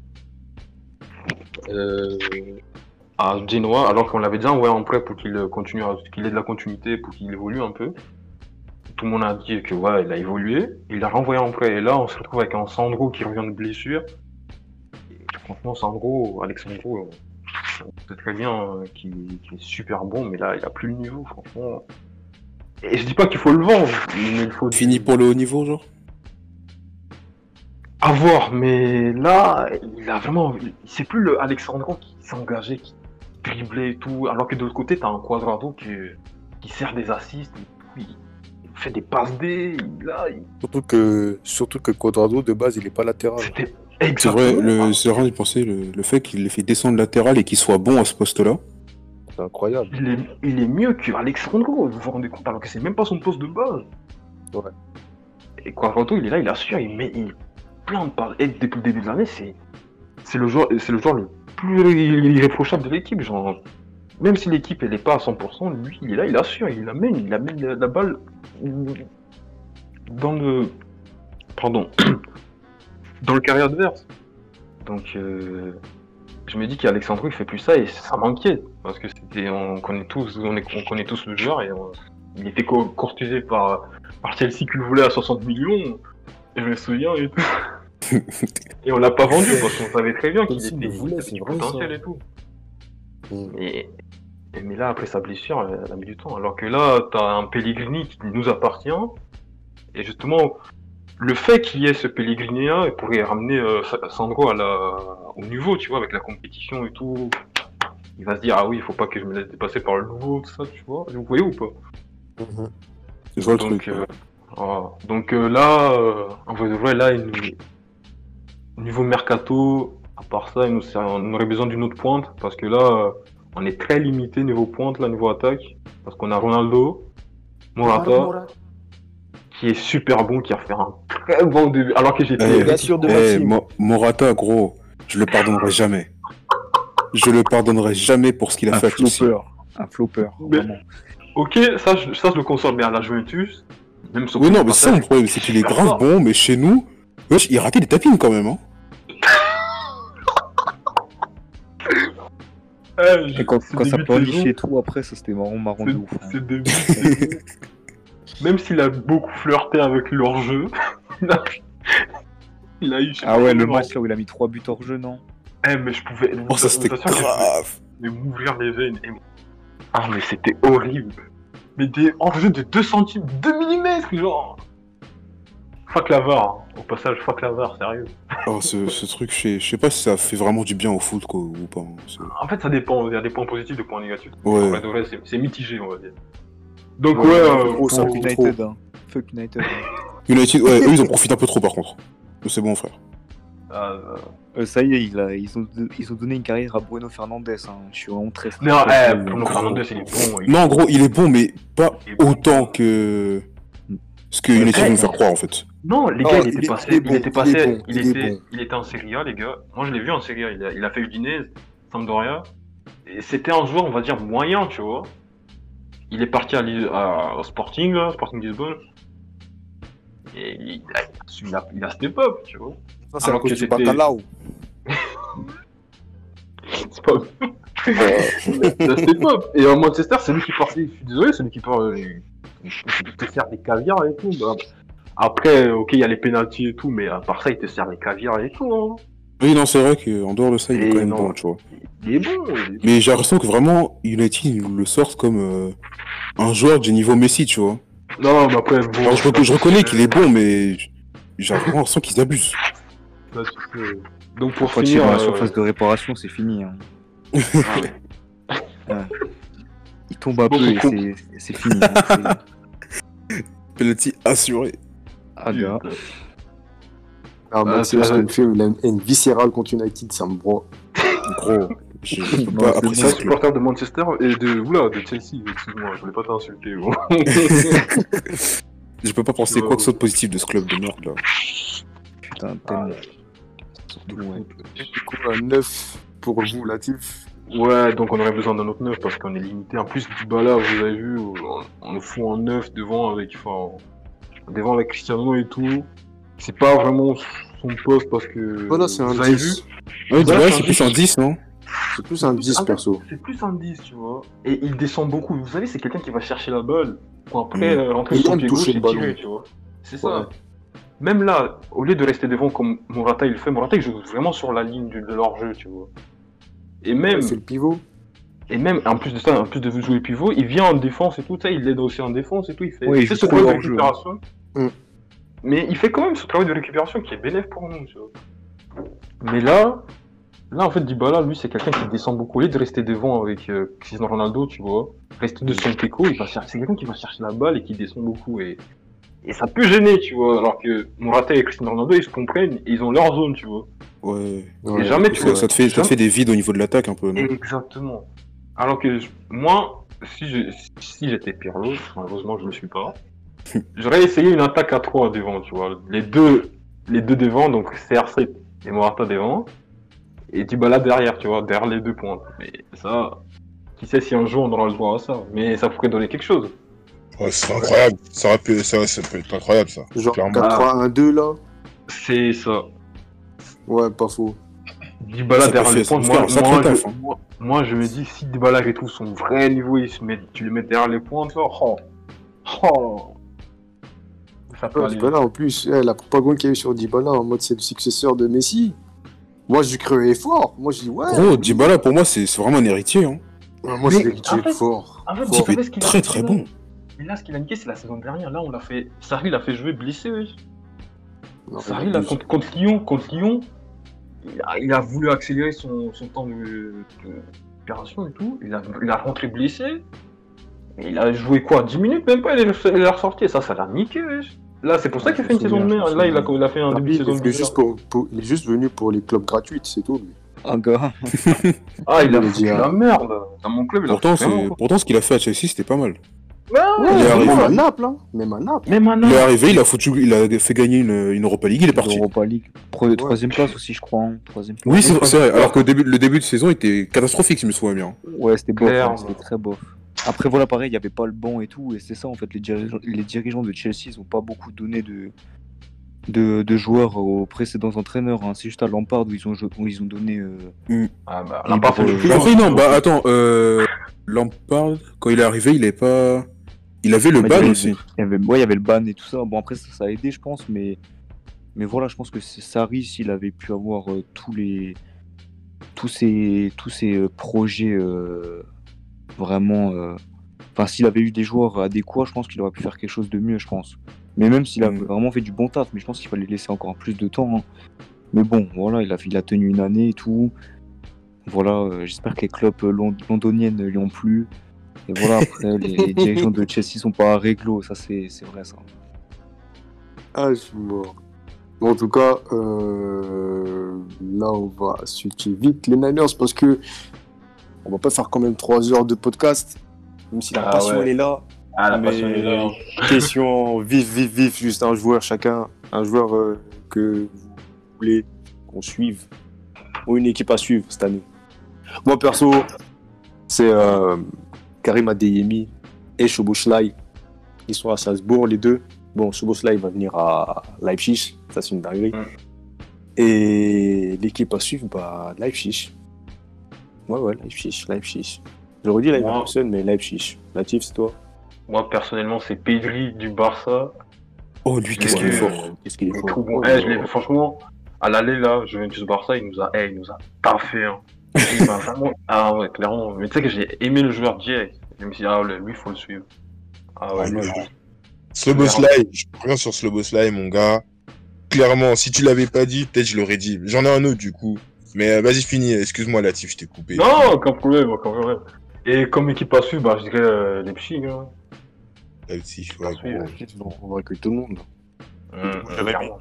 euh, à Genoa, alors qu'on l'avait déjà envoyé en prêt pour qu'il continue, à- qu'il ait de la continuité, pour qu'il évolue un peu. Tout le monde a dit que ouais, il a évolué. Il l'a renvoyé en prêt. Et là, on se retrouve avec un Sandro qui revient de blessure. Et franchement, Sandro, Alexandro, euh, on sait très bien euh, qu'il qu'il est super bon, mais là, il a plus le niveau, franchement. Et je dis pas qu'il faut le vendre, mais il faut Fini pour le haut niveau, genre? avoir. Mais là, il a vraiment, c'est plus le Alexandro qui s'engageait, qui driblait et tout, alors que de l'autre côté, t'as un Quadrado qui, qui sert des assists, il fait des passes D, il- là, il- Surtout que, surtout que Quadrado, de base, il est pas latéral. c'était C'est vrai, exactement. le, c'est vrai de penser le, le fait qu'il les fait descendre latéral et qu'il soit bon à ce poste-là. C'est incroyable. Il est, il est mieux que Alexandro, vous vous rendez compte, alors que c'est même pas son poste de base. Ouais. Et Quadrado, il est là, il assure, il met il plein de passes. Et depuis le début de l'année, c'est c'est le joueur, c'est le joueur le plus irréprochable de l'équipe. Genre, même si l'équipe elle est pas à cent pour cent, lui, il est là, il assure, il amène, il amène la, la balle dans le, pardon, dans le carré adverse. Donc, euh, je me dis qu'Alexandro il fait plus ça et ça m'inquiète parce que c'était, on connaît tous, on, est, on connaît tous le joueur et on- il était co- courtisé par, par Chelsea qui le voulait à soixante millions. Et je me souviens et tout. Et on l'a pas vendu parce qu'on savait très bien qu'il Chelsea était le voulait, il avait c'est du vrai, potentiel ça. et tout. Mm. Et, et- mais là, après sa blessure, elle, elle a mis du temps. Alors que là, t'as un Pellegrini qui nous appartient. Et justement, le fait qu'il y ait ce Pellegrini-là, il pourrait ramener euh, Sa- Sandro à la, au niveau, tu vois, avec la compétition et tout. Il va se dire, ah oui, il faut pas que je me laisse dépasser par le nouveau, tout ça, tu vois. Vous voyez ou pas? Mhm. C'est ça le Donc, truc. euh, voilà. Donc euh, là, euh, en vrai de vrai, là, il nous- au niveau mercato, à part ça, il nous sert- on aurait besoin d'une autre pointe, parce que là, euh, on est très limité niveau pointe, là, niveau attaque, parce qu'on a Ronaldo, Morata, qui est super bon, qui a fait un très bon début, alors que j'étais... Eh, bien sûr de eh, Maxime. Mo- Morata, gros, je le pardonnerai jamais. Je le pardonnerai jamais pour ce qu'il a Un fait à Chelsea. flopper. Un flopper, Mais- vraiment. Ok, ça, je, ça, je le conçois, mais à la Juventus, même son Oui, non, mais c'est ça passage, le problème, c'est qu'il est super grave fort. bon, mais chez nous, wesh, il ratait des tapines quand même. Hein. Eh, je- Et quand, ce quand ça début de pleurnichait saison, et tout, après, ça c'était marrant, marrant de ce- ouf. hein. ce début de saison, même s'il a beaucoup flirté avec leur jeu, il a, Il a eu. je sais Ah pas ouais, le combien. match là où il a mis trois buts hors jeu, non? Eh, mais je pouvais. Oh, ça c'était Attention, je pouvais- grave. Mais m'ouvrir les veines. Et... Ah, mais c'était horrible. Mais des hors-jeu de deux centimes, deux millimètres, genre. Fuck la V A R. hein. Au passage, fuck la V A R, sérieux. Oh, ce, ce truc, je sais, je sais pas si ça fait vraiment du bien au foot, quoi, ou pas. hein. C'est- En fait, ça dépend. Il y a des points positifs, des points négatifs. Ouais. En vrai, de vrai, c'est c'est mitigé, on va dire. Donc, Ouais, ouais, ouais, euh, gros, ça pour- coûte United, hein. Fuck United. United, ouais, eux, ils en profitent un peu trop, par contre. Mais c'est bon, frère. euh, Euh, ça y est, il a, ils, ont, ils ont donné une carrière à Bruno Fernandes. Hein. Je suis vraiment très Non, eh, très- Bruno Fernandes, il est bon. il- Non, en gros, il est bon, mais pas Il est bon. autant que ce que United Ouais. veut nous faire croire, en fait. Non, les Non, gars, il, il était est- passé, il est il, bon, était il passé, est bon, il, il est était, bon. il était en Serie A, les gars. Moi, je l'ai vu en Serie A. Il a, il a fait Udinese, Sampdoria. Et c'était un joueur, on va dire, moyen, tu vois. Il est parti à, Lis- à- au Sporting, là, Sporting Lisbonne. Et il a, il a, il a step up, tu vois. Ça, c'est à Alors cause que du c'était- bacalao. C'est pas. Il a step up. Et en Manchester, c'est lui qui part. Je suis désolé, c'est lui qui part. euh, Il il te sert des caviars et tout. Bah, après, ok, il y a les pénaltys et tout, mais à part ça, il te sert des caviars et tout. Hein. Oui, non, c'est vrai qu'en dehors de ça, il est Et quand même non. bon, tu vois. Il est bon. Il est bon. Mais j'ai l'impression que vraiment, United, ils nous le sortent comme euh, un joueur du niveau Messi, tu vois. Non, mais après, bon. Alors, je, rec- je reconnais qu'il est bon, mais j'ai vraiment l'impression qu'ils abusent. Là, tu peux- Donc, pour Quand il est finir. dans la euh, surface de réparation, c'est fini. Hein. ah, Il tombe un Bon, peu et bon. c'est- c'est fini. Hein. C'est- Penalty assuré. Ah, gars. Ah, Bah, moi, c'est c'est ce vrai. qu'il me fait, il a une haine viscérale contre United, ça me broie. Gros, je, je peux Non, pas c'est apprécier C'est un ce club. supporter de Manchester et de. Oula, de Chelsea, excuse-moi, je voulais pas t'insulter. Gros. Je peux pas penser quoi que ce soit de positif de ce club de merde, là. Putain, tellement. Surtout, ouais. Du coup, un neuf pour vous, Latif. Ouais, donc on aurait besoin d'un autre neuf parce qu'on est limité. En plus, Dybala, vous avez vu, on, on le fout en neuf devant avec, enfin, devant avec Cristiano et tout. C'est pas vraiment son poste parce que. Voilà, c'est un vous avez vu, dix. Ouais, Voilà, ouais, c'est c'est un plus un dix, non? C'est plus un dix, Ah, perso. c'est plus un dix, tu vois. Et il descend beaucoup. Vous savez, c'est quelqu'un qui va chercher la balle pour après Mm. euh, rentrer Il sur son aime pied toucher gauche et le ballon. tirer, tu vois. C'est ça. Ouais. Même là, au lieu de rester devant comme Morata il le fait, Morata il joue vraiment sur la ligne du- de leur jeu, tu vois. Et même, C'est le pivot. et même, en plus de ça, en plus de jouer pivot, il vient en défense et tout, tu sais, il l'aide aussi en défense et tout, il fait, Ouais, il il fait joue ce trop travail de leur jeu, récupération. Mm. Mais il fait quand même ce travail de récupération qui est bénéfique pour nous, tu vois. Mais là, là en fait, Dybala, lui, c'est quelqu'un qui descend beaucoup. Au lieu de rester devant avec euh, Cristiano Ronaldo, tu vois, rester de son teco, il va chercher, c'est quelqu'un qui va chercher la balle et qui descend beaucoup. Et, et ça peut gêner, tu vois, alors que Morata et Cristiano Ronaldo, ils se comprennent, et ils ont leur zone, tu vois. Ouais. Ouais. jamais tu Ça, vois. ça te fait, ça te Jamais- fait des vides au niveau de l'attaque, un peu, non? Exactement. Alors que je- moi, si je- si j'étais Pirlo, malheureusement je ne le suis pas, j'aurais essayé une attaque à trois devant, tu vois. Les deux, les deux devant, donc C R sept et Morata devant, et Dybala derrière, tu vois, derrière les deux points. Mais ça, qui sait si un jour on aura le droit à ça, mais ça pourrait donner quelque chose. Ouais, c'est incroyable. Ça, aurait pu- ça, ça peut être incroyable, ça. Genre Clairement. quatre trois un deux là. C'est ça. Ouais, pas faux. Dybala Ça peut derrière faire- les ça points, peut moi, faire un sacré moi, taf, je, hein. moi, moi, je me dis, si Dybala retrouve son vrai niveau, il se met, tu le mets derrière les points, tu vois, oh, oh. Ça peut Ouais, aller. Dybala, en plus, eh, la propagande qu'il y a eu sur Dybala en mode c'est le successeur de Messi. Moi, j'y croyais fort. Moi, je dis ouais. Gros, Dybala, pour moi, c'est c'est vraiment un héritier, hein. Ouais, moi, Mais, c'est l'héritier en fait- fort. En fait, Fort. vous savez ce est qu'il a très fait, très là bon. Mais là, ce qu'il a niqué, c'est la saison dernière. Là, on l'a fait. Sarri l'a fait jouer blessé, oui. Non, Sarri, il là, abuse. contre, contre Lyon, contre Lyon, il a, il a voulu accélérer son, son temps de, de récupération et tout. Il a, il a rentré blessé. Et il a joué quoi dix minutes, même pas, il est, il est ressorti. Et ça, ça l'a niqué, wesh. Là, c'est pour ça Ouais, qu'il a je fait une me saison de souviens, merde. je me Là, il a, souviens. il a fait un début de Lui, saison il, de est juste pour, pour- il est juste venu pour les clubs gratuits, c'est tout. Lui. Un gars. Ah, il a Il a foutu dit, la ah. merde. Dans mon club, il a Pourtant, foutu vraiment, c'est- quoi. pourtant, ce qu'il a fait à Chelsea, c'était pas mal. Ouais, Ouais, il est arrivé. même à Naples, hein. Même à Naples. Même Il est maintenant. arrivé, il a foutu, il a fait gagner une, une Europa League, il est parti. Europa League. Pro- Troisième place aussi, je crois. Hein. Troisième place. Oui, c'est c'est vrai. Alors qu'au début, le début de saison était catastrophique, si je me souviens bien. Ouais, c'était bof. Clairement. hein, C'était très bof. Après, voilà, pareil, il n'y avait pas le banc et tout. Et c'est ça, en fait, les dirigeants, les dirigeants de Chelsea, ils n'ont pas beaucoup donné de, de, de joueurs aux précédents entraîneurs. Hein. C'est juste à Lampard où ils ont, jou- où ils ont donné. euh, Ah, bah, Il Lampard, faut- c'est le plus Après, fort. non, bah attends, euh, Lampard, quand il est arrivé, il est pas. Il avait le mais il y ban avait- aussi. Il y avait, ouais, il y avait le ban et tout ça. Bon, après, ça, ça a aidé, je pense, mais. Mais voilà, je pense que c'est- Sarri, s'il avait pu avoir euh, tous les tous ces tous ces euh, projets euh, vraiment, euh, enfin, s'il avait eu des joueurs adéquats, je pense qu'il aurait pu faire quelque chose de mieux, je pense. Mais même s'il a Mm. vraiment fait du bon taf, mais je pense qu'il fallait laisser encore plus de temps, hein. Mais bon, voilà, il a, il a tenu une année et tout. Voilà, euh, j'espère que les clubs euh, lond- londoniennes ne lui ont plu. Et voilà, après, les, les dirigeants de Chelsea sont pas réglo, ça c'est c'est vrai ça. Ah, je suis mort. Bon, en tout cas, euh, là, on va switcher vite les Niners parce que on va pas faire quand même trois heures de podcast, même si la Ah passion ouais. elle est là. Ah, la Mais passion est là. hein. question vif, vif, vif, juste un joueur chacun, un joueur euh, que vous voulez qu'on suive ou une équipe à suivre cette année. Moi perso, c'est euh, Karim Adeyemi et Szoboszlai. Ils sont à Salzbourg les deux. Bon, Szoboszlai va venir à Leipzig, ça c'est une dinguerie. Mm. Et l'équipe à suivre, bah Leipzig. Ouais, ouais, Leipzig, Leipzig. J'aurais dit Leverkusen, mais Leipzig. Natif, c'est toi? Moi, personnellement, c'est Pedri du Barça. Oh, lui, qu'est-ce qu'il est Ouais. fort. Qu'est-ce qu'il est Il est fort. trop bon. Oh, Eh, je l'ai- franchement, à l'aller là, Juventus Barça, il nous a, eh, il nous a taffé. Hein. Il m'a vraiment. Ah ouais, clairement. Mais tu sais que j'ai aimé le joueur direct. Je me suis dit, ah ouais, lui, il faut le suivre. Ah ouais, Ah, lui, lui, lui. Szoboszlai, je reviens sur Szoboszlai, mon gars. Clairement, si tu l'avais pas dit, peut-être je l'aurais dit. J'en ai un autre du coup. Mais euh, vas-y, finis. Excuse-moi, Latif, je t'ai coupé. Non, aucun problème, aucun problème. Et comme équipe à suivre, bah, je dirais euh, Leipzig. Hein. Leipzig, ouais, Oui, gros. Ils vont convaincre tout le monde. Hum, J'avais clairement.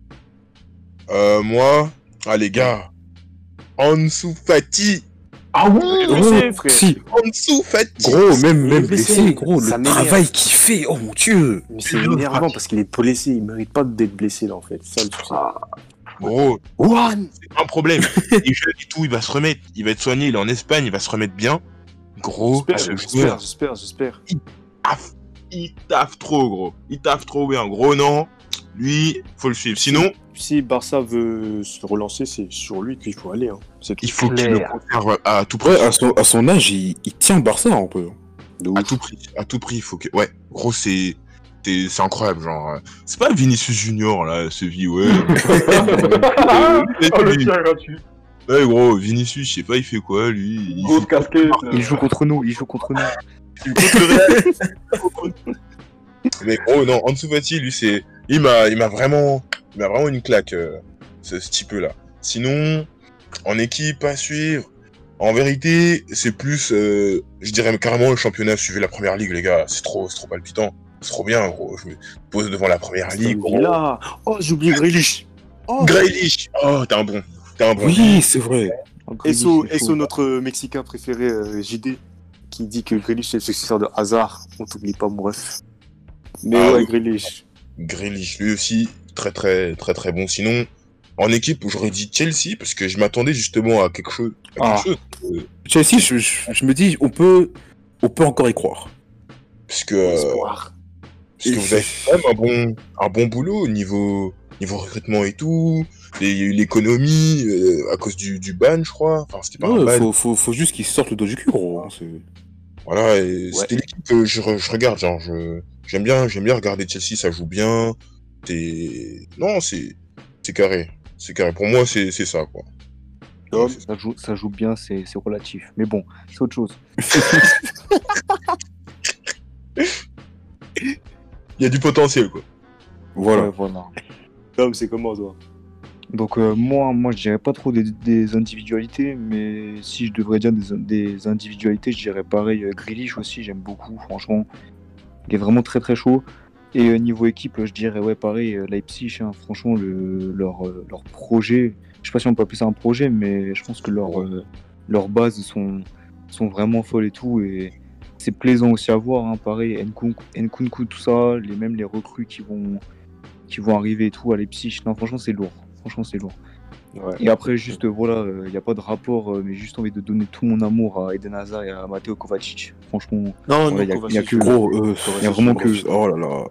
Euh, moi, ah les gars, Ansu Fati. Ah oui, blessé, frère. Si, Ansu Fati. gros, même, Il est même blessé. blessé, gros, Ça le m'énerve. travail qu'il fait, oh mon dieu. Mais c'est énervant parce qu'il est blessé. Il mérite pas d'être blessé là en fait. C'est ça le souci. Gros, One. c'est pas un problème. Il est jeune et tout, il va se remettre. Il va être soigné, il est en Espagne, il va se remettre bien. Gros, J'espère, ce j'espère, joueur, j'espère, j'espère. taffe. Il taffe trop, gros. Il taffe trop bien. Gros, non. Lui, faut le suivre. Sinon, Si Barça veut se relancer, c'est sur lui qu'il faut aller. Hein. C'est tout. il faut qu'il le Clair. conserve à tout prix. Ouais, à son, à son âge, il, il tient Barça un peu. De À ouf. tout prix, à tout prix, il faut que. Ouais, gros, c'est. C'est c'est incroyable, genre. euh, C'est pas Vinicius Junior, là, ce vie, ouais. Oh, le tir gratuit. Ouais, gros, Vinicius, je sais pas, il fait quoi, lui il Grosse fait... casquette. Il joue contre nous, il joue contre nous. il contre le Real. Mais gros, non, Ansu Fati, lui, c'est. Il m'a il m'a vraiment. Il m'a vraiment une claque, euh, ce, ce type-là. Sinon, en équipe à suivre. En vérité, c'est plus, euh, je dirais carrément le championnat. Suivez la première ligue, les gars. C'est trop, c'est trop palpitant. C'est trop bien, gros. Je me pose devant la première ligue. gros. Là. Oh, j'ai oublié Grealish. Oh. Grealish. Oh, t'es un bon. T'es un bon. Oui, c'est vrai. Esso, C'est chaud. Esso, notre Mexicain préféré, euh, J D, qui dit que Grealish est le successeur de Hazard. On t'oublie pas, mon ref. Mais Ah ouais, oui. Grealish. Grealish, lui aussi, très très très très bon. Sinon, en équipe, j'aurais dit Chelsea parce que je m'attendais justement à quelque chose. À quelque Ah. chose euh, Chelsea, je, je- je me dis, on peut, on peut encore y croire. parce que, euh, Espoir. parce que vous avez fait quand même un bon un bon boulot au niveau niveau recrutement et tout. Et il y a eu l'économie euh, à cause du, du ban, je crois. Enfin, c'était pas un Ouais, ban. faut, faut, faut juste qu'ils sortent le dos du cul, gros. hein, c'est- Voilà, et c'était l'équipe que je, re- je regarde. Genre, je j'aime bien j'aime bien regarder Chelsea, ça joue bien. C'est non, c'est c'est carré, c'est carré. Pour moi, c'est c'est ça quoi. Tom. Ça joue, ça joue bien, c'est c'est relatif. Mais bon, c'est autre chose. Il y a du potentiel quoi. Voilà. Ouais, voilà. Tom, c'est comment, toi? Donc euh, moi, moi, je dirais pas trop des, des individualités, mais si je devrais dire des, des individualités, je dirais pareil. euh, Grealish aussi, j'aime beaucoup, franchement. Il est vraiment très très chaud. Et euh, niveau équipe, je dirais ouais pareil, euh, Leipzig, hein, franchement, le, leur, euh, leur projet, je sais pas si on peut appeler ça un projet, mais je pense que leur, euh, leurs bases sont, sont vraiment folles et tout. Et c'est plaisant aussi à voir, hein, pareil, Nkunku, Nkunku, tout ça, les, même les recrues qui vont, qui vont arriver et tout à Leipzig. Non, franchement, c'est lourd. Franchement, c'est lourd. Ouais. Et après, juste, euh, voilà, il n'y a pas de rapport, euh, mais juste envie de donner tout mon amour à Eden Hazard et à Matteo Kovacic. Franchement, Non, Ouais, non, y a- y a que- Gros, euh, il y a vraiment que. Oh là là.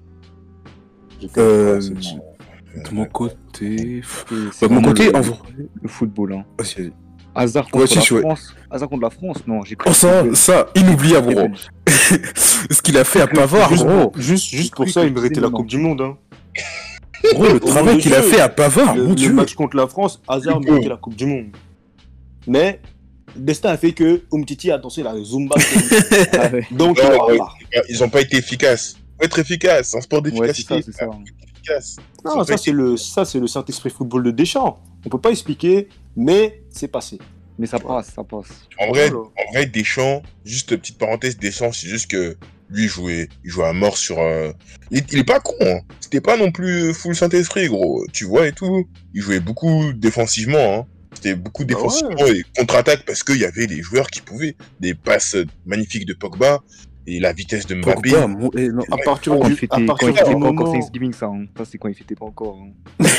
Euh, de mon côté. c'est- Bah, c'est de mon vraiment côté, le, en vrai. le football. Hein. Vas-y, vas-y. Hazard contre Kovacic, la ouais. France. Hazard contre la France, non, j'ai Oh, ça, ça, inoubliable, gros. Ce qu'il a fait à Pavard, Juste, gros. juste, juste pour ça, il méritait la Coupe du Monde. Hein. Gros, le Au travail monde de qu'il a Dieu. fait à Pavard, Le, mon le dieu. match contre la France, Hazard méritait la Coupe du Monde. Mais le destin a fait que Umtiti a dansé la Zumba. Ah ouais. Donc, Non, il a ouais, pas. ils ont pas été efficaces. Faut être efficace, un sport Ouais, c'est d'efficacité. ça, c'est ça. Efficace. Ils ont Non, pas ça été- c'est le, ça c'est le Saint-Esprit football de Deschamps. On peut pas expliquer, mais c'est passé. Mais ça passe, ça passe. En vrai, Voilà. en vrai, Deschamps, juste petite parenthèse, Deschamps, c'est juste que lui il jouait, il jouait à mort sur. euh, Il, il est pas con, hein. C'était pas non plus full Saint-Esprit, gros. Tu vois et tout. Il jouait beaucoup défensivement, hein. C'était beaucoup Bah défensivement et contre-attaque parce qu'il y avait les joueurs qui pouvaient. Des passes magnifiques de Pogba et la vitesse de Mbappé. Pogba, mon- eh, non. À partir Quand il du, fêtait, à quand partir il fêtait du pas encore moment, Thanksgiving, ça. Hein. Ça, c'est quand il fêtait pas encore. Hein.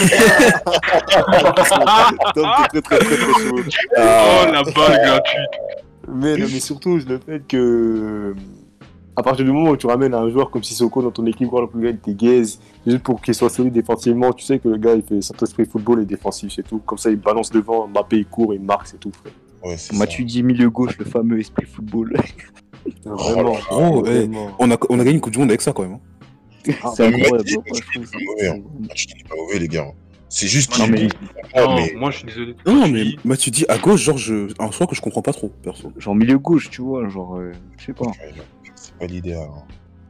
Tom, t'es très très très très chaud. Oh la balle gratuite. Mais, non, mais surtout le fait que à partir du moment où tu ramènes un joueur comme Sissoko dans ton équipe, quand le gars il t'est gaze, juste pour qu'il soit solide défensivement, tu sais que le gars il fait Saint-Esprit football et défensif, c'est tout. Comme ça il balance devant, Mbappé il court, il marque, c'est tout. Frère. Ouais, c'est ça. Matuidi, milieu gauche, le fameux esprit football. Vraiment. Gros, eh, vraiment. on a, on a gagné une Coupe du Monde avec ça quand même. hein. Ah, c'est mais incroyable. Matuidi, hein, Matuidi, franchement, c'est pas mauvais, hein. c'est- Je dis pas mauvais, les gars. C'est juste Non, qu'il mais- Oh, Non, mais- moi je suis désolé. Non, Moi, je mais dis- bah, tu dis à gauche, genre, je... un choix que je comprends pas trop, perso. Genre milieu gauche, tu vois, genre, euh, je sais pas. C'est pas l'idéal. hein.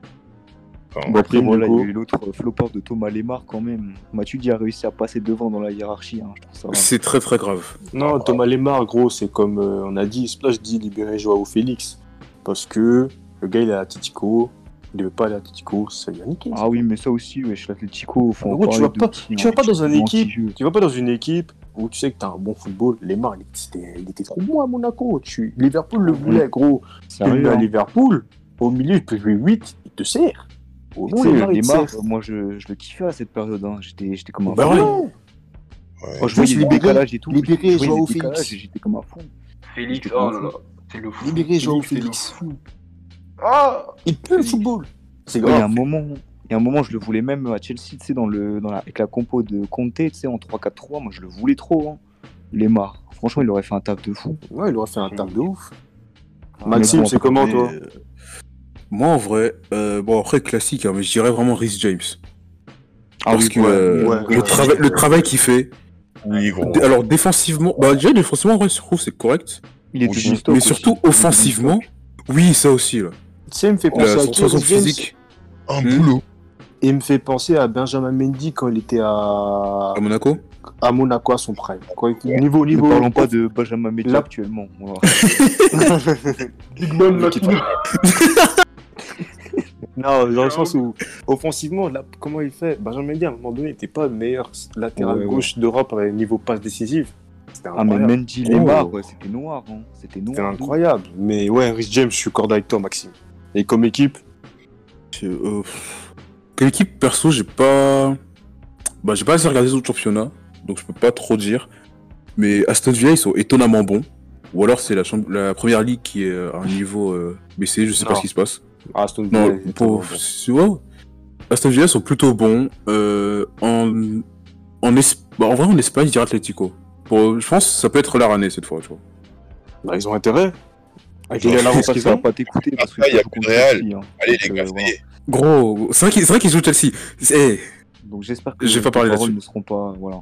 Enfin, Bon, après, Après, voilà, il y Nico. a eu l'autre euh, flopper de Thomas Lemar quand même. Matuidi a réussi à passer devant dans la hiérarchie, hein, je trouve ça. C'est très très grave. Non, Thomas Lemar, gros, c'est comme euh, on a dit, Splash dit libérer Joao Félix. Parce que le gars il est à Atletico, il ne veut pas aller à Atletico, ça lui a niqué. Ah oui, mais ça aussi, wesh, l'Atletico, faut en Gros, tu parler vas de pas- qui, tu vas hein, pas dans petit une jeu, équipe, anti-jeu. tu vas pas dans une équipe où tu sais que t'as un bon football. Lemar, il était, il était trop bon à Monaco. Tu... Liverpool le voulait, gros. Tu le Sérieux, mets à hein. Liverpool, au milieu, il peut jouer huit, il te sert. Au Tu nom, sais, Lemar, il te Lemar, sert. euh, moi je, je le kiffais à cette période, hein. j'étais, j'étais comme un Bah fou. ouais. ouais. Quand je voyais Juste les libérer- décalages et tout, libérer je voyais Joao les décalages Félix. et j'étais comme un fou. Félix, J'étais oh pas là là. C'est le fou. Libérer Joao c'est le Félix. fou. Ah Il peut le Félix. football. C'est Ouais, Il y a un grave. moment, il y a un moment, je le voulais même à Chelsea, tu sais, dans le, dans la, avec la compo de Conte, tu sais, en trois quatre trois, moi je le voulais trop. Hein. Lemar, franchement, il aurait fait un taf de fou. Ouais, il aurait fait un taf de ouf. Mais Maxime, bon, c'est comment toi Et, euh, Moi en vrai, euh, bon après classique, hein, mais je dirais vraiment Rhys James. Ah Parce oui, que ouais, euh, ouais, le, ouais. travail, le travail qu'il fait, Oui, gros. dé- alors défensivement, bah déjà défensivement en vrai je trouve c'est correct, il est Oui, devenu stock mais aussi. surtout Il est offensivement, devenu oui ça aussi là. Tu sais, il me fait penser La à qui, sensation Rhys James physique Un Hmm. boulot. Et il me fait penser à Benjamin Mendy quand il était à, à Monaco. à Monaco à son prime. Quand il était niveau, stock. Ne niveau. parlons pas de Benjamin Mendy Là- actuellement. Voilà. Big Man L'équipe- Latino. Non, dans le sens où, offensivement, là, comment il fait Benjamin Mendy, à un moment donné, n'était pas le meilleur latéral Ouais, ouais. gauche d'Europe avec niveau passe décisive. C'était Ah, mais incroyable. Mendy, Oh. Lemar, ouais, c'était noir. Hein. C'était C'était noir. incroyable. Mais ouais, Rhys James, je suis d'accord avec toi, Maxime. Et comme équipe, C'est, euh, pff, Quelle équipe perso j'ai pas, bah j'ai pas assez regardé les autres championnats, donc je peux pas trop dire. Mais Aston Villa ils sont étonnamment bons. Ou alors c'est la, champ- la première ligue qui est à un niveau euh, baissé, je sais pas Non. ce qui se passe. Aston Villa, Non, il est pour, vraiment bon. c'est- ouais. Aston Villa sont plutôt bons. Euh, en, en, Es- bah, en vrai, en Espagne, je dirais Atlético. Pour, je pense que ça peut être leur année cette fois, tu vois. Bah, ils ont intérêt. Avec Genre, les Je pense l'avance qu'il qu'ils va ont. pas t'écouter parce que Après, il y a tu joues plus de contre Real. Chelsea, hein. Allez, Donc, les euh, gars, ça voilà. y est. Gros, c'est vrai qu'ils c'est vrai qu'ils jouent Chelsea. C'est- Donc j'espère que Je vais pas tes parler paroles là-dessus. ne seront pas. Voilà.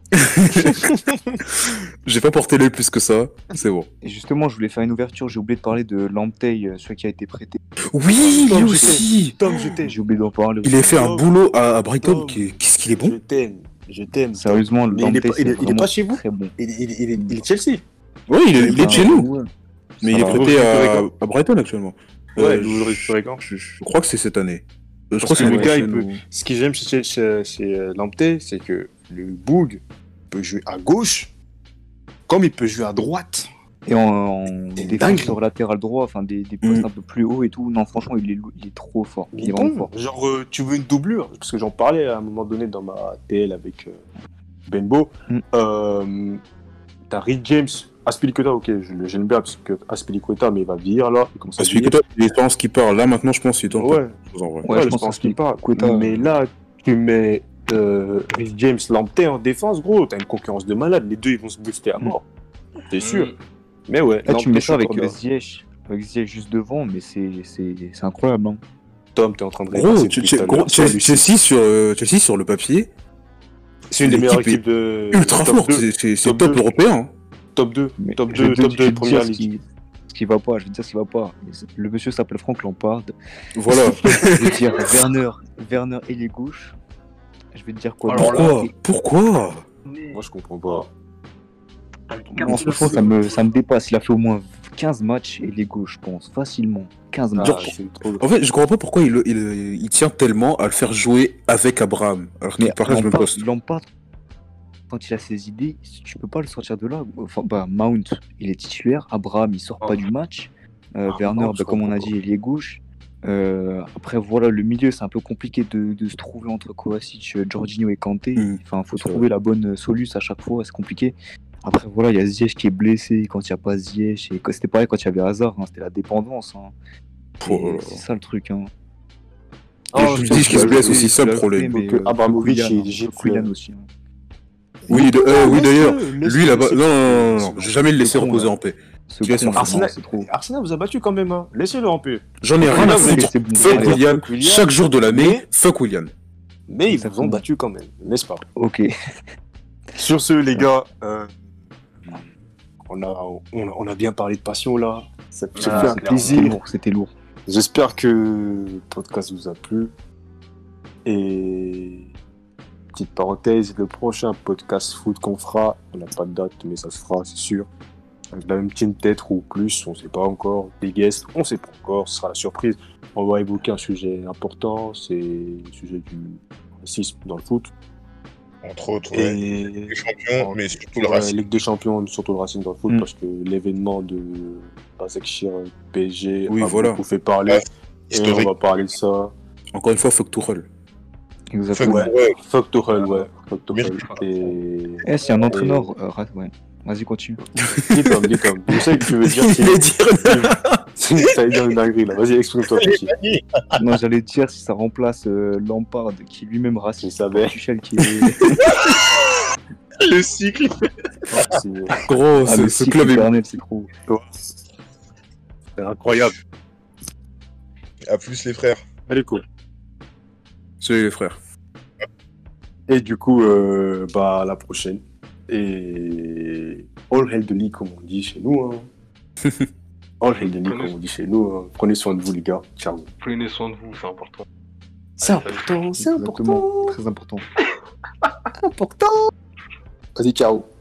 J'ai pas porté l'œil plus que ça, c'est bon. Et justement, je voulais faire une ouverture. J'ai oublié de parler de Lamptey, euh, celui qui a été prêté. Oui, Tom, lui je aussi. Tom, je t'aime. J'ai oublié d'en parler. Il a fait un Tom. boulot à, à Brighton. Tom. qui est- Qu'est-ce qu'il est Je bon. t'aime. Je t'aime. Sérieusement, le Mais il est Lamptey, pas- il est- c'est il est vraiment pas chez vous très bon. Il, il, il, est- il est Chelsea. Oui, il est, il est de chez nous. Ouais. Mais Ça il est va. prêté Vous le à, récupérez à Brighton actuellement. Ouais, Euh, vous le récupérez quand je, je crois que c'est cette année. Euh, Je Parce crois que que c'est le gars, il prochaine peut- ou- Ce que j'aime chez, chez, chez euh, Lamptey, c'est que le Boug peut jouer à gauche comme il peut jouer à droite. Et en, en C'est défenseur dingue. latéral droit, enfin des, des postes Mm. un peu plus hauts et tout. Non, franchement, il est, lou- il est trop fort. Il Il est est vraiment bon. fort. Genre, euh, tu veux une doublure Parce que j'en parlais à un moment donné dans ma T L avec euh, Benbo. Mm. Euh, T'as Reed James, Aspilicueta, ok, je le gêne bien parce que Aspilicueta, mais il va vieillir là. Il commence à Parce que vieillir. il est pense qu'il part. Là maintenant, je pense qu'il est en train Ouais, de choses en vrai. ouais, Ouais, je je pense pense qu'il part. Aspilicueta- Mais là, tu mets euh, Reed James, Lamptey en défense, gros, t'as une concurrence de malade. Les deux, ils vont se booster à mort. C'est sûr. Mm. Mais ouais, Là, tu Lamptey, mets je ça suis avec d'accord. euh, Ziyech. Avec Ziyech juste devant, mais c'est c'est- c'est incroyable. Hein. Tom, t'es en train de Gros, répasser tu- depuis tu- tout à gros, l'heure. Chelsea, Lui, Chelsea sur, euh, Chelsea sur le papier, C'est une des meilleures l'équipe équipes de. ultra top forte, deux. c'est- c'est c'est Top top deux. européen. hein. Top deux. Mais Top je vais deux, te- top je deux vais de te première dire ce ligue. qui, ce qui va pas. Je vais te dire ce qui va pas. Le monsieur s'appelle Franck Lampard. Voilà. Je vais te dire Werner, Werner et les gauches. Je vais te dire quoi Alors d'autre Pourquoi Pourquoi Moi, je comprends pas. Non, franchement, ça me, ça me dépasse. Il a fait au moins quinze matchs et les gauches, je pense, facilement. quinze matchs. Genre, Ah, c'est trop. En fait, je comprends pas pourquoi il, il, il tient tellement à le faire jouer avec Abraham, alors qu'il Mais partage le même Lampard, poste. Lampard, quand il a ses idées, tu peux pas le sortir de là. Enfin, bah, Mount, il est titulaire. Abraham, il sort pas Oh. du match. Euh, Ah, Werner, non, je bah, comme on a comprends dit, il est gauche. Euh, après, voilà, le milieu, c'est un peu compliqué de, de se trouver entre Kovacic, euh, Jorginho et Kanté. Mm. Enfin, faut C'est trouver la bonne soluce à chaque fois, c'est compliqué. Après, voilà, il y a Ziyech qui est blessé quand il n'y a pas Ziyech. Et que- c'était pareil quand il y avait Hazard, hein, c'était la dépendance. Hein. Oh Et là là. c'est ça le truc. Hein. Et Ah, je je dis qu'il se blesse aussi, ça le Je l'ai problème. fait, mais, Donc, euh, Abramovich, Kylian, il hein, gifle. Kylian aussi. hein. Oui, de- euh, oui d'ailleurs, Laisse-le, lui là-bas. laisse-le, Non, non, non, non, c'est- non, je vais jamais le laisser c'est con, reposer là. en paix. Ce Tu laisses con, un là, Arsenal- non, c'est trop. Arsenal vous a battu quand même, hein. Laissez-le en paix. J'en ai rien Voilà, à vous avez- foutre. c'est bon. Fuck Allez, William, fuck William. chaque jour de l'année, Mais- fuck William. Mais ils vous Exactement. ont battu quand même, n'est-ce pas? Ok. Sur ce, les gars, euh, on, a, on, a, on a bien parlé de passion là. Ça fait Ah, fait un c'est clair. C'était plaisir. lourd, c'était lourd. J'espère que le podcast vous a plu. Et petite parenthèse, le prochain podcast foot qu'on fera, on n'a pas de date, mais ça se fera, c'est sûr. Avec la même team peut-être ou plus, on ne sait pas encore. Des guests, on ne sait pas encore, ce sera la surprise. On va évoquer un sujet important, c'est le sujet du racisme dans le foot. Entre autres, ouais. Et Les champions, mais surtout le Ouais, racisme. Ligue des Champions, surtout le racisme dans le foot, Mm. parce que l'événement de Basakshir P S G Oui, a voilà. beaucoup fait parler. Ouais, Et on historique. va parler de ça. Encore une fois, fuck Tuchel. Exactement. Ouais. Ouais. Fuck Tuchel, ouais. Fuck Tuchel. Merde. Et... Eh, c'est un entraîneur. euh, ra- ouais. Vas-y, continue. Dis Tom, dis Tom. Je sais que tu veux dire Il si... allait dire. si t'allais dire une dinguerie là. Vas-y, exprime-toi, petit. Non, j'allais dire si ça remplace euh, Lampard, qui lui-même raciste. Il savait. Tuchel qui est. Le cycle. C'est Gros, Ah, ce, le ce cycle club est. éternel, c'est trop. c'est incroyable. À plus les frères. Allez, cool. Salut les frères. Et du coup, euh, bah, à la prochaine. Et all hail the league, comme on dit chez nous. Hein. All hail the league, comme on dit chez nous. Hein. Prenez soin de vous, les gars. Ciao. Prenez soin de vous, c'est important. C'est important, c'est Exactement. important. Très important. Important. Vas-y, ciao.